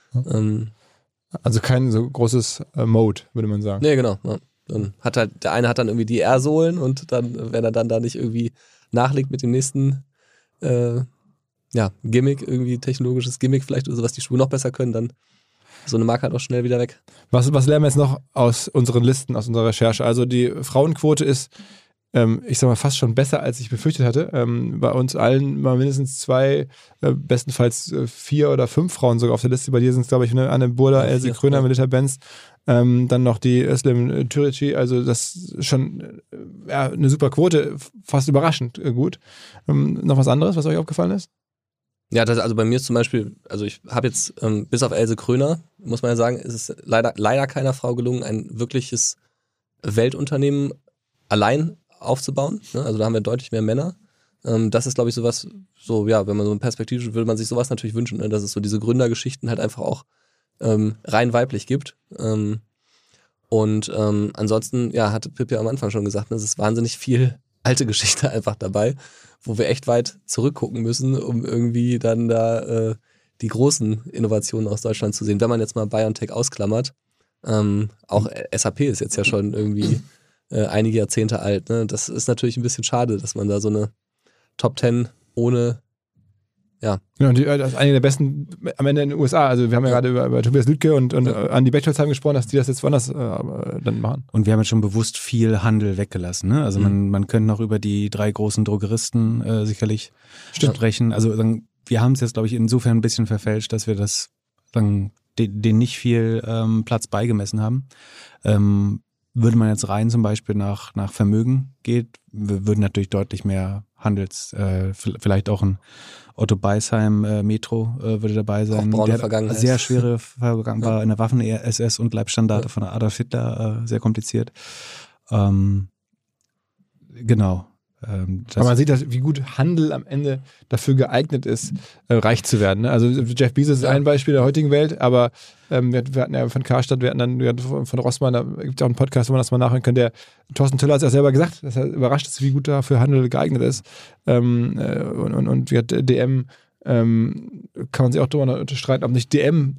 [SPEAKER 5] Also kein so großes Mode, würde man sagen.
[SPEAKER 4] Nee, genau. Ja. Dann hat halt, der eine hat dann irgendwie die R-Sohlen und dann, wenn er dann da nicht irgendwie nachlegt mit dem nächsten Gimmick, irgendwie technologisches Gimmick vielleicht oder so, was die Schuhe noch besser können, dann so eine Marke halt auch schnell wieder weg.
[SPEAKER 5] Was lernen wir jetzt noch aus unseren Listen, aus unserer Recherche? Also die Frauenquote ist, ich sag mal, fast schon besser, als ich befürchtet hatte. Bei uns allen mal mindestens 2, bestenfalls 4 oder 5 Frauen sogar auf der Liste. Bei dir sind es, glaube ich, Anne Burda, Else Kröner, Melita Benz, dann noch die Özlem Türeci. Also das ist schon eine super Quote, fast überraschend gut. Noch was anderes, was euch aufgefallen ist?
[SPEAKER 4] Ja, also bei mir ist zum Beispiel, also ich habe jetzt bis auf Else Kröner, muss man ja sagen, ist es leider keiner Frau gelungen, ein wirkliches Weltunternehmen allein aufzubauen. Ne? Also da haben wir deutlich mehr Männer. Das ist, glaube ich, sowas, wenn man so eine Perspektive, würde man sich sowas natürlich wünschen, ne? Dass es so diese Gründergeschichten halt einfach auch rein weiblich gibt. Und ansonsten, hat Pippi am Anfang schon gesagt, ne? Es ist wahnsinnig viel alte Geschichte einfach dabei, wo wir echt weit zurückgucken müssen, um irgendwie dann da die großen Innovationen aus Deutschland zu sehen. Wenn man jetzt mal BioNTech ausklammert, auch SAP ist jetzt ja schon irgendwie einige Jahrzehnte alt. Ne? Das ist natürlich ein bisschen schade, dass man da so eine Top 10 ohne, ja.
[SPEAKER 5] Genau, das ist eine der besten am Ende in den USA. Also wir haben ja gerade über Tobias Lüdke und Andi Bechtolzheim gesprochen, dass die das jetzt woanders dann machen.
[SPEAKER 2] Und wir haben jetzt schon bewusst viel Handel weggelassen. Ne? Also man könnte noch über die 3 großen Drogeristen sicherlich sprechen. Also wir haben es jetzt, glaube ich, insofern ein bisschen verfälscht, dass wir das denen nicht viel Platz beigemessen haben. Würde man jetzt rein zum Beispiel nach Vermögen geht, würden natürlich deutlich mehr vielleicht auch ein Otto Beisheim Metro würde dabei sein.
[SPEAKER 4] Auch braune
[SPEAKER 2] der
[SPEAKER 4] Vergangenheit.
[SPEAKER 2] Sehr schwere Vergangenheit, war in der Waffen-SS und Leibstandarte von Adolf Hitler, sehr kompliziert. Genau.
[SPEAKER 5] Aber man sieht, wie gut Handel am Ende dafür geeignet ist, reich zu werden. Ne? Also Jeff Bezos ist ein Beispiel der heutigen Welt, aber wir hatten ja von Karstadt, wir hatten von Rossmann, da gibt es auch einen Podcast, wo man das mal nachhören kann. Der Thorsten Töller hat es ja selber gesagt, dass er überrascht ist, wie gut dafür Handel geeignet ist. Und wie hat DM, kann man sich auch darüber unterstreiten, ob nicht DM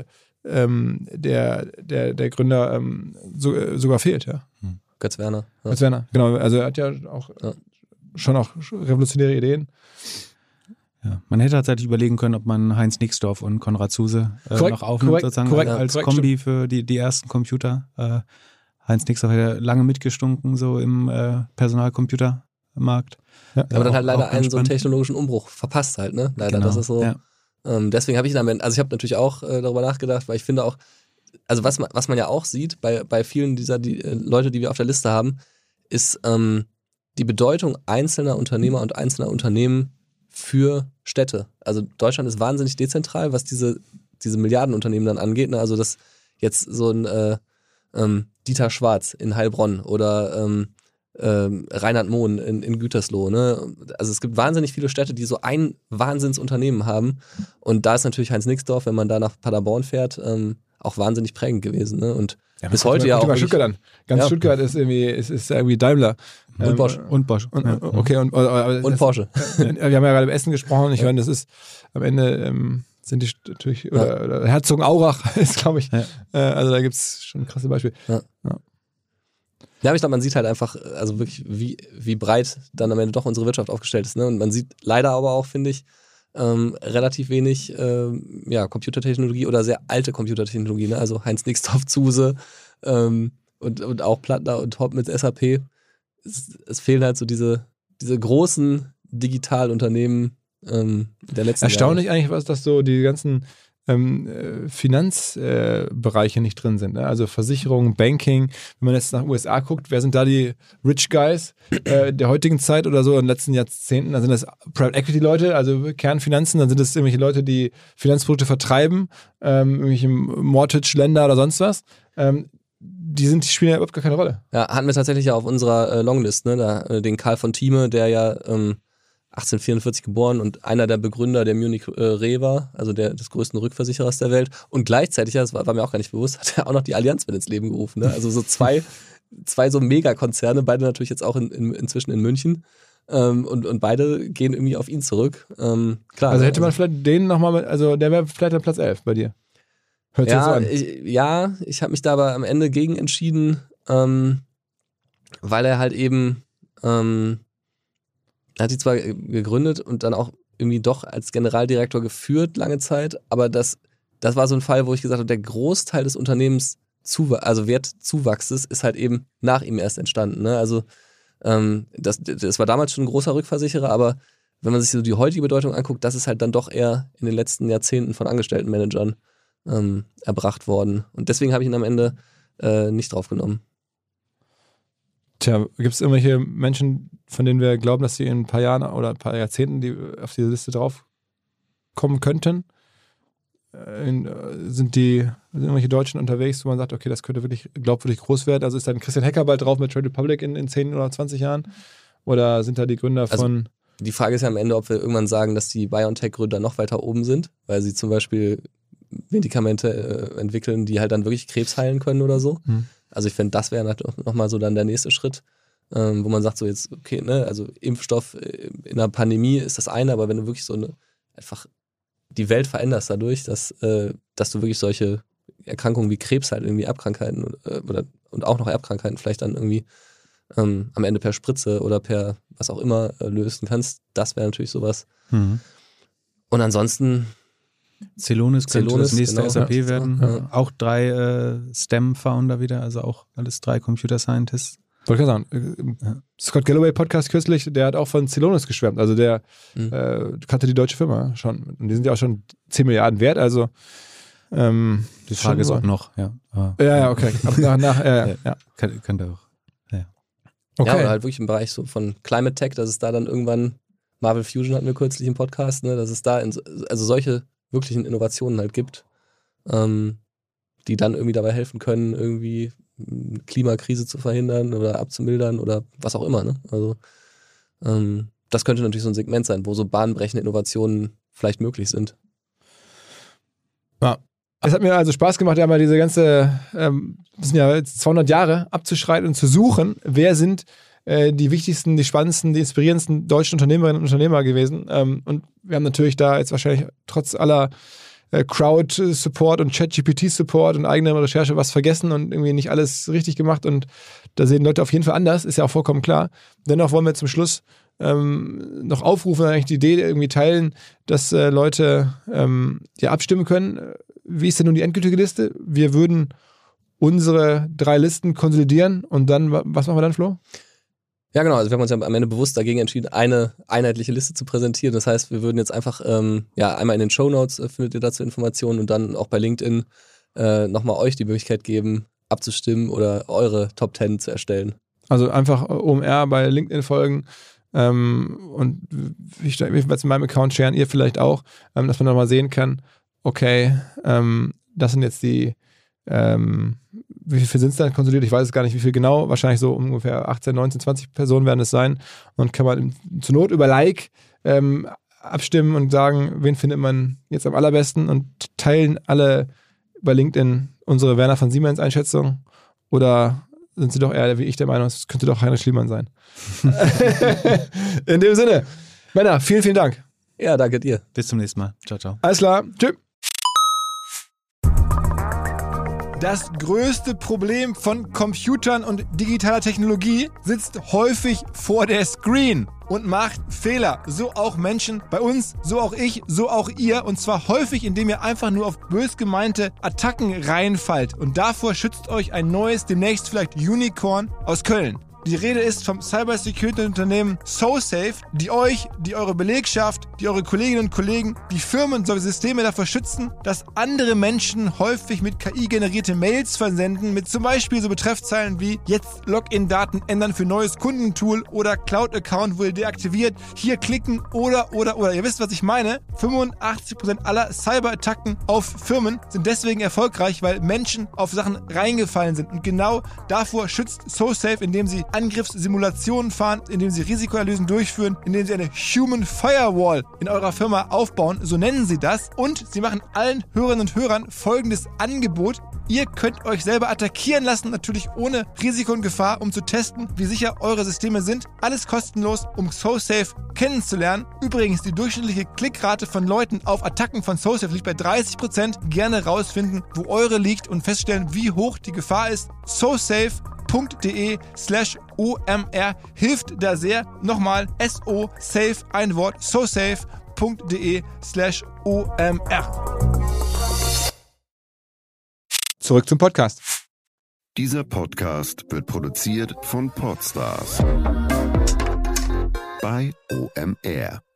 [SPEAKER 5] der Gründer sogar fehlt. Ja.
[SPEAKER 4] Götz Werner. Ja.
[SPEAKER 5] Götz Werner, genau. Also er hat ja auch schon auch revolutionäre Ideen.
[SPEAKER 2] Ja, man hätte tatsächlich überlegen können, ob man Heinz Nixdorf und Konrad Zuse noch aufnimmt, sozusagen als Kombi für die ersten Computer. Heinz Nixdorf hat ja lange mitgestunken, so im Personalcomputermarkt.
[SPEAKER 5] Ja.
[SPEAKER 4] Aber dann halt leider so einen technologischen Umbruch verpasst halt, ne? Leider,
[SPEAKER 2] genau.
[SPEAKER 4] Das ist so. Ja. Deswegen habe ich damit, also ich habe natürlich auch darüber nachgedacht, weil ich finde auch, also was man ja auch sieht bei vielen dieser Leute, die wir auf der Liste haben, ist die Bedeutung einzelner Unternehmer und einzelner Unternehmen für Städte. Also Deutschland ist wahnsinnig dezentral, was diese Milliardenunternehmen dann angeht. Ne? Also dass jetzt so ein Dieter Schwarz in Heilbronn oder Reinhard Mohn in Gütersloh. Ne? Also es gibt wahnsinnig viele Städte, die so ein Wahnsinnsunternehmen haben. Und da ist natürlich Heinz Nixdorf, wenn man da nach Paderborn fährt, auch wahnsinnig prägend gewesen. Ne? Und bis heute ja auch.
[SPEAKER 5] Stuttgart an. Ganz Stuttgart ist irgendwie Daimler.
[SPEAKER 4] Und Bosch.
[SPEAKER 2] Und Bosch.
[SPEAKER 5] Okay, und
[SPEAKER 4] Porsche.
[SPEAKER 5] Wir haben ja gerade über Essen gesprochen. Ich meine, das ist am Ende sind die natürlich, oder Herzogenaurach ist, glaube ich. Also da gibt es schon krasse Beispiele.
[SPEAKER 4] Ja, aber ich glaube, man sieht halt einfach, also wirklich, wie breit dann am Ende doch unsere Wirtschaft aufgestellt ist. Ne? Und man sieht leider aber auch, finde ich, relativ wenig Computertechnologie oder sehr alte Computertechnologie. Ne? Also Heinz Nixdorf, Zuse und auch Plattner und Hopp mit SAP. Es fehlen halt so diese großen Digitalunternehmen der letzten
[SPEAKER 5] Erstaunlich
[SPEAKER 4] Jahre.
[SPEAKER 5] eigentlich, was das so die ganzen Finanzbereiche nicht drin sind. Ne? Also Versicherung, Banking. Wenn man jetzt nach den USA guckt, wer sind da die Rich Guys der heutigen Zeit oder so in den letzten Jahrzehnten? Dann sind das Private Equity Leute, also Kernfinanzen. Dann sind das irgendwelche Leute, die Finanzprodukte vertreiben, irgendwelche Mortgage-Länder oder sonst was. Die spielen ja überhaupt gar keine Rolle.
[SPEAKER 4] Ja, hatten wir tatsächlich ja auf unserer Longlist, ne? Den Karl von Thieme, der ja 1844 geboren und einer der Begründer der Munich Re war, also des größten Rückversicherers der Welt. Und gleichzeitig, das war mir auch gar nicht bewusst, hat er auch noch die Allianz mit ins Leben gerufen. Ne? Also so zwei so Megakonzerne, beide natürlich jetzt auch inzwischen in München. Und beide gehen irgendwie auf ihn zurück. Klar.
[SPEAKER 5] Also hätte man vielleicht den nochmal, also der wäre vielleicht an Platz 11 bei dir. Hört sich so an.
[SPEAKER 4] Ich habe mich da aber am Ende gegen entschieden, weil er halt eben er hat die zwar gegründet und dann auch irgendwie doch als Generaldirektor geführt lange Zeit, aber das war so ein Fall, wo ich gesagt habe, der Großteil des Unternehmens, also Wertzuwachses, ist halt eben nach ihm erst entstanden. Ne? Also das war damals schon ein großer Rückversicherer, aber wenn man sich so die heutige Bedeutung anguckt, das ist halt dann doch eher in den letzten Jahrzehnten von Angestelltenmanagern erbracht worden. Und deswegen habe ich ihn am Ende nicht drauf genommen.
[SPEAKER 5] Tja, gibt es irgendwelche Menschen, von denen wir glauben, dass sie in ein paar Jahren oder ein paar Jahrzehnten auf diese Liste drauf kommen könnten? Sind irgendwelche Deutschen unterwegs, wo man sagt, okay, das könnte wirklich glaubwürdig groß werden? Also ist dann Christian Hecker bald drauf mit Trade Republic in 10 oder 20 Jahren? Oder sind da die Gründer von...
[SPEAKER 4] Die Frage ist ja am Ende, ob wir irgendwann sagen, dass die BioNTech-Gründer noch weiter oben sind, weil sie zum Beispiel Medikamente entwickeln, die halt dann wirklich Krebs heilen können oder so. Also ich finde, das wäre nochmal so dann der nächste Schritt. wo man sagt so jetzt, okay, ne, also Impfstoff in einer Pandemie ist das eine, aber wenn du wirklich einfach die Welt veränderst dadurch, dass du wirklich solche Erkrankungen wie Krebs halt irgendwie Erbkrankheiten und auch noch Erbkrankheiten vielleicht dann irgendwie am Ende per Spritze oder per was auch immer lösen kannst, das wäre natürlich sowas. Und ansonsten
[SPEAKER 2] Celonis könnte das nächste
[SPEAKER 4] genau,
[SPEAKER 2] SAP
[SPEAKER 4] ja,
[SPEAKER 2] werden.
[SPEAKER 4] ja.
[SPEAKER 2] Auch 3 STEM-Founder wieder, also auch alles 3 Computer Scientists.
[SPEAKER 5] Wollte ich sagen, Scott Galloway Podcast kürzlich, der hat auch von Celonis geschwärmt. Also der kannte die deutsche Firma schon. Und die sind ja auch schon 10 Milliarden wert. Also
[SPEAKER 2] die Frage ist, ob noch. Ja,
[SPEAKER 5] okay. Ja.
[SPEAKER 2] Könnte auch. Ja.
[SPEAKER 5] Okay.
[SPEAKER 4] Ja, oder halt wirklich im Bereich so von Climate Tech, dass es da dann irgendwann, Marvel Fusion hatten wir kürzlich im Podcast, ne, dass es da also solche wirklichen Innovationen halt gibt, die dann irgendwie dabei helfen können, irgendwie Klimakrise zu verhindern oder abzumildern oder was auch immer. Ne? Also das könnte natürlich so ein Segment sein, wo so bahnbrechende Innovationen vielleicht möglich sind.
[SPEAKER 5] Ja. Es hat mir also Spaß gemacht, einmal diese ganze, das sind ja jetzt 200 Jahre, abzuschreiten und zu suchen, wer sind die wichtigsten, die spannendsten, die inspirierendsten deutschen Unternehmerinnen und Unternehmer gewesen. Und wir haben natürlich da jetzt wahrscheinlich trotz aller Crowd-Support und Chat-GPT-Support und eigener Recherche was vergessen und irgendwie nicht alles richtig gemacht. Und da sehen Leute auf jeden Fall anders, ist ja auch vollkommen klar. Dennoch wollen wir zum Schluss noch aufrufen, eigentlich die Idee irgendwie teilen, dass Leute abstimmen können. Wie ist denn nun die endgültige Liste? Wir würden unsere 3 Listen konsolidieren und dann, was machen wir dann, Flo?
[SPEAKER 4] Ja, genau. Also wir haben uns ja am Ende bewusst dagegen entschieden, eine einheitliche Liste zu präsentieren. Das heißt, wir würden jetzt einfach, einmal in den Shownotes findet ihr dazu Informationen und dann auch bei LinkedIn nochmal euch die Möglichkeit geben, abzustimmen oder eure Top 10 zu erstellen.
[SPEAKER 5] Also einfach OMR bei LinkedIn folgen und ich werde es in meinem Account sharen, ihr vielleicht auch, dass man nochmal sehen kann, okay, das sind jetzt die wie viel sind es dann konsolidiert? Ich weiß es gar nicht, wie viel genau. Wahrscheinlich so ungefähr 18, 19, 20 Personen werden es sein. Und kann man zur Not über Like abstimmen und sagen, wen findet man jetzt am allerbesten und teilen alle bei LinkedIn unsere Werner von Siemens Einschätzung oder sind sie doch eher wie ich der Meinung, es könnte doch Heinrich Schliemann sein. In dem Sinne, Männer, vielen, vielen Dank.
[SPEAKER 4] Ja, danke dir.
[SPEAKER 2] Bis zum nächsten Mal. Ciao, ciao.
[SPEAKER 5] Alles klar. Tschüss.
[SPEAKER 6] Das größte Problem von Computern und digitaler Technologie sitzt häufig vor der Screen und macht Fehler. So auch Menschen bei uns, so auch ich, so auch ihr. Und zwar häufig, indem ihr einfach nur auf bös gemeinte Attacken reinfallt. Und davor schützt euch ein neues, demnächst vielleicht Unicorn aus Köln. Die Rede ist vom Cybersecurity-Unternehmen SoSafe, die euch, die eure Belegschaft, die eure Kolleginnen und Kollegen, die Firmen sowie Systeme davor schützen, dass andere Menschen häufig mit KI generierte Mails versenden, mit zum Beispiel so Betreffzeilen wie jetzt Login-Daten ändern für neues Kundentool oder Cloud-Account wurde deaktiviert, hier klicken oder. Ihr wisst, was ich meine. 85% aller Cyberattacken auf Firmen sind deswegen erfolgreich, weil Menschen auf Sachen reingefallen sind. Und genau davor schützt SoSafe, indem sie Angriffssimulationen fahren, indem sie Risikoanalysen durchführen, indem sie eine Human Firewall in eurer Firma aufbauen, so nennen sie das. Und sie machen allen Hörerinnen und Hörern folgendes Angebot. Ihr könnt euch selber attackieren lassen, natürlich ohne Risiko und Gefahr, um zu testen, wie sicher eure Systeme sind. Alles kostenlos, um SoSafe kennenzulernen. Übrigens, die durchschnittliche Klickrate von Leuten auf Attacken von SoSafe liegt bei 30%. Gerne rausfinden, wo eure liegt und feststellen, wie hoch die Gefahr ist. sosafe.de/OMR hilft da sehr. Nochmal SoSafe, ein Wort, sosafe.de/OMR.
[SPEAKER 1] Zurück zum Podcast.
[SPEAKER 3] Dieser Podcast wird produziert von Podstars bei OMR.